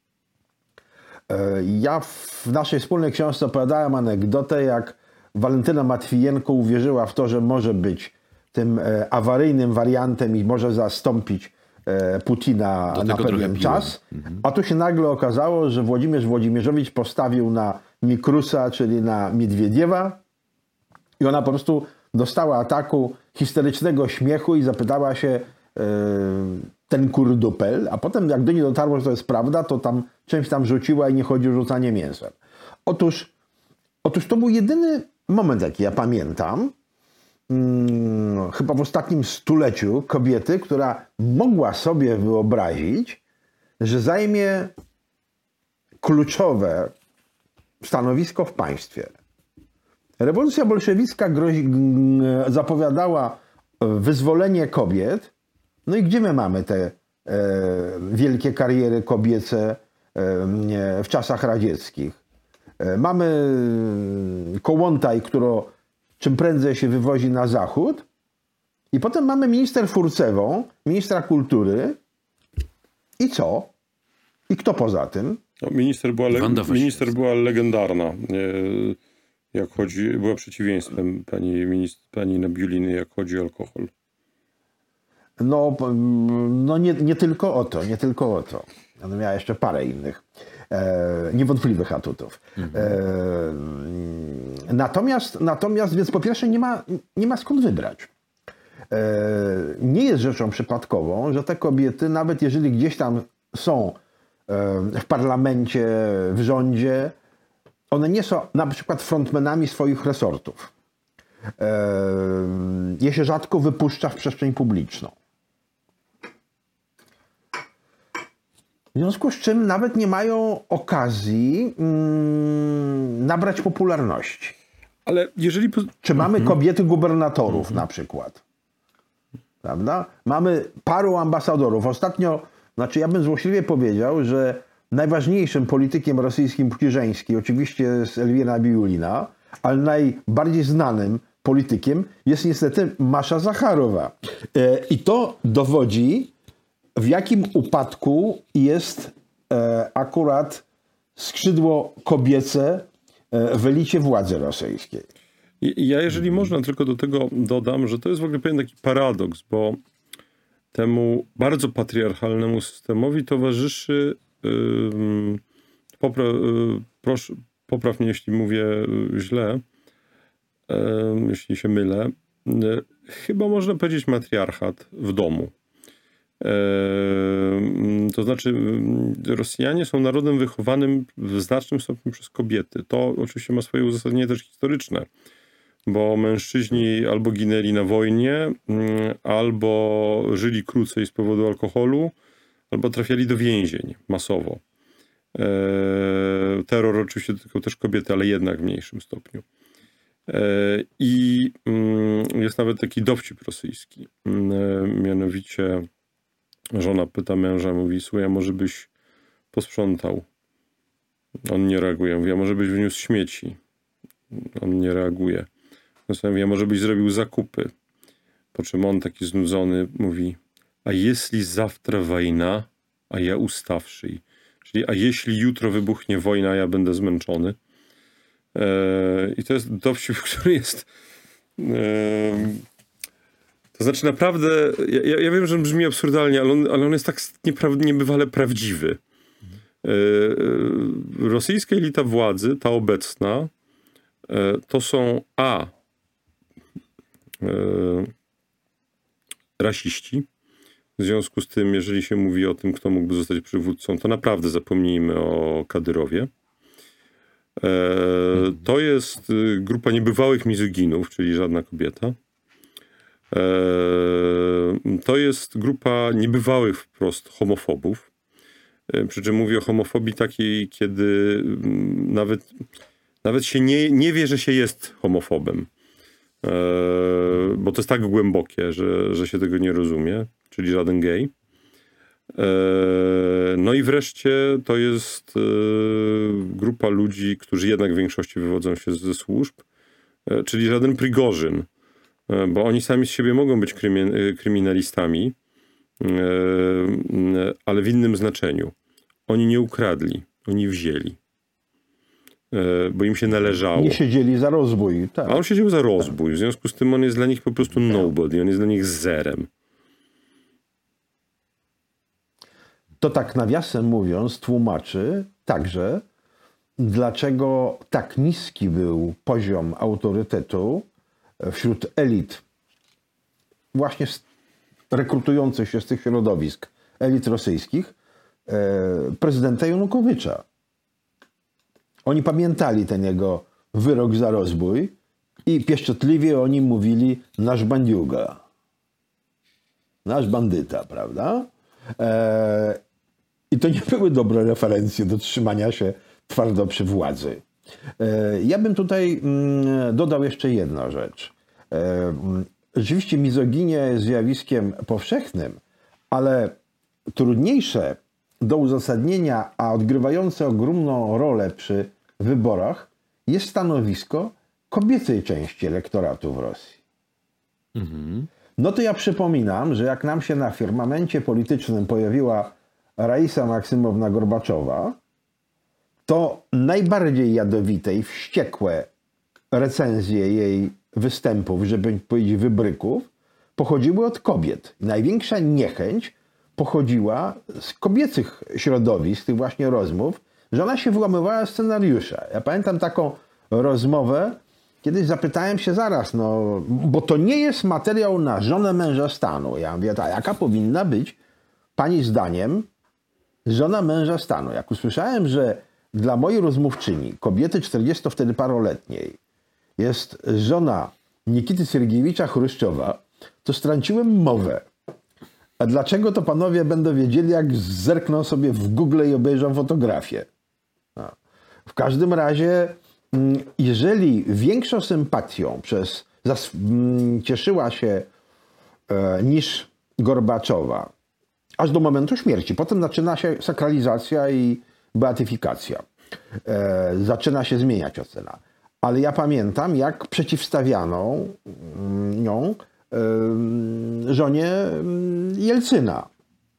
E, ja w naszej wspólnej książce opowiadałem anegdotę, jak Walentyna Matwijenko uwierzyła w to, że może być tym e, awaryjnym wariantem i może zastąpić e, Putina Do na tego trochę pewien piłem. czas. A tu się nagle okazało, że Włodzimierz Włodzimierzowicz postawił na Mikrusa, czyli na Miedwiediewa, i ona po prostu dostała ataku histerycznego śmiechu i zapytała się e, ten kurdupel, a potem jak do niej dotarło, że to jest prawda, to tam czymś tam rzuciła i nie chodzi o rzucanie mięsem. Otóż, otóż to był jedyny moment, jaki ja pamiętam, hmm, chyba w ostatnim stuleciu, kobiety, która mogła sobie wyobrazić, że zajmie kluczowe stanowisko w państwie. Rewolucja bolszewicka grozi, zapowiadała wyzwolenie kobiet. No i gdzie my mamy te e, wielkie kariery kobiece e, w czasach radzieckich? E, mamy Kołłątaj, którą czym prędzej się wywozi na zachód. I potem mamy minister Furcewą, ministra kultury. I co? I kto poza tym? No, minister była, le- Wanda minister Wasilewska. była legendarna. E, jak chodzi, była przeciwieństwem pani, minister, pani Nabiuliny, jak chodzi o alkohol. No, no nie, nie tylko o to, nie tylko o to. Ona miała jeszcze parę innych e, niewątpliwych atutów. Mhm. E, natomiast, natomiast, więc po pierwsze nie ma, nie ma skąd wybrać. E, nie jest rzeczą przypadkową, że te kobiety, nawet jeżeli gdzieś tam są e, w parlamencie, w rządzie, one nie są na przykład frontmenami swoich resortów. E, je się rzadko wypuszcza w przestrzeń publiczną. W związku z czym nawet nie mają okazji mm, nabrać popularności. Ale jeżeli... Po... Czy mamy kobiety gubernatorów na przykład? Prawda? Mamy paru ambasadorów. Ostatnio, znaczy ja bym złośliwie powiedział, że najważniejszym politykiem rosyjskim płci żeńskiej oczywiście jest Elwira Nabiulina, ale najbardziej znanym politykiem jest niestety Masza Zacharowa. E, I to dowodzi, w jakim upadku jest e, akurat skrzydło kobiece e, w elicie władzy rosyjskiej. I ja, jeżeli można, tylko do tego dodam, że to jest w ogóle pewien taki paradoks, bo temu bardzo patriarchalnemu systemowi towarzyszy, yy, popra, yy, proszę, popraw mnie, jeśli mówię źle, yy, jeśli się mylę, yy, chyba można powiedzieć matriarchat w domu. To znaczy Rosjanie są narodem wychowanym w znacznym stopniu przez kobiety. To oczywiście ma swoje uzasadnienie też historyczne, bo mężczyźni albo ginęli na wojnie, albo żyli krócej z powodu alkoholu, albo trafiali do więzień masowo. Terror oczywiście dotykał też kobiety, ale jednak w mniejszym stopniu. I jest nawet taki dowcip rosyjski, mianowicie żona pyta męża, mówi, słuchaj, a może byś posprzątał? On nie reaguje. Mówi, a może byś wyniósł śmieci? On nie reaguje. No mówi, a może byś zrobił zakupy? Po czym on taki znudzony mówi, a jeśli zawtra wojna, a ja ustawszy? Czyli, a jeśli jutro wybuchnie wojna, a ja będę zmęczony? Eee, I to jest dowcip, który jest... Eee, To znaczy naprawdę, ja, ja wiem, że on brzmi absurdalnie, ale on, ale on jest tak niepra- niebywale prawdziwy. E, e, rosyjska elita władzy, ta obecna, e, to są a e, rasiści. W związku z tym, jeżeli się mówi o tym, kto mógłby zostać przywódcą, to naprawdę zapomnijmy o Kadyrowie. To jest grupa niebywałych mizoginów, czyli żadna kobieta. To jest grupa niebywałych wprost homofobów. Przy czym mówię o homofobii takiej, kiedy nawet, nawet się nie, nie wie, że się jest homofobem. Bo to jest tak głębokie, że, że się tego nie rozumie, czyli żaden gej. No i wreszcie to jest grupa ludzi, którzy jednak w większości wywodzą się ze służb, czyli żaden Prigorzyn, bo oni sami z siebie mogą być kryminalistami, ale w innym znaczeniu. Oni nie ukradli, oni wzięli, bo im się należało. Nie siedzieli za rozbój. Tak. A on siedział za rozbój, w związku z tym on jest dla nich po prostu nobody, on jest dla nich zerem. To tak nawiasem mówiąc tłumaczy także, dlaczego tak niski był poziom autorytetu wśród elit właśnie rekrutujących się z tych środowisk, elit rosyjskich, prezydenta Janukowycza. Oni pamiętali ten jego wyrok za rozbój i pieszczotliwie o nim mówili nasz bandiuga, nasz bandyta, prawda? I to nie były dobre referencje do trzymania się twardo przy władzy. Ja bym tutaj dodał jeszcze jedną rzecz. Rzeczywiście mizoginia jest zjawiskiem powszechnym, ale trudniejsze do uzasadnienia, a odgrywające ogromną rolę przy wyborach jest stanowisko kobiecej części elektoratu w Rosji. Mhm. No to ja przypominam, że jak nam się na firmamencie politycznym pojawiła Raisa Maksymowna Gorbaczowa, to najbardziej jadowite i wściekłe recenzje jej występów, żeby nie powiedzieć wybryków, pochodziły od kobiet. Największa niechęć pochodziła z kobiecych środowisk, tych właśnie rozmów, że ona się wyłamywała scenariusze. Ja pamiętam taką rozmowę, kiedyś zapytałem się zaraz, no, bo to nie jest materiał na żonę męża stanu. Ja mówię, a jaka powinna być pani zdaniem żona męża stanu? Jak usłyszałem, że dla mojej rozmówczyni, kobiety czterdziestoparoletniej, jest żona Nikity Sergiejewicza Chruszczowa, to straciłem mowę. A dlaczego to panowie będą wiedzieli, jak zerkną sobie w Google i obejrzą fotografię? No. W każdym razie, jeżeli większą sympatią przez, zas, cieszyła się e, niż Gorbaczowa, aż do momentu śmierci. Potem zaczyna się sakralizacja i beatyfikacja. E, zaczyna się zmieniać ocena. Ale ja pamiętam, jak przeciwstawiano nią e, żonie Jelcyna,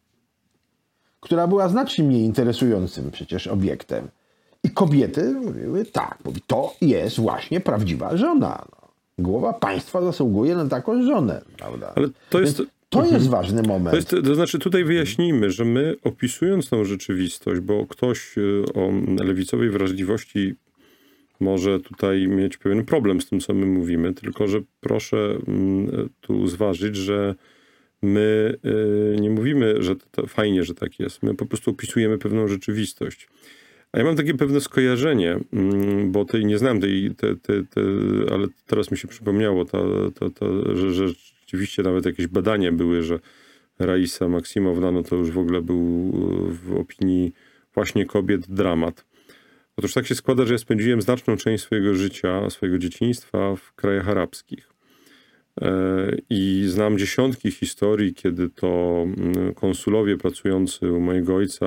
która była znacznie mniej interesującym przecież obiektem. I kobiety mówiły tak, mówi, to jest właśnie prawdziwa żona. No. Głowa państwa zasługuje na taką żonę, prawda? Ale to jest... Więc to jest mhm. ważny moment. To, jest, to znaczy tutaj wyjaśnijmy, że my opisując tą rzeczywistość, bo ktoś o lewicowej wrażliwości może tutaj mieć pewien problem z tym, co my mówimy, tylko że proszę tu zważyć, że my nie mówimy, że to fajnie, że tak jest. My po prostu opisujemy pewną rzeczywistość. A ja mam takie pewne skojarzenie, bo tej nie znam tej, te, te, te, ale teraz mi się przypomniało, ta, ta, ta, że, że rzeczywiście nawet jakieś badania były, że Raisa Maksymowna, no to już w ogóle był w opinii właśnie kobiet dramat. Otóż tak się składa, że ja spędziłem znaczną część swojego życia, swojego dzieciństwa w krajach arabskich. I znam dziesiątki historii, kiedy to konsulowie pracujący u mojego ojca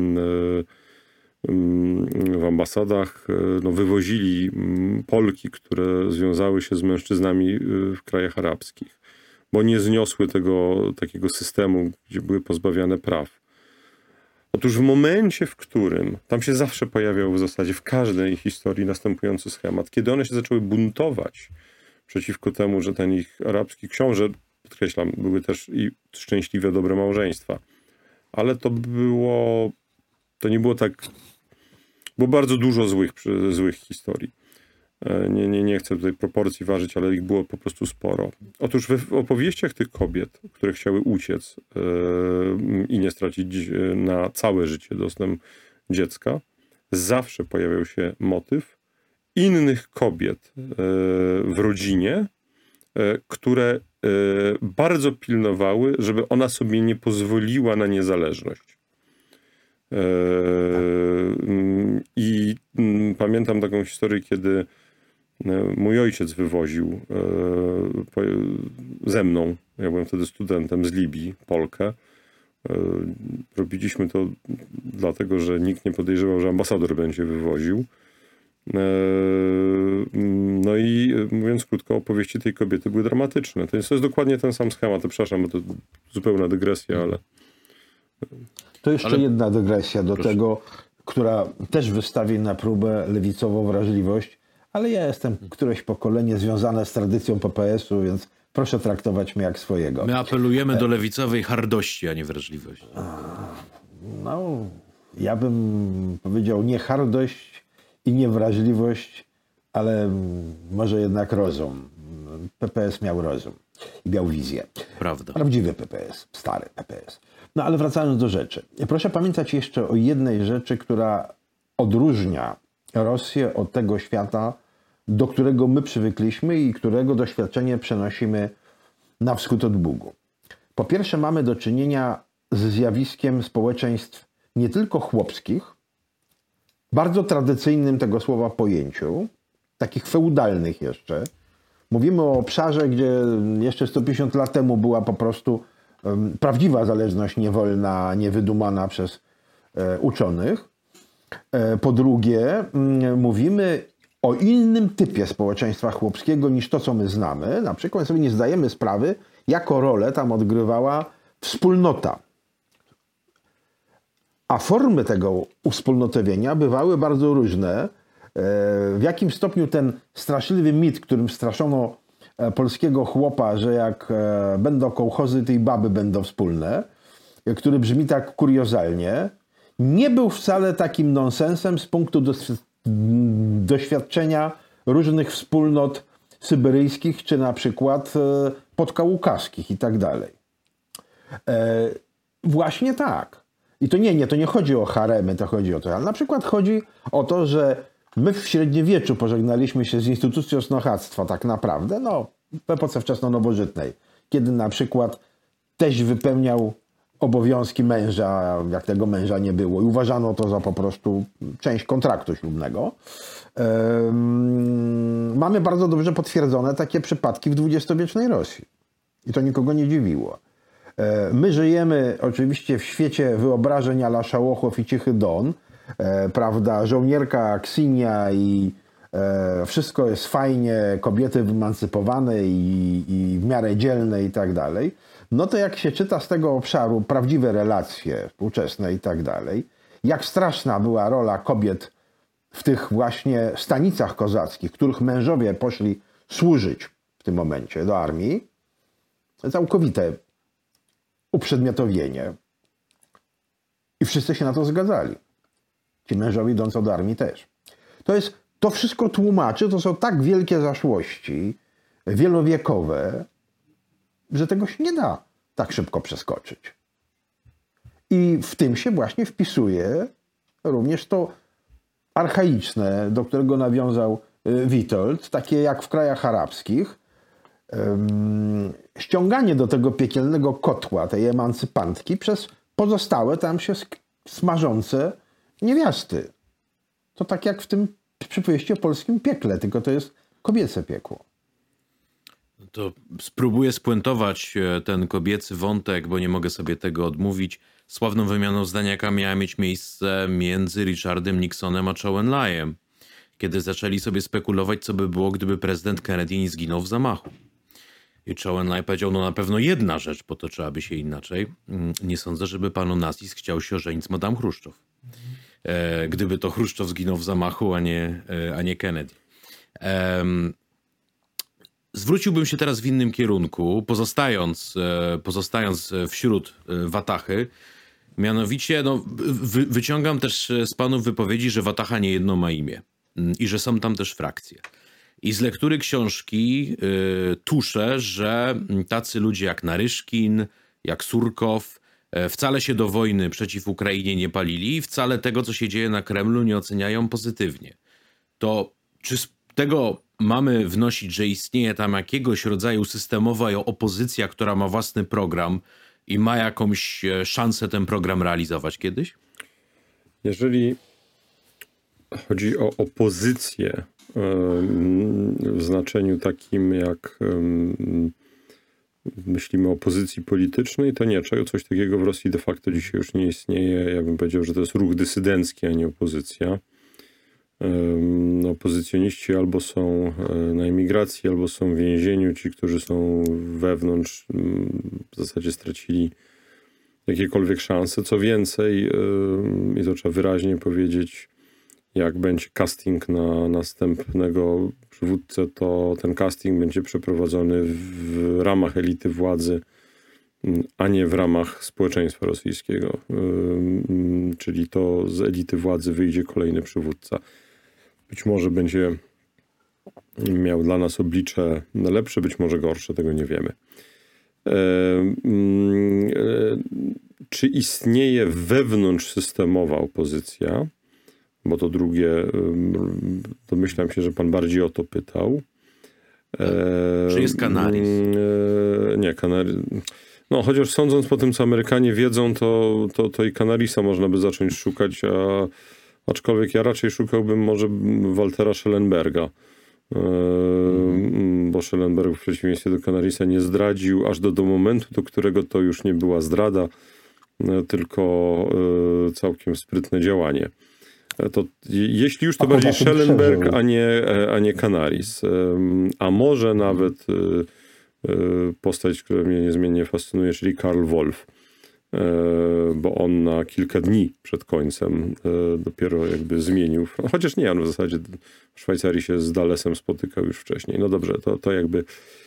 w ambasadach no, wywozili Polki, które związały się z mężczyznami w krajach arabskich, bo nie zniosły tego takiego systemu, gdzie były pozbawiane praw. Otóż w momencie, w którym tam się zawsze pojawiał w zasadzie w każdej historii następujący schemat, kiedy one się zaczęły buntować przeciwko temu, że ten ich arabski książę, podkreślam, były też i szczęśliwe, dobre małżeństwa, ale to było, to nie było tak, było bardzo dużo złych, złych historii. Nie, nie, nie chcę tutaj proporcji ważyć, ale ich było po prostu sporo. Otóż w opowieściach tych kobiet, które chciały uciec yy, i nie stracić na całe życie dostęp dziecka, zawsze pojawiał się motyw innych kobiet w rodzinie, które bardzo pilnowały, żeby ona sobie nie pozwoliła na niezależność. I pamiętam taką historię, kiedy mój ojciec wywoził ze mną, ja byłem wtedy studentem z Libii, Polkę. Robiliśmy to dlatego, że nikt nie podejrzewał, że ambasador będzie wywoził. No i mówiąc krótko, opowieści tej kobiety były dramatyczne. To jest, to jest dokładnie ten sam schemat. To, przepraszam, bo to zupełna dygresja, ale... To jeszcze ale... jedna dygresja do Proszę. tego, która też wystawi na próbę lewicową wrażliwość, ale ja jestem któreś pokolenie związane z tradycją P P S u, więc proszę traktować mnie jak swojego. My apelujemy do lewicowej hardości, a nie wrażliwości. No, ja bym powiedział nie hardość i nie wrażliwość, ale może jednak rozum. P P S miał rozum i miał wizję. Prawda. Prawdziwy P P S, stary P P S. No ale wracając do rzeczy. Proszę pamiętać jeszcze o jednej rzeczy, która odróżnia Rosję od tego świata, do którego my przywykliśmy i którego doświadczenie przenosimy na wschód od Bugu. Po pierwsze, mamy do czynienia z zjawiskiem społeczeństw nie tylko chłopskich, bardzo tradycyjnym tego słowa pojęciu, takich feudalnych jeszcze. Mówimy o obszarze, gdzie jeszcze sto pięćdziesiąt lat temu była po prostu um, prawdziwa zależność niewolna, niewydumana przez e, uczonych. E, po drugie, m, mówimy o innym typie społeczeństwa chłopskiego niż to, co my znamy. Na przykład sobie nie zdajemy sprawy, jaką rolę tam odgrywała wspólnota. A formy tego uwspólnotowienia bywały bardzo różne. W jakim stopniu ten straszliwy mit, którym straszono polskiego chłopa, że jak będą kołchozy, to i baby będą wspólne, który brzmi tak kuriozalnie, nie był wcale takim nonsensem z punktu doświadczenia różnych wspólnot syberyjskich, czy na przykład podkaukaskich i tak dalej. Właśnie tak. I to nie, nie, to nie chodzi o haremy, to chodzi o to, ale na przykład chodzi o to, że my w średniowieczu pożegnaliśmy się z instytucją snochractwa tak naprawdę, no w epoce wczesno-nowożytnej, kiedy na przykład teść wypełniał obowiązki męża, jak tego męża nie było i uważano to za po prostu część kontraktu ślubnego. Um, mamy bardzo dobrze potwierdzone takie przypadki w dwudziestowiecznej Rosji. I to nikogo nie dziwiło. My żyjemy oczywiście w świecie wyobrażeń a la Szałochow i Cichy Don, e, prawda, żołnierka Ksinia i e, wszystko jest fajnie, kobiety wyemancypowane i, i w miarę dzielne i tak dalej. No to jak się czyta z tego obszaru prawdziwe relacje współczesne i tak dalej, jak straszna była rola kobiet w tych właśnie stanicach kozackich, których mężowie poszli służyć w tym momencie do armii, całkowite uprzedmiotowienie. I wszyscy się na to zgadzali. Ci mężowie idący do armii też. To jest, to wszystko tłumaczy, to są tak wielkie zaszłości, wielowiekowe, że tego się nie da tak szybko przeskoczyć. I w tym się właśnie wpisuje również to archaiczne, do którego nawiązał Witold, takie jak w krajach arabskich, um, ściąganie do tego piekielnego kotła, tej emancypantki, przez pozostałe tam się smażące niewiasty. To tak jak w tym przypowieści o polskim piekle, tylko to jest kobiece piekło. To spróbuję spuentować ten kobiecy wątek, bo nie mogę sobie tego odmówić, sławną wymianą zdań, jaka miała mieć miejsce między Richardem Nixonem a Zhou Enlaiem, kiedy zaczęli sobie spekulować, co by było, gdyby prezydent Kennedy nie zginął w zamachu. I Zhou Enlai powiedział, no na pewno jedna rzecz, potoczyłaby się inaczej. Nie sądzę, żeby pan Onassis chciał się ożenić z Madame Chruszczow. E, gdyby to Chruszczow zginął w zamachu, a nie, a nie Kennedy. E, zwróciłbym się teraz w innym kierunku, pozostając, e, pozostając wśród Watachy. Mianowicie no, wy, wyciągam też z panów wypowiedzi, że Watacha nie jedno ma imię i że są tam też frakcje. I z lektury książki y, tuszę, że tacy ludzie jak Naryszkin, jak Surkow y, wcale się do wojny przeciw Ukrainie nie palili i wcale tego, co się dzieje na Kremlu, nie oceniają pozytywnie. To czy z tego mamy wnosić, że istnieje tam jakiegoś rodzaju systemowa opozycja, która ma własny program i ma jakąś szansę ten program realizować kiedyś? Jeżeli chodzi o opozycję w znaczeniu takim, jak myślimy o opozycji politycznej, to nie, czego coś takiego w Rosji de facto dzisiaj już nie istnieje. Ja bym powiedział, że to jest ruch dysydencki, a nie opozycja. Opozycjoniści albo są na emigracji, albo są w więzieniu. Ci, którzy są wewnątrz, w zasadzie stracili jakiekolwiek szanse. Co więcej, i to trzeba wyraźnie powiedzieć, jak będzie casting na następnego przywódcę, to ten casting będzie przeprowadzony w ramach elity władzy, a nie w ramach społeczeństwa rosyjskiego. Czyli to z elity władzy wyjdzie kolejny przywódca. Być może będzie miał dla nas oblicze lepsze, być może gorsze, tego nie wiemy. Czy istnieje wewnątrzsystemowa opozycja? Bo to drugie, domyślam się, że pan bardziej o to pytał. Czy jest Canaris? Nie, Canaris. No, chociaż sądząc po tym, co Amerykanie wiedzą, to, to, to i Canarisa można by zacząć szukać, a aczkolwiek ja raczej szukałbym może Waltera Schellenberga. Bo Schellenberg w przeciwieństwie do Canarisa nie zdradził aż do, do momentu, do którego to już nie była zdrada, tylko całkiem sprytne działanie. To, jeśli już to a bardziej Schellenberg, a nie, a nie Canaris. A może nawet postać, która mnie niezmiennie fascynuje, czyli Karl Wolf. Bo on na kilka dni przed końcem dopiero jakby zmienił. Chociaż nie, on w zasadzie w Szwajcarii się z Dalesem spotykał już wcześniej. No dobrze, to, to jakby...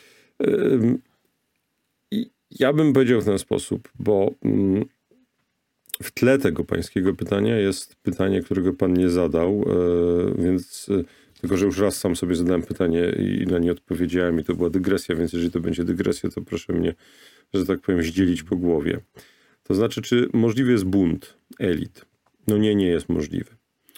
Ja bym powiedział w ten sposób, bo w tle tego pańskiego pytania jest pytanie, którego pan nie zadał, więc tylko, że już raz sam sobie zadałem pytanie i na nie odpowiedziałem i to była dygresja, więc jeżeli to będzie dygresja, to proszę mnie, że tak powiem, zdzielić po głowie. To znaczy, czy możliwy jest bunt elit? No nie, nie jest możliwy.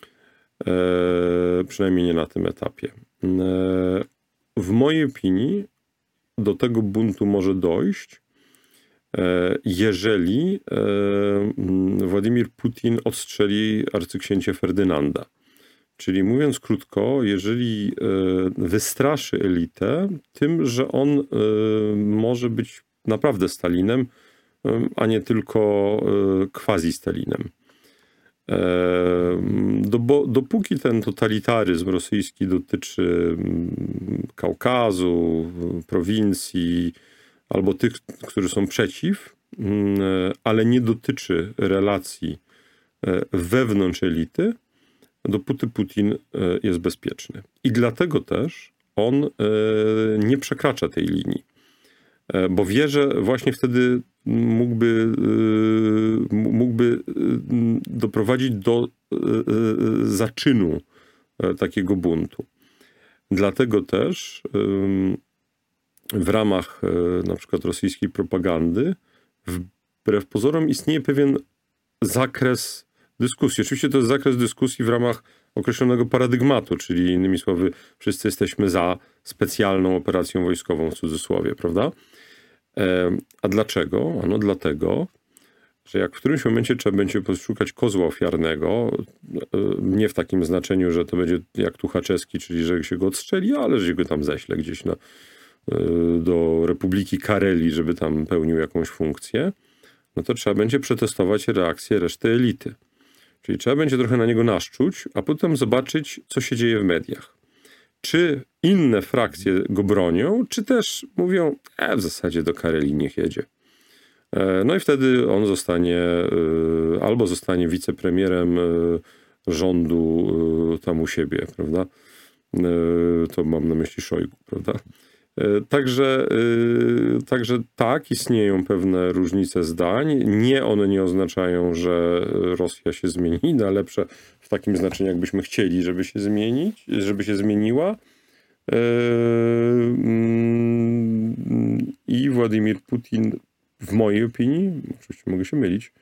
E, przynajmniej nie na tym etapie. E, w mojej opinii do tego buntu może dojść, e, jeżeli e, Władimir Putin odstrzeli arcyksięcia Ferdynanda. Czyli mówiąc krótko, jeżeli e, wystraszy elitę tym, że on e, może być naprawdę Stalinem, a nie tylko quasi-Stalinem. Dopóki ten totalitaryzm rosyjski dotyczy Kaukazu, prowincji albo tych, którzy są przeciw, ale nie dotyczy relacji wewnątrz elity, dopóty Putin jest bezpieczny. I dlatego też on nie przekracza tej linii. Bo wie, że właśnie wtedy mógłby, mógłby doprowadzić do zaczynu takiego buntu. Dlatego też w ramach na przykład rosyjskiej propagandy wbrew pozorom istnieje pewien zakres dyskusji. Oczywiście to jest zakres dyskusji w ramach określonego paradygmatu, czyli innymi słowy wszyscy jesteśmy za specjalną operacją wojskową w cudzysłowie, prawda? A dlaczego? Ano dlatego, że jak w którymś momencie trzeba będzie poszukać kozła ofiarnego, nie w takim znaczeniu, że to będzie jak Tuchaczewski, czyli że się go odstrzeli, ale że go tam ześle gdzieś na, do Republiki Karelii, żeby tam pełnił jakąś funkcję, no to trzeba będzie przetestować reakcję reszty elity. Czyli trzeba będzie trochę na niego naszczuć, a potem zobaczyć, co się dzieje w mediach. Czy inne frakcje go bronią, czy też mówią, e, w zasadzie do Karelii niech jedzie. E, no i wtedy on zostanie, e, albo zostanie wicepremierem e, rządu e, tam u siebie, prawda? E, to mam na myśli Szojgu, prawda? E, także, e, także tak, istnieją pewne różnice zdań. Nie, one nie oznaczają, że Rosja się zmieni na lepsze w takim znaczeniu, jakbyśmy chcieli, żeby się zmienić, żeby się zmieniła. I Władimir Putin, w mojej opinii, oczywiście mogę się mylić,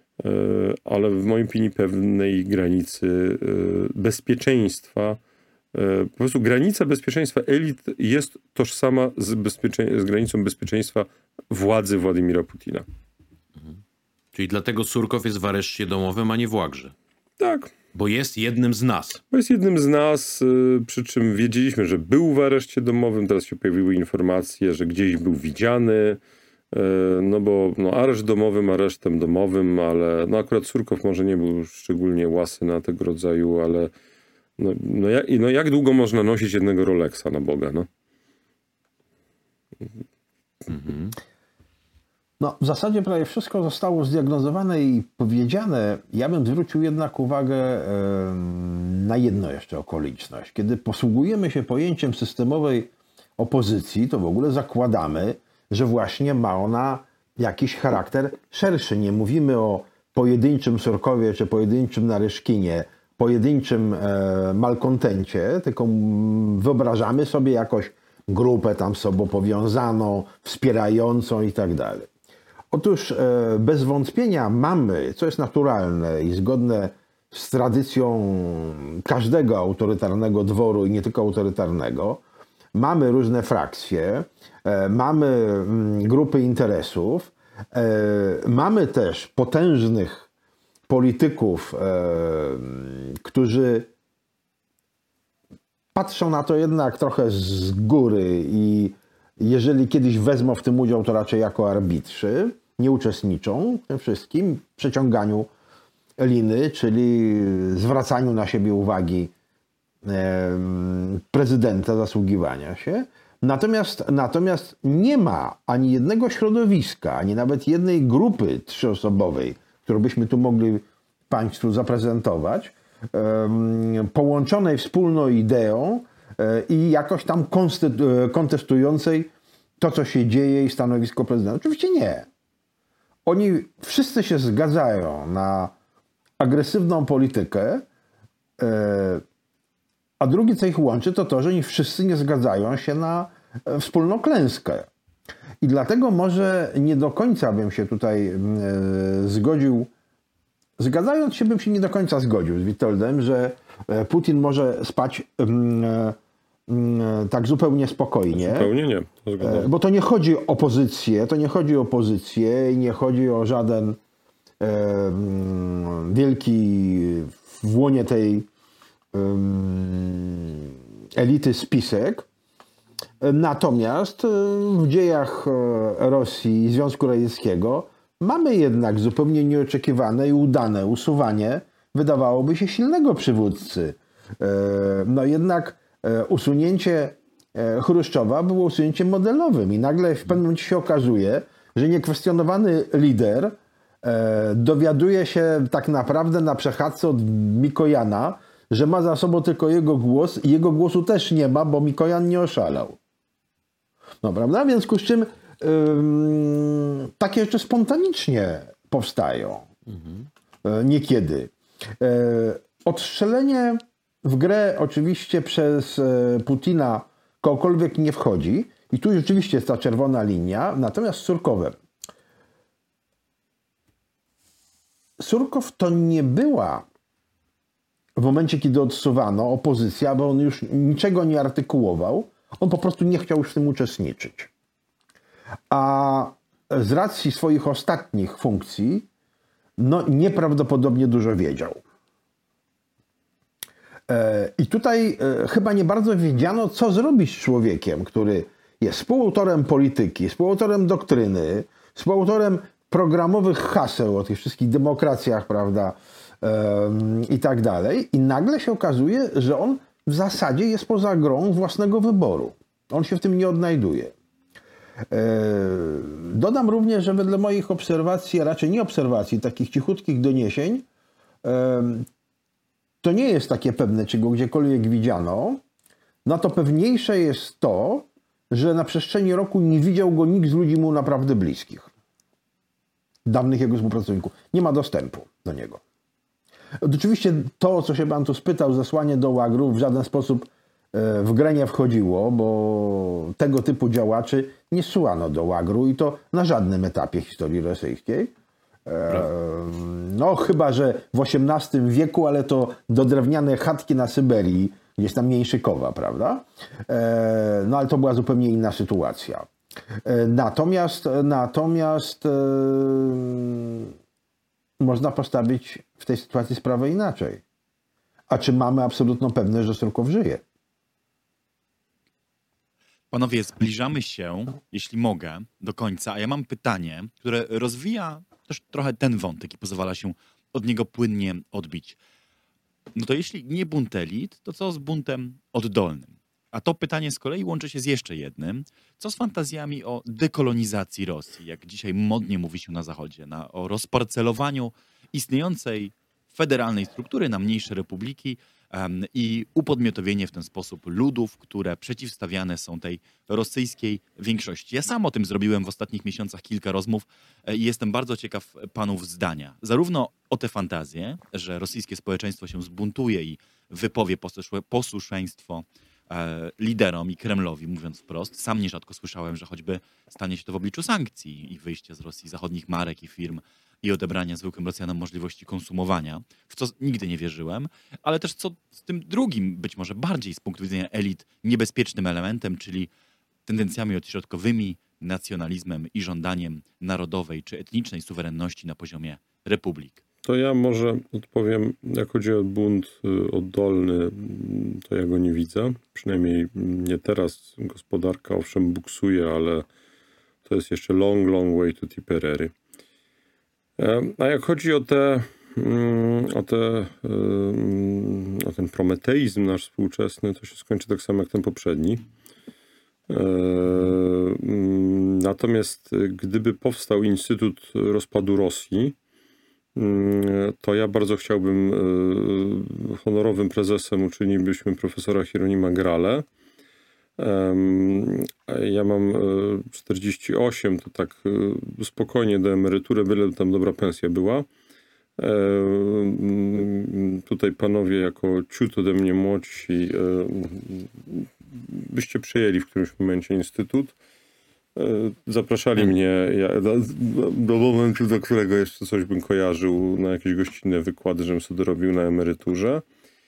ale w mojej opinii pewnej granicy bezpieczeństwa Po prostu granica bezpieczeństwa elit jest tożsama z, bezpiecze... z granicą bezpieczeństwa władzy Władimira Putina. Mhm. Czyli dlatego Surkow jest w areszcie domowym, a nie w łagrze. Tak. Bo jest jednym z nas. Bo jest jednym z nas, przy czym wiedzieliśmy, że był w areszcie domowym. Teraz się pojawiły informacje, że gdzieś był widziany. No bo no, areszt domowym, aresztem domowym, ale no akurat Surkow może nie był szczególnie łasy na tego rodzaju, ale no, no, jak, no jak długo można nosić jednego Rolexa na Boga, no? Mhm. No, w zasadzie prawie wszystko zostało zdiagnozowane i powiedziane. Ja bym zwrócił jednak uwagę e, na jedną jeszcze okoliczność. Kiedy posługujemy się pojęciem systemowej opozycji, to w ogóle zakładamy, że właśnie ma ona jakiś charakter szerszy. Nie mówimy o pojedynczym Surkowie czy pojedynczym Naryszkinie, pojedynczym e, malkontencie, tylko wyobrażamy sobie jakoś grupę tam z sobą powiązaną, wspierającą i tak dalej. Otóż e, bez wątpienia mamy, co jest naturalne i zgodne z tradycją każdego autorytarnego dworu i nie tylko autorytarnego, mamy różne frakcje, e, mamy mm, grupy interesów, e, mamy też potężnych polityków, e, którzy patrzą na to jednak trochę z góry i jeżeli kiedyś wezmą w tym udział, to raczej jako arbitrzy, nie uczestniczą w tym wszystkim przeciąganiu liny, czyli zwracaniu na siebie uwagi prezydenta, zasługiwania się. Natomiast, natomiast nie ma ani jednego środowiska, ani nawet jednej grupy trzyosobowej, którą byśmy tu mogli Państwu zaprezentować, połączonej wspólną ideą i jakoś tam kontestującej to, co się dzieje i stanowisko prezydenta. Oczywiście nie. Oni wszyscy się zgadzają na agresywną politykę, a drugie, co ich łączy, to to, że oni wszyscy nie zgadzają się na wspólną klęskę. I dlatego może nie do końca bym się tutaj zgodził, zgadzając się, bym się nie do końca zgodził z Witoldem, że Putin może spać tak zupełnie spokojnie. Zupełnie nie. To bo to nie chodzi o opozycję, to nie chodzi o opozycję i nie chodzi o żaden e, wielki w łonie tej e, elity spisek. Natomiast w dziejach Rosji i Związku Radzieckiego mamy jednak zupełnie nieoczekiwane i udane usuwanie, wydawałoby się, silnego przywódcy. E, no jednak usunięcie Chruszczowa było usunięciem modelowym i nagle w pewnym momencie się okazuje, że niekwestionowany lider dowiaduje się tak naprawdę na przechadzce od Mikojana, że ma za sobą tylko jego głos i jego głosu też nie ma, bo Mikojan nie oszalał. No prawda? W związku z czym ym, takie rzeczy spontanicznie powstają. Mhm. Niekiedy. Yy, odstrzelenie w grę oczywiście przez Putina kogokolwiek nie wchodzi i tu rzeczywiście jest ta czerwona linia, natomiast z Surkowem. Surkow to nie była w momencie, kiedy odsuwano opozycja, bo on już niczego nie artykułował, on po prostu nie chciał już w tym uczestniczyć. A z racji swoich ostatnich funkcji, no nieprawdopodobnie dużo wiedział. I tutaj chyba nie bardzo wiedziano, co zrobić z człowiekiem, który jest współautorem polityki, współautorem doktryny, współautorem programowych haseł o tych wszystkich demokracjach, prawda, i tak dalej. I nagle się okazuje, że on w zasadzie jest poza grą własnego wyboru. On się w tym nie odnajduje. Dodam również, że wedle moich obserwacji, a raczej nie obserwacji, takich cichutkich doniesień, to nie jest takie pewne, czy go gdziekolwiek widziano. No to pewniejsze jest to, że na przestrzeni roku nie widział go nikt z ludzi mu naprawdę bliskich. Dawnych jego współpracowników. Nie ma dostępu do niego. Oczywiście to, co się pan tu spytał, zesłanie do łagrów w żaden sposób w grę nie wchodziło, bo tego typu działaczy nie zsyłano do łagru i to na żadnym etapie historii rosyjskiej. No chyba, że w osiemnastym wieku, ale to do drewniane chatki na Syberii, gdzieś tam Mniejszykowa, prawda? E, no ale to była zupełnie inna sytuacja. E, natomiast natomiast e, można postawić w tej sytuacji sprawę inaczej. A czy mamy absolutną pewność, że Surkow żyje? Panowie, zbliżamy się, jeśli mogę, do końca, a ja mam pytanie, które rozwija też trochę ten wątek i pozwala się od niego płynnie odbić. No to jeśli nie bunt elit, to co z buntem oddolnym? A to pytanie z kolei łączy się z jeszcze jednym. Co z fantazjami o dekolonizacji Rosji, jak dzisiaj modnie mówi się na Zachodzie, na, o rozparcelowaniu istniejącej federalnej struktury na mniejsze republiki um, i upodmiotowienie w ten sposób ludów, które przeciwstawiane są tej rosyjskiej większości. Ja sam o tym zrobiłem w ostatnich miesiącach kilka rozmów i jestem bardzo ciekaw panów zdania. Zarówno o te fantazje, że rosyjskie społeczeństwo się zbuntuje i wypowie posłuszeństwo e, liderom i Kremlowi, mówiąc wprost. Sam nierzadko słyszałem, że choćby stanie się to w obliczu sankcji i wyjścia z Rosji zachodnich marek i firm i odebrania zwykłym Rosjanom możliwości konsumowania, w co nigdy nie wierzyłem, ale też co z tym drugim, być może bardziej z punktu widzenia elit, niebezpiecznym elementem, czyli tendencjami odśrodkowymi, nacjonalizmem i żądaniem narodowej czy etnicznej suwerenności na poziomie republik. To ja może odpowiem, jak chodzi o bunt oddolny, to ja go nie widzę. Przynajmniej nie teraz. Gospodarka owszem buksuje, ale to jest jeszcze long, long way to Tipperary. A jak chodzi o te, o, te, o ten prometeizm nasz współczesny, to się skończy tak samo jak ten poprzedni. Natomiast gdyby powstał Instytut Rozpadu Rosji, to ja bardzo chciałbym, honorowym prezesem uczynilibyśmy profesora Hieronima Grale. Ja mam czterdzieści osiem, to tak spokojnie do emerytury, byle tam dobra pensja była. Tutaj panowie jako ciut ode mnie młodsi byście przejęli w którymś momencie instytut. Zapraszali mnie ja, do, do momentu, do którego jeszcze coś bym kojarzył, na jakieś gościnne wykłady, żebym sobie dorobił na emeryturze.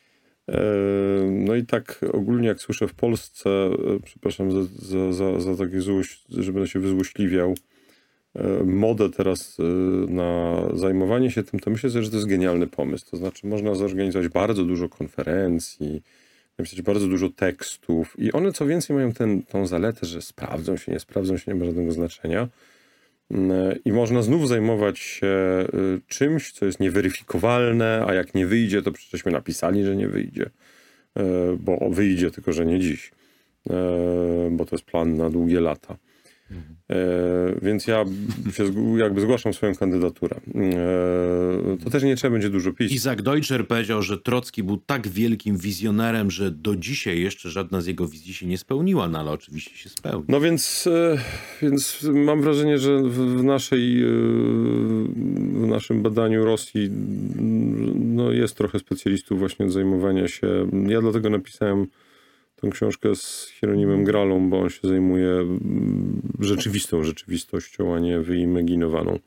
No i tak ogólnie jak słyszę w Polsce, przepraszam za, za, za, za takie złość, że będę się wyzłośliwiał, modę teraz na zajmowanie się tym, to myślę sobie, że to jest genialny pomysł. To znaczy można zorganizować bardzo dużo konferencji, napisać bardzo dużo tekstów i one co więcej mają ten, tą zaletę, że sprawdzą się, nie sprawdzą się, nie ma żadnego znaczenia. I można znów zajmować się czymś, co jest nieweryfikowalne, a jak nie wyjdzie, to przecieżśmy napisali, że nie wyjdzie. Bo wyjdzie, tylko że nie dziś. Bo to jest plan na długie lata. Mhm. Więc ja się jakby zgłaszam swoją kandydaturę. To też nie trzeba będzie dużo pisać. Isaac Deutscher powiedział, że Trocki był tak wielkim wizjonerem, że do dzisiaj jeszcze żadna z jego wizji się nie spełniła, no ale oczywiście się spełni. No więc, więc mam wrażenie, że w naszej, w naszym badaniu Rosji no jest trochę specjalistów właśnie od zajmowania się. Ja dlatego napisałem tę książkę z Hieronimem Gralą, bo on się zajmuje rzeczywistą rzeczywistością, a nie wyimaginowaną.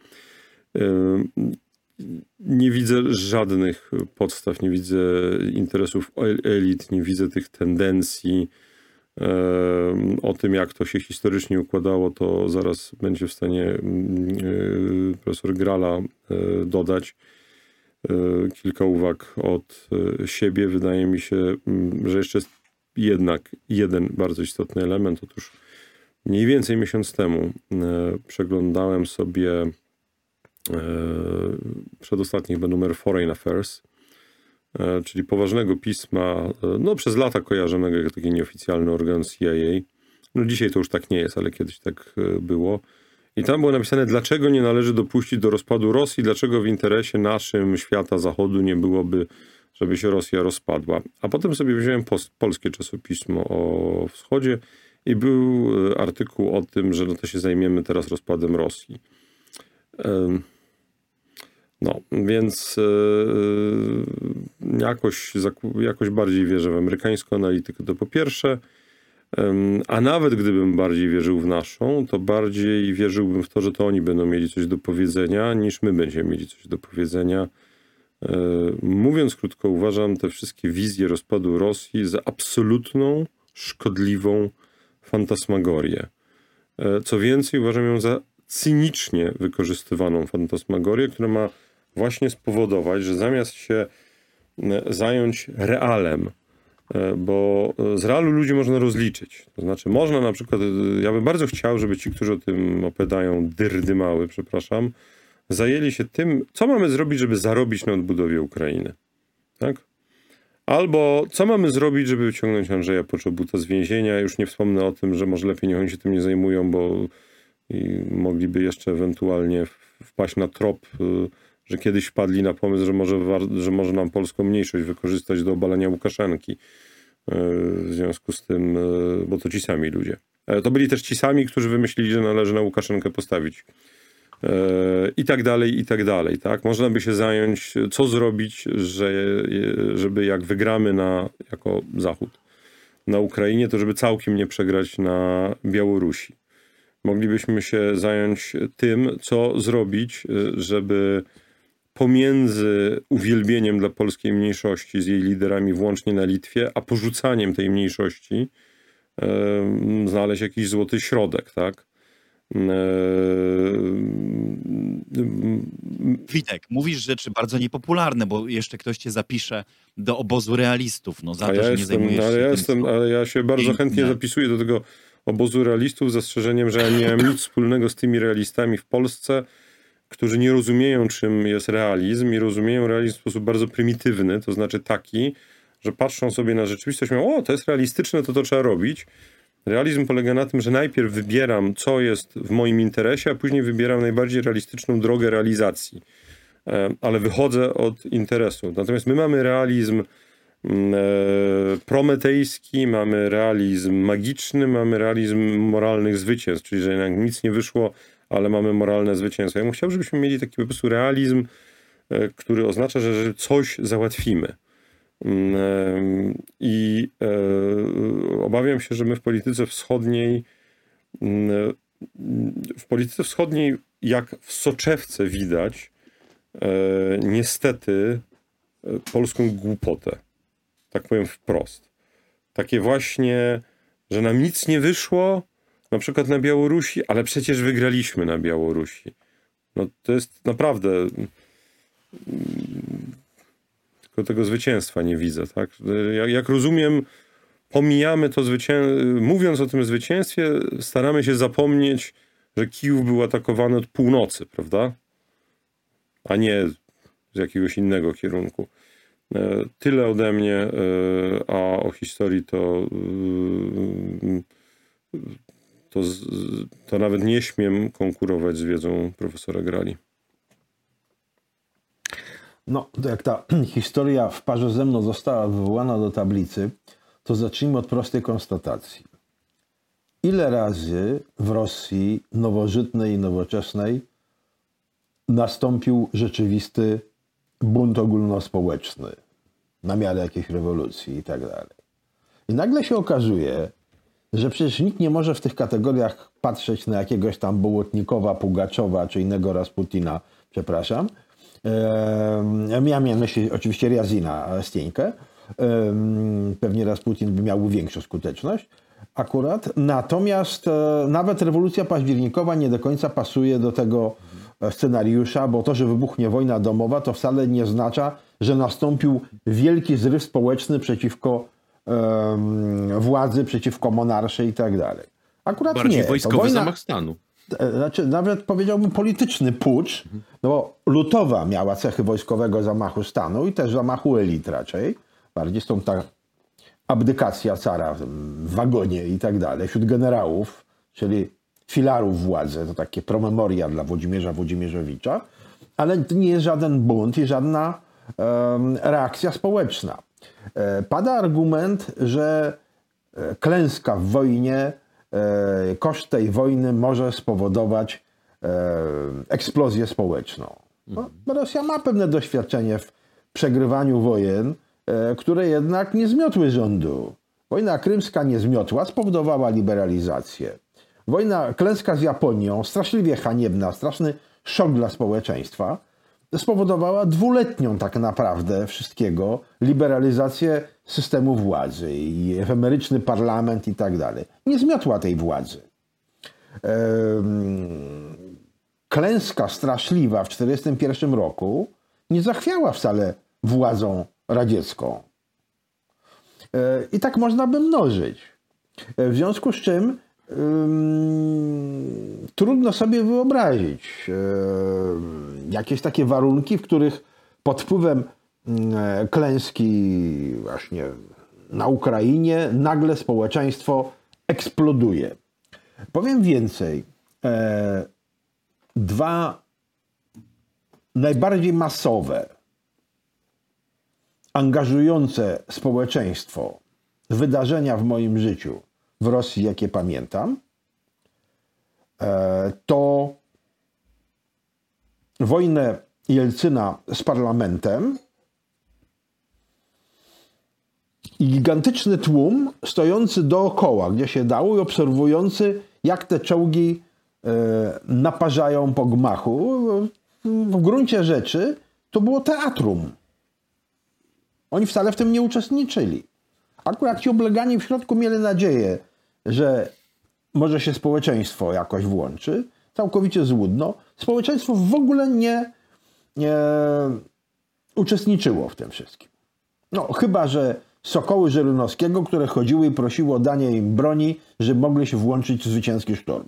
Nie widzę żadnych podstaw, nie widzę interesów elit, nie widzę tych tendencji. O tym, jak to się historycznie układało, to zaraz będzie w stanie profesor Grala dodać. Kilka uwag od siebie. Wydaje mi się, że jeszcze jest jednak jeden bardzo istotny element. Otóż mniej więcej miesiąc temu przeglądałem sobie przedostatni chyba numer Foreign Affairs, czyli poważnego pisma, no przez lata kojarzonego jako taki nieoficjalny organ C I A. No dzisiaj to już tak nie jest, ale kiedyś tak było. I tam było napisane, dlaczego nie należy dopuścić do rozpadu Rosji, dlaczego w interesie naszym, świata zachodu nie byłoby, żeby się Rosja rozpadła. A potem sobie wziąłem pos- polskie czasopismo o wschodzie i był artykuł o tym, że no to się zajmiemy teraz rozpadem Rosji. No, więc jakoś, jakoś bardziej wierzę w amerykańską analitykę, to po pierwsze. A nawet gdybym bardziej wierzył w naszą, to bardziej wierzyłbym w to, że to oni będą mieli coś do powiedzenia, niż my będziemy mieli coś do powiedzenia Mówiąc krótko, uważam te wszystkie wizje rozpadu Rosji za absolutną, szkodliwą fantasmagorię. Co więcej, uważam ją za cynicznie wykorzystywaną fantasmagorię, która ma właśnie spowodować, że zamiast się zająć realem, bo z realu ludzi można rozliczyć. To znaczy można na przykład, ja bym bardzo chciał, żeby ci, którzy o tym opowiadają, dyrdy mały, przepraszam, zajęli się tym, co mamy zrobić, żeby zarobić na odbudowie Ukrainy. Tak? Albo co mamy zrobić, żeby wyciągnąć Andrzeja Poczobuta z więzienia. Już nie wspomnę o tym, że może lepiej niech oni się tym nie zajmują, bo i mogliby jeszcze ewentualnie wpaść na trop, że kiedyś wpadli na pomysł, że może, że może nam polską mniejszość wykorzystać do obalenia Łukaszenki. W związku z tym, bo to ci sami ludzie. To byli też ci sami, którzy wymyślili, że należy na Łukaszenkę postawić. I tak dalej, i tak dalej. Tak? Można by się zająć, co zrobić, że, żeby jak wygramy na, jako Zachód na Ukrainie, to żeby całkiem nie przegrać na Białorusi. Moglibyśmy się zająć tym, co zrobić, żeby pomiędzy uwielbieniem dla polskiej mniejszości z jej liderami włącznie na Litwie, a porzucaniem tej mniejszości znaleźć jakiś złoty środek, tak? Witek, mówisz rzeczy bardzo niepopularne, bo jeszcze ktoś cię zapisze do obozu realistów. No za a to, ja że jestem, nie zajmujesz ale się ja tym, jestem, co... ale ja się bardzo piękne. chętnie zapisuję do tego obozu realistów z zastrzeżeniem, że ja nie mam nic wspólnego z tymi realistami w Polsce, którzy nie rozumieją, czym jest realizm i rozumieją realizm w sposób bardzo prymitywny, to znaczy taki, że patrzą sobie na rzeczywistość i mówią, o, to jest realistyczne, to to trzeba robić. Realizm polega na tym, że najpierw wybieram, co jest w moim interesie, a później wybieram najbardziej realistyczną drogę realizacji. Ale wychodzę od interesu. Natomiast my mamy realizm prometejski, mamy realizm magiczny, mamy realizm moralnych zwycięstw, czyli że jednak nic nie wyszło, ale mamy moralne zwycięstwo. Ja bym chciał, żebyśmy mieli taki po prostu realizm, który oznacza, że coś załatwimy. I obawiam się, że my w polityce wschodniej w polityce wschodniej, jak w soczewce widać, niestety polską głupotę. Tak powiem wprost. Takie właśnie, że nam nic nie wyszło, na przykład na Białorusi, ale przecież wygraliśmy na Białorusi. No to jest naprawdę... Tylko tego zwycięstwa nie widzę, tak? Jak, jak rozumiem, pomijamy to zwycięstwo, mówiąc o tym zwycięstwie, staramy się zapomnieć, że Kijów był atakowany od północy, prawda? A nie z jakiegoś innego kierunku. Tyle ode mnie, a o historii to, to, to nawet nie śmiem konkurować z wiedzą profesora Grali. No, to jak ta historia w parze ze mną została wywołana do tablicy, to zacznijmy od prostej konstatacji. Ile razy w Rosji nowożytnej i nowoczesnej nastąpił rzeczywisty bunt ogólnospołeczny na miarę jakiejś rewolucji i tak dalej. I nagle się okazuje, że przecież nikt nie może w tych kategoriach patrzeć na jakiegoś tam Bołotnikowa, Pugaczowa czy innego Rasputina, przepraszam. Eee, miałem na myśli oczywiście Riazina Stieńkę. Eee, pewnie Rasputin by miał większą skuteczność akurat. Natomiast e, nawet rewolucja październikowa nie do końca pasuje do tego scenariusza, bo to, że wybuchnie wojna domowa, to wcale nie oznacza, że nastąpił wielki zryw społeczny przeciwko um, władzy, przeciwko monarsze i tak dalej. Akurat Bardziej nie. wojskowy wojna, zamach stanu. Znaczy, nawet powiedziałbym polityczny pucz, no bo lutowa miała cechy wojskowego zamachu stanu i też zamachu elit raczej. Bardziej stąd ta abdykacja cara w wagonie i tak dalej, wśród generałów, czyli filarów władzy, to takie promemoria dla Włodzimierza Włodzimierzowicza, ale to nie jest żaden bunt i żadna um, reakcja społeczna. E, pada argument, że klęska w wojnie, e, koszt tej wojny może spowodować e, eksplozję społeczną. No, Rosja ma pewne doświadczenie w przegrywaniu wojen, e, które jednak nie zmiotły rządu. Wojna krymska nie zmiotła, spowodowała liberalizację. Wojna, klęska z Japonią, straszliwie haniebna, straszny szok dla społeczeństwa. spowodowała dwuletnią tak naprawdę wszystkiego liberalizację systemu władzy i efemeryczny parlament i tak dalej. Nie zmiotła tej władzy. Klęska straszliwa w tysiąc dziewięćset czterdziestym pierwszym roku nie zachwiała wcale władzą radziecką. I tak można by mnożyć. W związku z czym um, trudno sobie wyobrazić um, jakieś takie warunki, w których pod wpływem um, klęski właśnie na Ukrainie nagle społeczeństwo eksploduje. Powiem więcej. E, dwa najbardziej masowe, angażujące społeczeństwo wydarzenia w moim życiu w Rosji, jakie pamiętam, to wojnę Jelcyna z parlamentem i gigantyczny tłum stojący dookoła, gdzie się dało, i obserwujący, jak te czołgi naparzają po gmachu. W gruncie rzeczy to było teatrum. Oni wcale w tym nie uczestniczyli. Akurat ci oblegani w środku mieli nadzieję, że może się społeczeństwo jakoś włączy. Całkowicie złudno. Społeczeństwo w ogóle nie, nie uczestniczyło w tym wszystkim. No, chyba że sokoły Żerynowskiego, które chodziły i prosiły o danie im broni, żeby mogli się włączyć w zwycięski sztorm.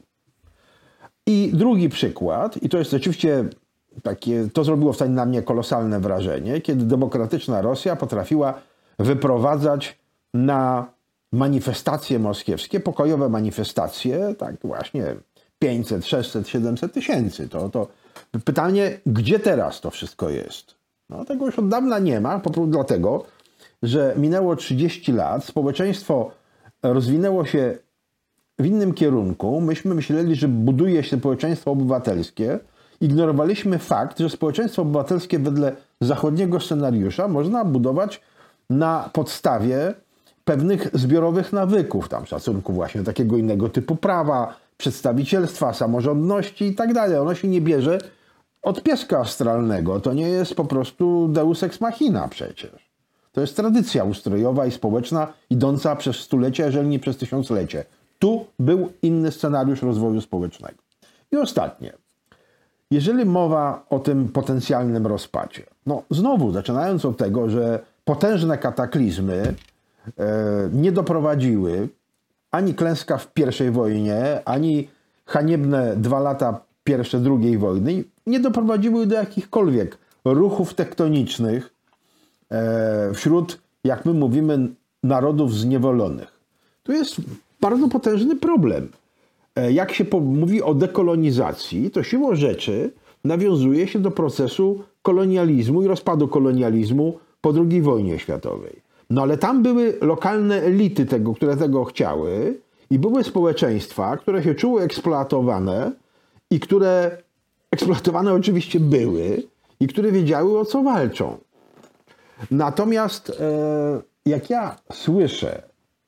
I drugi przykład, i to jest oczywiście takie, to zrobiło wtedy na mnie kolosalne wrażenie, kiedy demokratyczna Rosja potrafiła wyprowadzać na manifestacje moskiewskie, pokojowe manifestacje, tak właśnie pięćset, sześćset, siedemset tysięcy. To, to pytanie, gdzie teraz to wszystko jest? No, tego już od dawna nie ma, po prostu dlatego, że minęło trzydzieści lat, społeczeństwo rozwinęło się w innym kierunku. Myśmy myśleli, że buduje się społeczeństwo obywatelskie. Ignorowaliśmy fakt, że społeczeństwo obywatelskie wedle zachodniego scenariusza można budować na podstawie pewnych zbiorowych nawyków, tam szacunku właśnie takiego innego typu prawa, przedstawicielstwa, samorządności i tak dalej. Ono się nie bierze od pieska astralnego. To nie jest po prostu deus ex machina przecież. To jest tradycja ustrojowa i społeczna idąca przez stulecia, jeżeli nie przez tysiąclecie. Tu był inny scenariusz rozwoju społecznego. I ostatnie. Jeżeli mowa o tym potencjalnym rozpadzie, no znowu zaczynając od tego, że potężne kataklizmy e, nie doprowadziły ani klęska w pierwszej wojnie, ani haniebne dwa lata pierwsze, drugiej wojny, nie doprowadziły do jakichkolwiek ruchów tektonicznych e, wśród, jak my mówimy, narodów zniewolonych. Tu jest bardzo potężny problem. Jak się mówi o dekolonizacji, to siłą rzeczy nawiązuje się do procesu kolonializmu i rozpadu kolonializmu po drugiej wojnie światowej. No ale tam były lokalne elity, tego, które tego chciały, i były społeczeństwa, które się czuły eksploatowane i które eksploatowane oczywiście były i które wiedziały, o co walczą. Natomiast jak ja słyszę,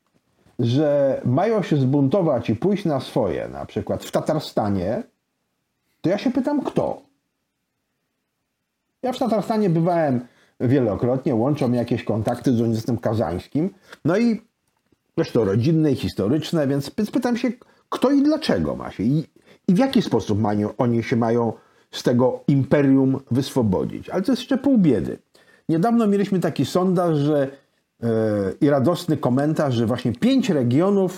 że mają się zbuntować i pójść na swoje, na przykład w Tatarstanie, to ja się pytam, kto? Ja w Tatarstanie bywałem wielokrotnie, łączą mnie jakieś kontakty z Uniwersytetem Kazańskim, no i zresztą rodzinne i historyczne, więc pytam się, kto i dlaczego ma się i, i w jaki sposób mają, oni się mają z tego imperium wyswobodzić. Ale to jest jeszcze pół biedy. Niedawno mieliśmy taki sondaż, że i radosny komentarz, że właśnie pięć regionów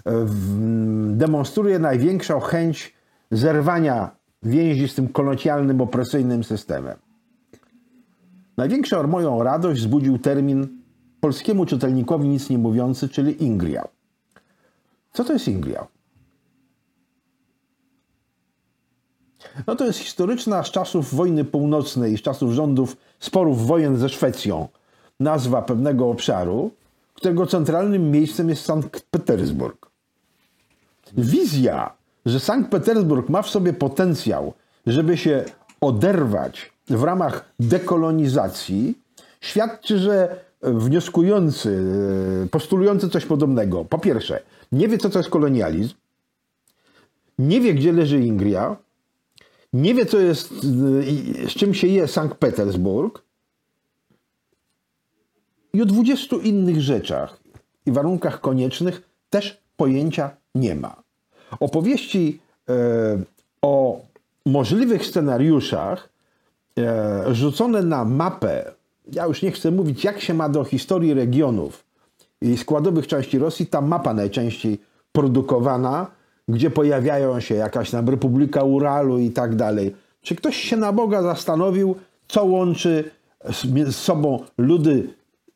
demonstruje największą chęć zerwania więzi z tym kolonialnym, opresyjnym systemem. Największą moją radość wzbudził termin polskiemu czytelnikowi nic nie mówiący, czyli ingriał. Co to jest ingriał? No to jest historyczna z czasów wojny północnej, z czasów rządów sporów wojen ze Szwecją nazwa pewnego obszaru, którego centralnym miejscem jest Sankt Petersburg. Wizja, że Sankt Petersburg ma w sobie potencjał, żeby się oderwać w ramach dekolonizacji, świadczy, że wnioskujący, postulujący coś podobnego, po pierwsze, nie wie, co to jest kolonializm, nie wie, gdzie leży Ingria, nie wie, co jest, z czym się je Sankt Petersburg i o dwudziestu innych rzeczach i warunkach koniecznych też pojęcia nie ma. Opowieści e, o możliwych scenariuszach e, rzucone na mapę, ja już nie chcę mówić, jak się ma do historii regionów i składowych części Rosji, ta mapa najczęściej produkowana, gdzie pojawiają się jakaś tam Republika Uralu i tak dalej. Czy ktoś się na Boga zastanowił, co łączy z, z sobą ludy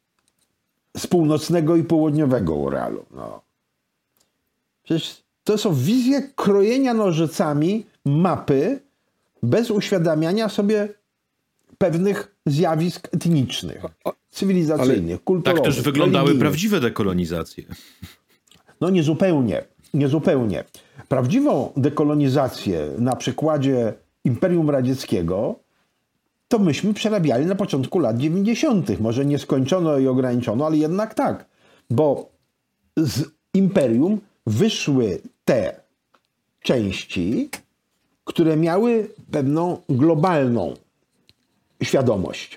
z północnego i południowego Uralu? No. Przecież to są wizje krojenia nożycami mapy bez uświadamiania sobie pewnych zjawisk etnicznych, cywilizacyjnych, Ale kulturowych. tak też wyglądały religijnych. prawdziwe dekolonizacje. No niezupełnie, niezupełnie. Prawdziwą dekolonizację na przykładzie Imperium Radzieckiego to myśmy przerabiali na początku lat dziewięćdziesiątych. Może nie skończono i ograniczono, ale jednak tak. Bo z imperium wyszły te części, które miały pewną globalną świadomość.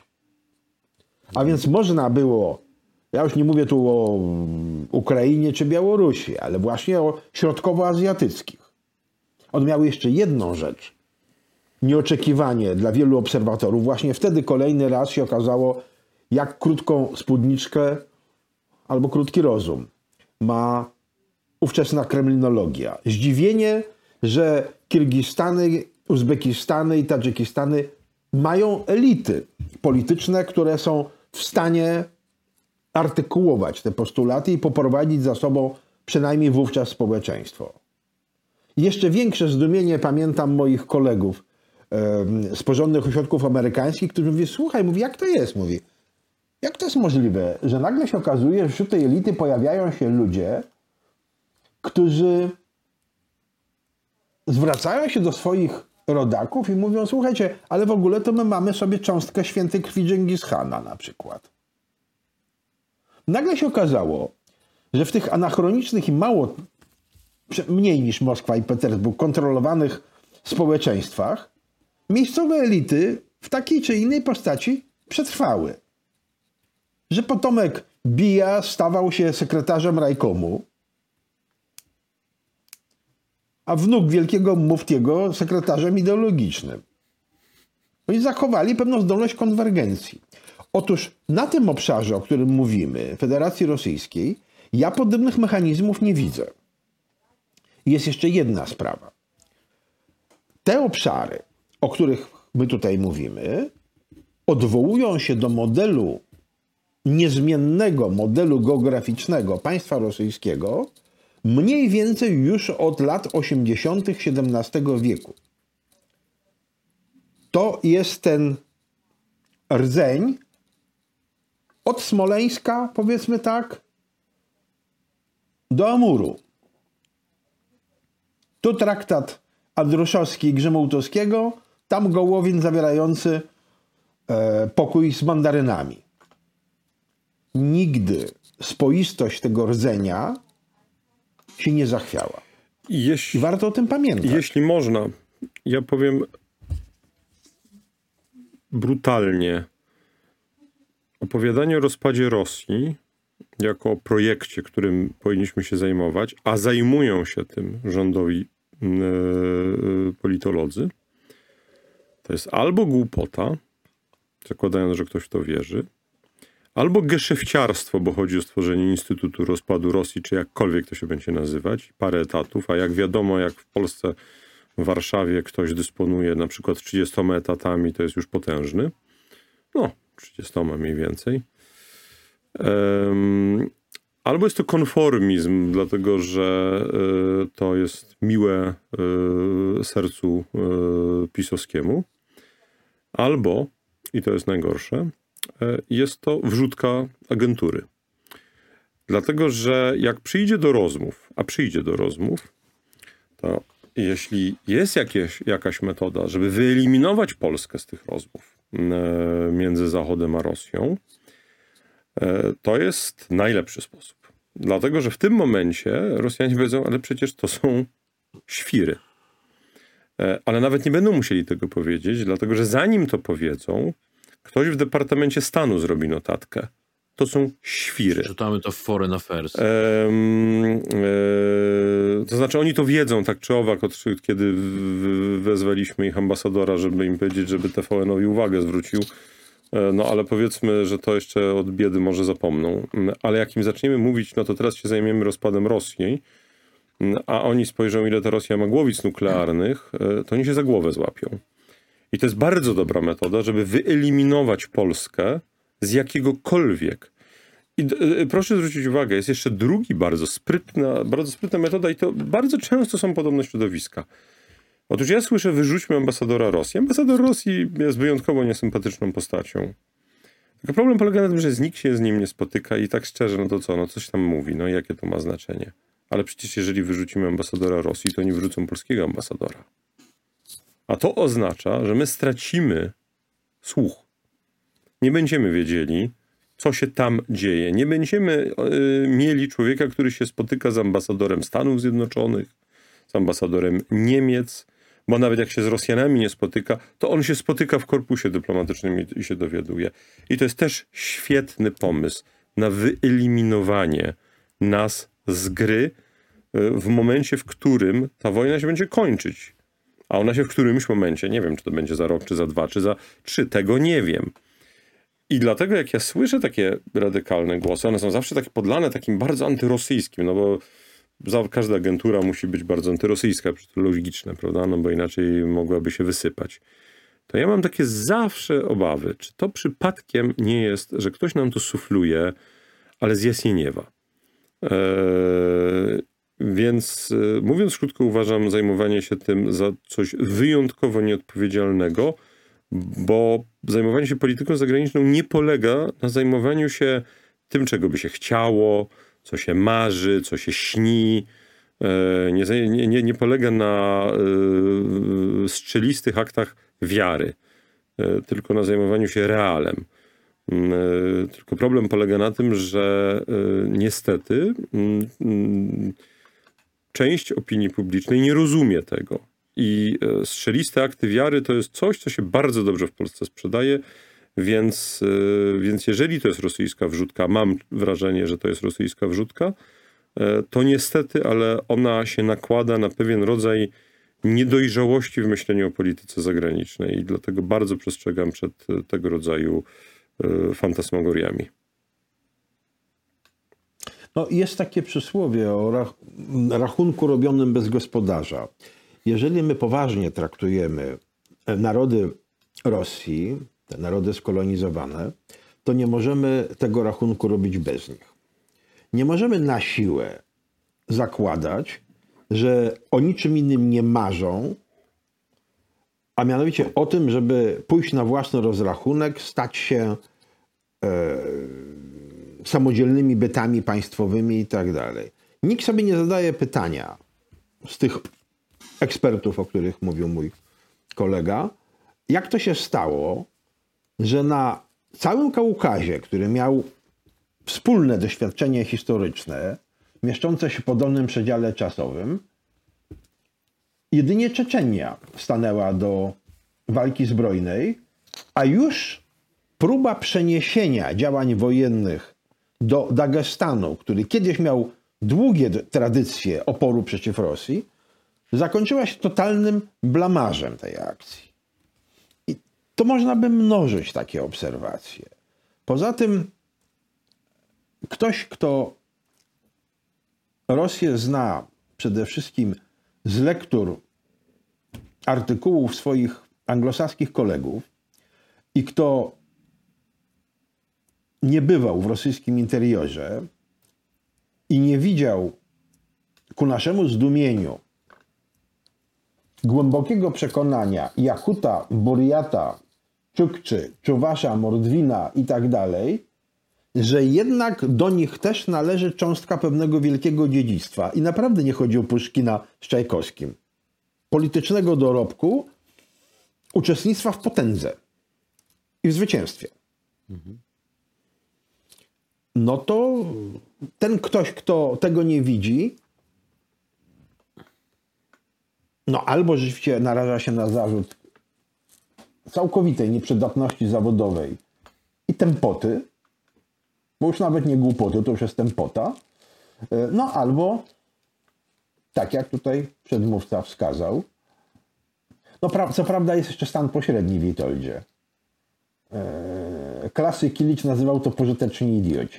A więc można było, ja już nie mówię tu o Ukrainie czy Białorusi, ale właśnie o środkowoazjatyckich. One miały jeszcze jedną rzecz. Nieoczekiwanie dla wielu obserwatorów. Właśnie wtedy kolejny raz się okazało, jak krótką spódniczkę albo krótki rozum ma ówczesna kremlinologia. Zdziwienie, że Kirgistany, Uzbekistany i Tadżykistany mają elity polityczne, które są w stanie artykułować te postulaty i poprowadzić za sobą przynajmniej wówczas społeczeństwo. I jeszcze większe zdumienie pamiętam moich kolegów z porządnych ośrodków amerykańskich, którzy mówią, słuchaj, mówi, jak to jest? Mówi, jak to jest możliwe, że nagle się okazuje, że wśród tej elity pojawiają się ludzie, którzy zwracają się do swoich rodaków i mówią, słuchajcie, ale w ogóle to my mamy sobie cząstkę świętej krwi Dżingis-Hana na przykład. Nagle się okazało, że w tych anachronicznych i mało, mniej niż Moskwa i Petersburg, kontrolowanych społeczeństwach, miejscowe elity w takiej czy innej postaci przetrwały. Że potomek Bija stawał się sekretarzem rajkomu, a wnuk wielkiego muftiego sekretarzem ideologicznym. Oni zachowali pewną zdolność konwergencji. Otóż na tym obszarze, o którym mówimy, Federacji Rosyjskiej, ja podobnych mechanizmów nie widzę. Jest jeszcze jedna sprawa. Te obszary, o których my tutaj mówimy, odwołują się do modelu niezmiennego, modelu geograficznego państwa rosyjskiego mniej więcej już od lat osiemdziesiątych siedemnastego wieku. To jest ten rdzeń od Smoleńska, powiedzmy tak, do Amuru. Tu traktat Andruszowski i Grzymołtowskiego, tam Gołowin zawierający e, pokój z mandarynami. Nigdy spoistość tego rdzenia się nie zachwiała. Jeśli, I warto o tym pamiętać. Jeśli można, ja powiem brutalnie. Opowiadanie o rozpadzie Rosji jako o projekcie, którym powinniśmy się zajmować, a zajmują się tym rządowi yy, politolodzy, to jest albo głupota, zakładając, że ktoś w to wierzy, albo geszefciarstwo, bo chodzi o stworzenie Instytutu Rozpadu Rosji, czy jakkolwiek to się będzie nazywać, parę etatów, a jak wiadomo, jak w Polsce, w Warszawie ktoś dysponuje na przykład trzydziestoma etatami, to jest już potężny. No, trzydziestoma mniej więcej. Um, albo jest to konformizm, dlatego że y, to jest miłe y, sercu y, pisowskiemu. Albo, i to jest najgorsze, y, jest to wrzutka agentury. Dlatego, że jak przyjdzie do rozmów, a przyjdzie do rozmów, to jeśli jest jakieś, jakaś metoda, żeby wyeliminować Polskę z tych rozmów y, między Zachodem a Rosją, to jest najlepszy sposób. Dlatego, że w tym momencie Rosjanie powiedzą, ale przecież to są świry. Ale nawet nie będą musieli tego powiedzieć, dlatego że zanim to powiedzą, ktoś w Departamencie Stanu zrobi notatkę. To są świry. Czytamy to w Foreign Affairs. Ehm, e, to znaczy oni to wiedzą tak czy owak, od kiedy w, w, wezwaliśmy ich ambasadora, żeby im powiedzieć, żeby T V N-owi uwagę zwrócił. E, no ale powiedzmy, że to jeszcze od biedy może zapomną. Ale jak im zaczniemy mówić, no to teraz się zajmiemy rozpadem Rosji, a oni spojrzą, ile ta Rosja ma głowic nuklearnych, e, to oni się za głowę złapią. I to jest bardzo dobra metoda, żeby wyeliminować Polskę z jakiegokolwiek. I y, proszę zwrócić uwagę, jest jeszcze drugi bardzo sprytna, bardzo sprytna metoda i to bardzo często są podobne środowiska. Otóż ja słyszę, wyrzućmy ambasadora Rosji. Ambasador Rosji jest wyjątkowo niesympatyczną postacią. Tylko problem polega na tym, że nikt się z nim nie spotyka i tak szczerze, no to co, no coś tam mówi, no i jakie to ma znaczenie. Ale przecież jeżeli wyrzucimy ambasadora Rosji, to nie wyrzucą polskiego ambasadora. A to oznacza, że my stracimy słuch. Nie będziemy wiedzieli, co się tam dzieje. Nie będziemy y, mieli człowieka, który się spotyka z ambasadorem Stanów Zjednoczonych, z ambasadorem Niemiec, bo nawet jak się z Rosjanami nie spotyka, to on się spotyka w korpusie dyplomatycznym i, i się dowiaduje. I to jest też świetny pomysł na wyeliminowanie nas z gry y, w momencie, w którym ta wojna się będzie kończyć. A ona się w którymś momencie, nie wiem, czy to będzie za rok, czy za dwa, czy za trzy, tego nie wiem. I dlatego jak ja słyszę takie radykalne głosy, one są zawsze takie podlane takim bardzo antyrosyjskim, no bo za, każda agentura musi być bardzo antyrosyjska, to logiczne, prawda, no bo inaczej mogłaby się wysypać. To ja mam takie zawsze obawy, czy to przypadkiem nie jest, że ktoś nam to sufluje, ale z Jasieniewa. Eee, więc e, mówiąc krótko, uważam zajmowanie się tym za coś wyjątkowo nieodpowiedzialnego, bo zajmowanie się polityką zagraniczną nie polega na zajmowaniu się tym, czego by się chciało, co się marzy, co się śni. Nie, nie, nie polega na strzelistych aktach wiary, tylko na zajmowaniu się realem. Tylko problem polega na tym, że niestety część opinii publicznej nie rozumie tego. I strzeliste akty wiary to jest coś, co się bardzo dobrze w Polsce sprzedaje, więc, więc jeżeli to jest rosyjska wrzutka, mam wrażenie, że to jest rosyjska wrzutka, to niestety, ale ona się nakłada na pewien rodzaj niedojrzałości w myśleniu o polityce zagranicznej i dlatego bardzo przestrzegam przed tego rodzaju fantasmagoriami. No, jest takie przysłowie o rach rachunku robionym bez gospodarza. Jeżeli my poważnie traktujemy narody Rosji, te narody skolonizowane, to nie możemy tego rachunku robić bez nich. Nie możemy na siłę zakładać, że o niczym innym nie marzą, a mianowicie o tym, żeby pójść na własny rozrachunek, stać się e, samodzielnymi bytami państwowymi i tak dalej. Nikt sobie nie zadaje pytania z tych ekspertów, o których mówił mój kolega, jak to się stało, że na całym Kaukazie, który miał wspólne doświadczenie historyczne, mieszczące się po dolnym przedziale czasowym, jedynie Czeczenia stanęła do walki zbrojnej, a już próba przeniesienia działań wojennych do Dagestanu, który kiedyś miał długie tradycje oporu przeciw Rosji, zakończyła się totalnym blamażem tej akcji. I to można by mnożyć takie obserwacje. Poza tym ktoś, kto Rosję zna przede wszystkim z lektur artykułów swoich anglosaskich kolegów i kto nie bywał w rosyjskim interiorze i nie widział ku naszemu zdumieniu głębokiego przekonania Jakuta, Burjata, Czukczy, Czuwasza, Mordwina i tak dalej, że jednak do nich też należy cząstka pewnego wielkiego dziedzictwa. I naprawdę nie chodzi o Puszkina z Czajkowskim. Politycznego dorobku, uczestnictwa w potędze i w zwycięstwie. Mhm. No to ten ktoś, kto tego nie widzi, no albo rzeczywiście naraża się na zarzut całkowitej nieprzydatności zawodowej i tempoty, bo już nawet nie głupoty, to już jest tempota, no albo, tak jak tutaj przedmówca wskazał, no pra- co prawda jest jeszcze stan pośredni, Witoldzie. Eee, klasyk Illich nazywał to pożyteczni idioci.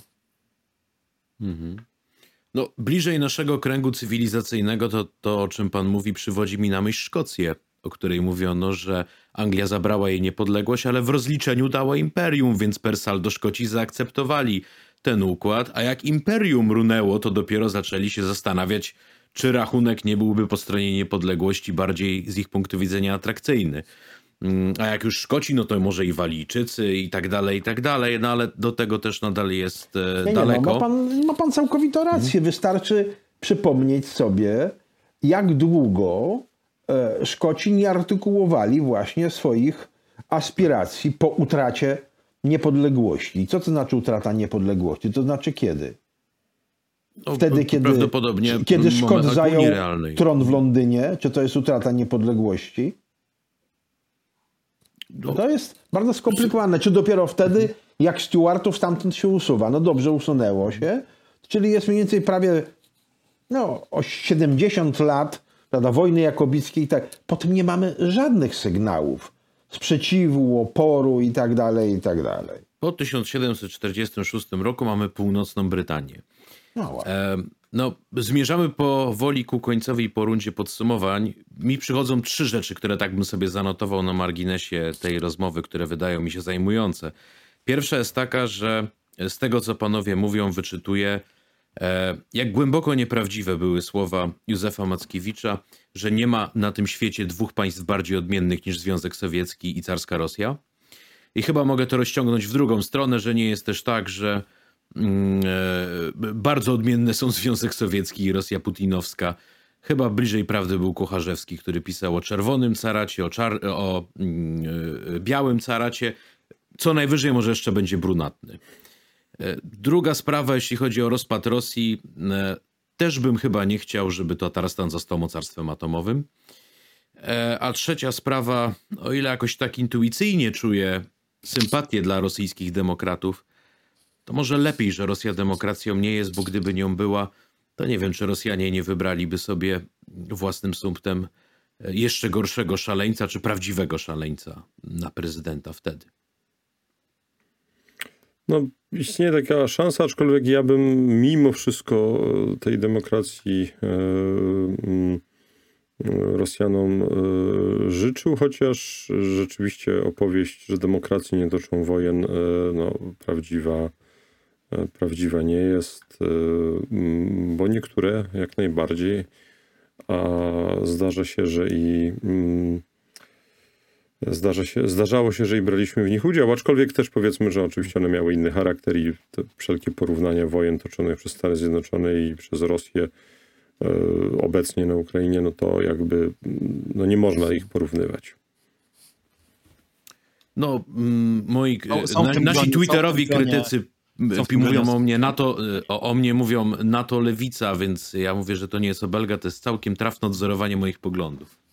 Mhm. No, bliżej naszego kręgu cywilizacyjnego to, to, o czym pan mówi, przywodzi mi na myśl Szkocję, o której mówiono, że Anglia zabrała jej niepodległość, ale w rozliczeniu dała imperium, więc per saldo Szkoci zaakceptowali ten układ, a jak imperium runęło, to dopiero zaczęli się zastanawiać, czy rachunek nie byłby po stronie niepodległości bardziej z ich punktu widzenia atrakcyjny. A jak już Szkoci, no to może i Walijczycy i tak dalej, i tak dalej, no ale do tego też nadal jest e, Nie, daleko. nie, no, ma, pan, ma pan całkowitą rację. Mhm. Wystarczy przypomnieć sobie, jak długo e, Szkoci nie artykułowali właśnie swoich aspiracji po utracie niepodległości. Co to znaczy utrata niepodległości? To znaczy kiedy? No, Wtedy, kiedy, prawdopodobnie kiedy Szkot zajął realnej. tron w Londynie, czy to jest utrata niepodległości? No to jest bardzo skomplikowane. Czy dopiero wtedy, jak Stuartów stamtąd się usuwa? No dobrze, usunęło się. Czyli jest mniej więcej prawie no, o siedemdziesiąt lat, prawda, wojny jakobickiej. Tak. Potem nie mamy żadnych sygnałów sprzeciwu, oporu i tak dalej, i tak dalej. Po tysiąc siedemset czterdziestym szóstym roku mamy północną Brytanię. No, e, no, zmierzamy powoli ku końcowi po rundzie podsumowań. Mi przychodzą trzy rzeczy, które tak bym sobie zanotował na marginesie tej rozmowy, które wydają mi się zajmujące. Pierwsza jest taka, że z tego, co panowie mówią, wyczytuję, e, jak głęboko nieprawdziwe były słowa Józefa Mackiewicza, że nie ma na tym świecie dwóch państw bardziej odmiennych niż Związek Sowiecki i carska Rosja. I chyba mogę to rozciągnąć w drugą stronę, że nie jest też tak, że mm, e, bardzo odmienne są Związek Sowiecki i Rosja putinowska. Chyba bliżej prawdy był Kucharzewski, który pisał o czerwonym caracie, o, czar- o mm, e, białym caracie. Co najwyżej może jeszcze będzie brunatny. E, druga sprawa, jeśli chodzi o rozpad Rosji, e, też bym chyba nie chciał, żeby Tatarstan został mocarstwem atomowym. E, a trzecia sprawa, o ile jakoś tak intuicyjnie czuję sympatię dla rosyjskich demokratów, to może lepiej, że Rosja demokracją nie jest, bo gdyby nią była, to nie wiem, czy Rosjanie nie wybraliby sobie własnym sumptem jeszcze gorszego szaleńca, czy prawdziwego szaleńca na prezydenta wtedy. No, istnieje taka szansa, aczkolwiek ja bym mimo wszystko tej demokracji yy, yy, Rosjanom yy, życzył, chociaż rzeczywiście opowieść, że demokracji nie toczą wojen, yy, no, prawdziwa, yy, prawdziwa nie jest, yy, bo niektóre jak najbardziej, a zdarza się, że i yy, Zdarza się, zdarzało się, że i braliśmy w nich udział, aczkolwiek też powiedzmy, że oczywiście one miały inny charakter i te wszelkie porównania wojen toczonych przez Stany Zjednoczone i przez Rosję e, obecnie na Ukrainie, no to jakby no nie można ich porównywać. No, mm, moi, Są- są w na, tym nasi gronie- twitterowi są w tym gronie- krytycy są w tym mówią gronie- o mnie NATO, o, o mnie mówią NATO lewica, więc ja mówię, że to nie jest obelga, to jest całkiem trafne odzorowanie moich poglądów.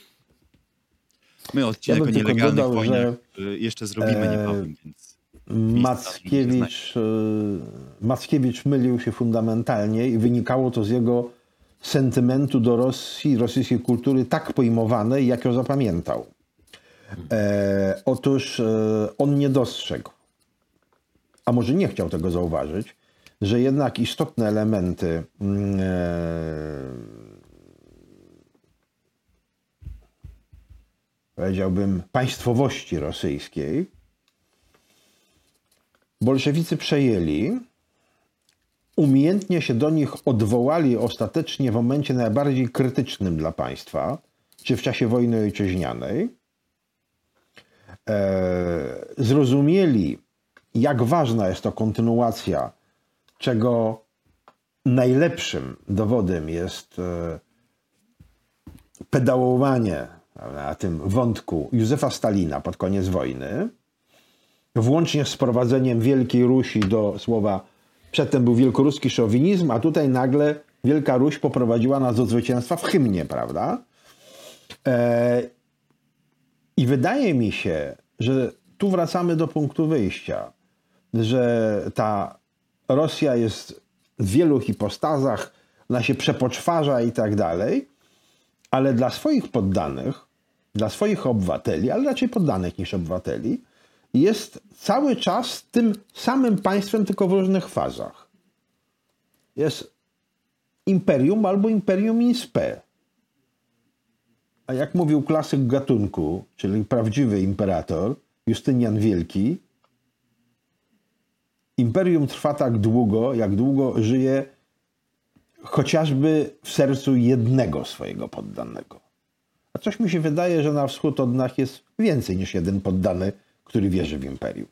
My odcinek Ja o bym tylko nielegalnych dodał, wojnach y, jeszcze zrobimy e, niebawem, więc... Mackiewicz, e, Mackiewicz mylił się fundamentalnie i wynikało to z jego sentymentu do Rosji, rosyjskiej kultury tak pojmowanej, jak ją zapamiętał. E, otóż e, on nie dostrzegł, a może nie chciał tego zauważyć, że jednak istotne elementy mm, e, powiedziałbym państwowości rosyjskiej bolszewicy przejęli, umiejętnie się do nich odwołali ostatecznie w momencie najbardziej krytycznym dla państwa, czy w czasie wojny ojczyźnianej. E, zrozumieli, jak ważna jest to kontynuacja, czego najlepszym dowodem jest e, pedałowanie na tym wątku Józefa Stalina pod koniec wojny, włącznie z wprowadzeniem Wielkiej Rusi do słowa, przedtem był wielkoruski szowinizm, a tutaj nagle Wielka Ruś poprowadziła nas do zwycięstwa w hymnie, prawda? E, I wydaje mi się, że tu wracamy do punktu wyjścia, że ta Rosja jest w wielu hipostazach, ona się przepoczwarza i tak dalej, ale dla swoich poddanych, dla swoich obywateli, ale raczej poddanych niż obywateli, jest cały czas tym samym państwem, tylko w różnych fazach. Jest imperium albo imperium in spe. A jak mówił klasyk gatunku, czyli prawdziwy imperator, Justynian Wielki, imperium trwa tak długo, jak długo żyje chociażby w sercu jednego swojego poddanego. A coś mi się wydaje, że na wschód od nas jest więcej niż jeden poddany, który wierzy w imperium.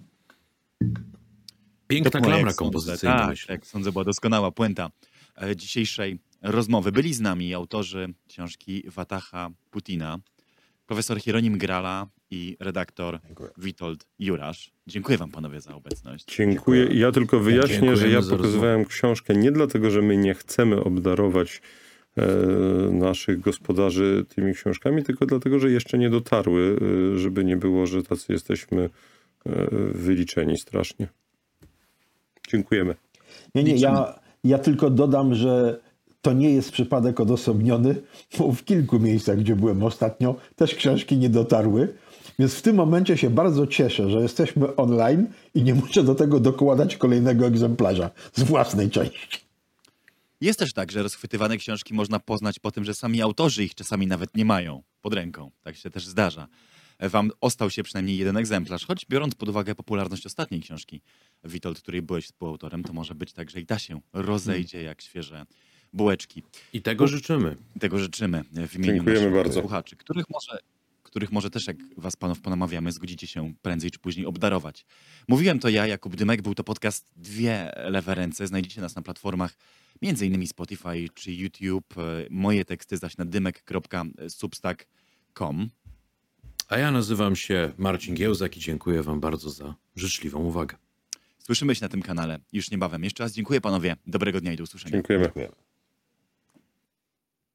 Piękna To moje, klamra jak kompozycyjna, sądzę. Tak, myślę. jak sądzę, była doskonała puenta e, dzisiejszej rozmowy. Byli z nami autorzy książki Wataha Putina, profesor Hieronim Grala i redaktor Dziękuję. Witold Jurasz. Dziękuję wam panowie za obecność. Dziękuję. I ja tylko wyjaśnię, Dziękujemy że ja za pokazywałem książkę nie dlatego, że my nie chcemy obdarować e, naszych gospodarzy tymi książkami, tylko dlatego, że jeszcze nie dotarły, e, żeby nie było, że tacy jesteśmy e, wyliczeni strasznie. Dziękujemy. Nie, nie, ja, ja tylko dodam, że to nie jest przypadek odosobniony, bo w kilku miejscach, gdzie byłem ostatnio, też książki nie dotarły. Więc w tym momencie się bardzo cieszę, że jesteśmy online i nie muszę do tego dokładać kolejnego egzemplarza z własnej części. Jest też tak, że rozchwytywane książki można poznać po tym, że sami autorzy ich czasami nawet nie mają pod ręką. Tak się też zdarza. Wam ostał się przynajmniej jeden egzemplarz, choć biorąc pod uwagę popularność ostatniej książki, Witold, której byłeś współautorem, to może być tak, że i ta się rozejdzie jak świeże bułeczki. I tego życzymy. Tego życzymy w imieniu Dziękujemy naszych bardzo. słuchaczy, których może, których może też, jak was panów ponamawiamy, zgodzicie się prędzej czy później obdarować. Mówiłem to ja, Jakub Dymek, był to podcast Dwie lewe ręce. Znajdziecie nas na platformach między innymi Spotify czy YouTube. Moje teksty zaś na dymek kropka substack kropka com. A ja nazywam się Marcin Giełzak i dziękuję wam bardzo za życzliwą uwagę. Słyszymy się na tym kanale już niebawem. Jeszcze raz dziękuję panowie. Dobrego dnia i do usłyszenia. Dziękujemy. Dziękujemy.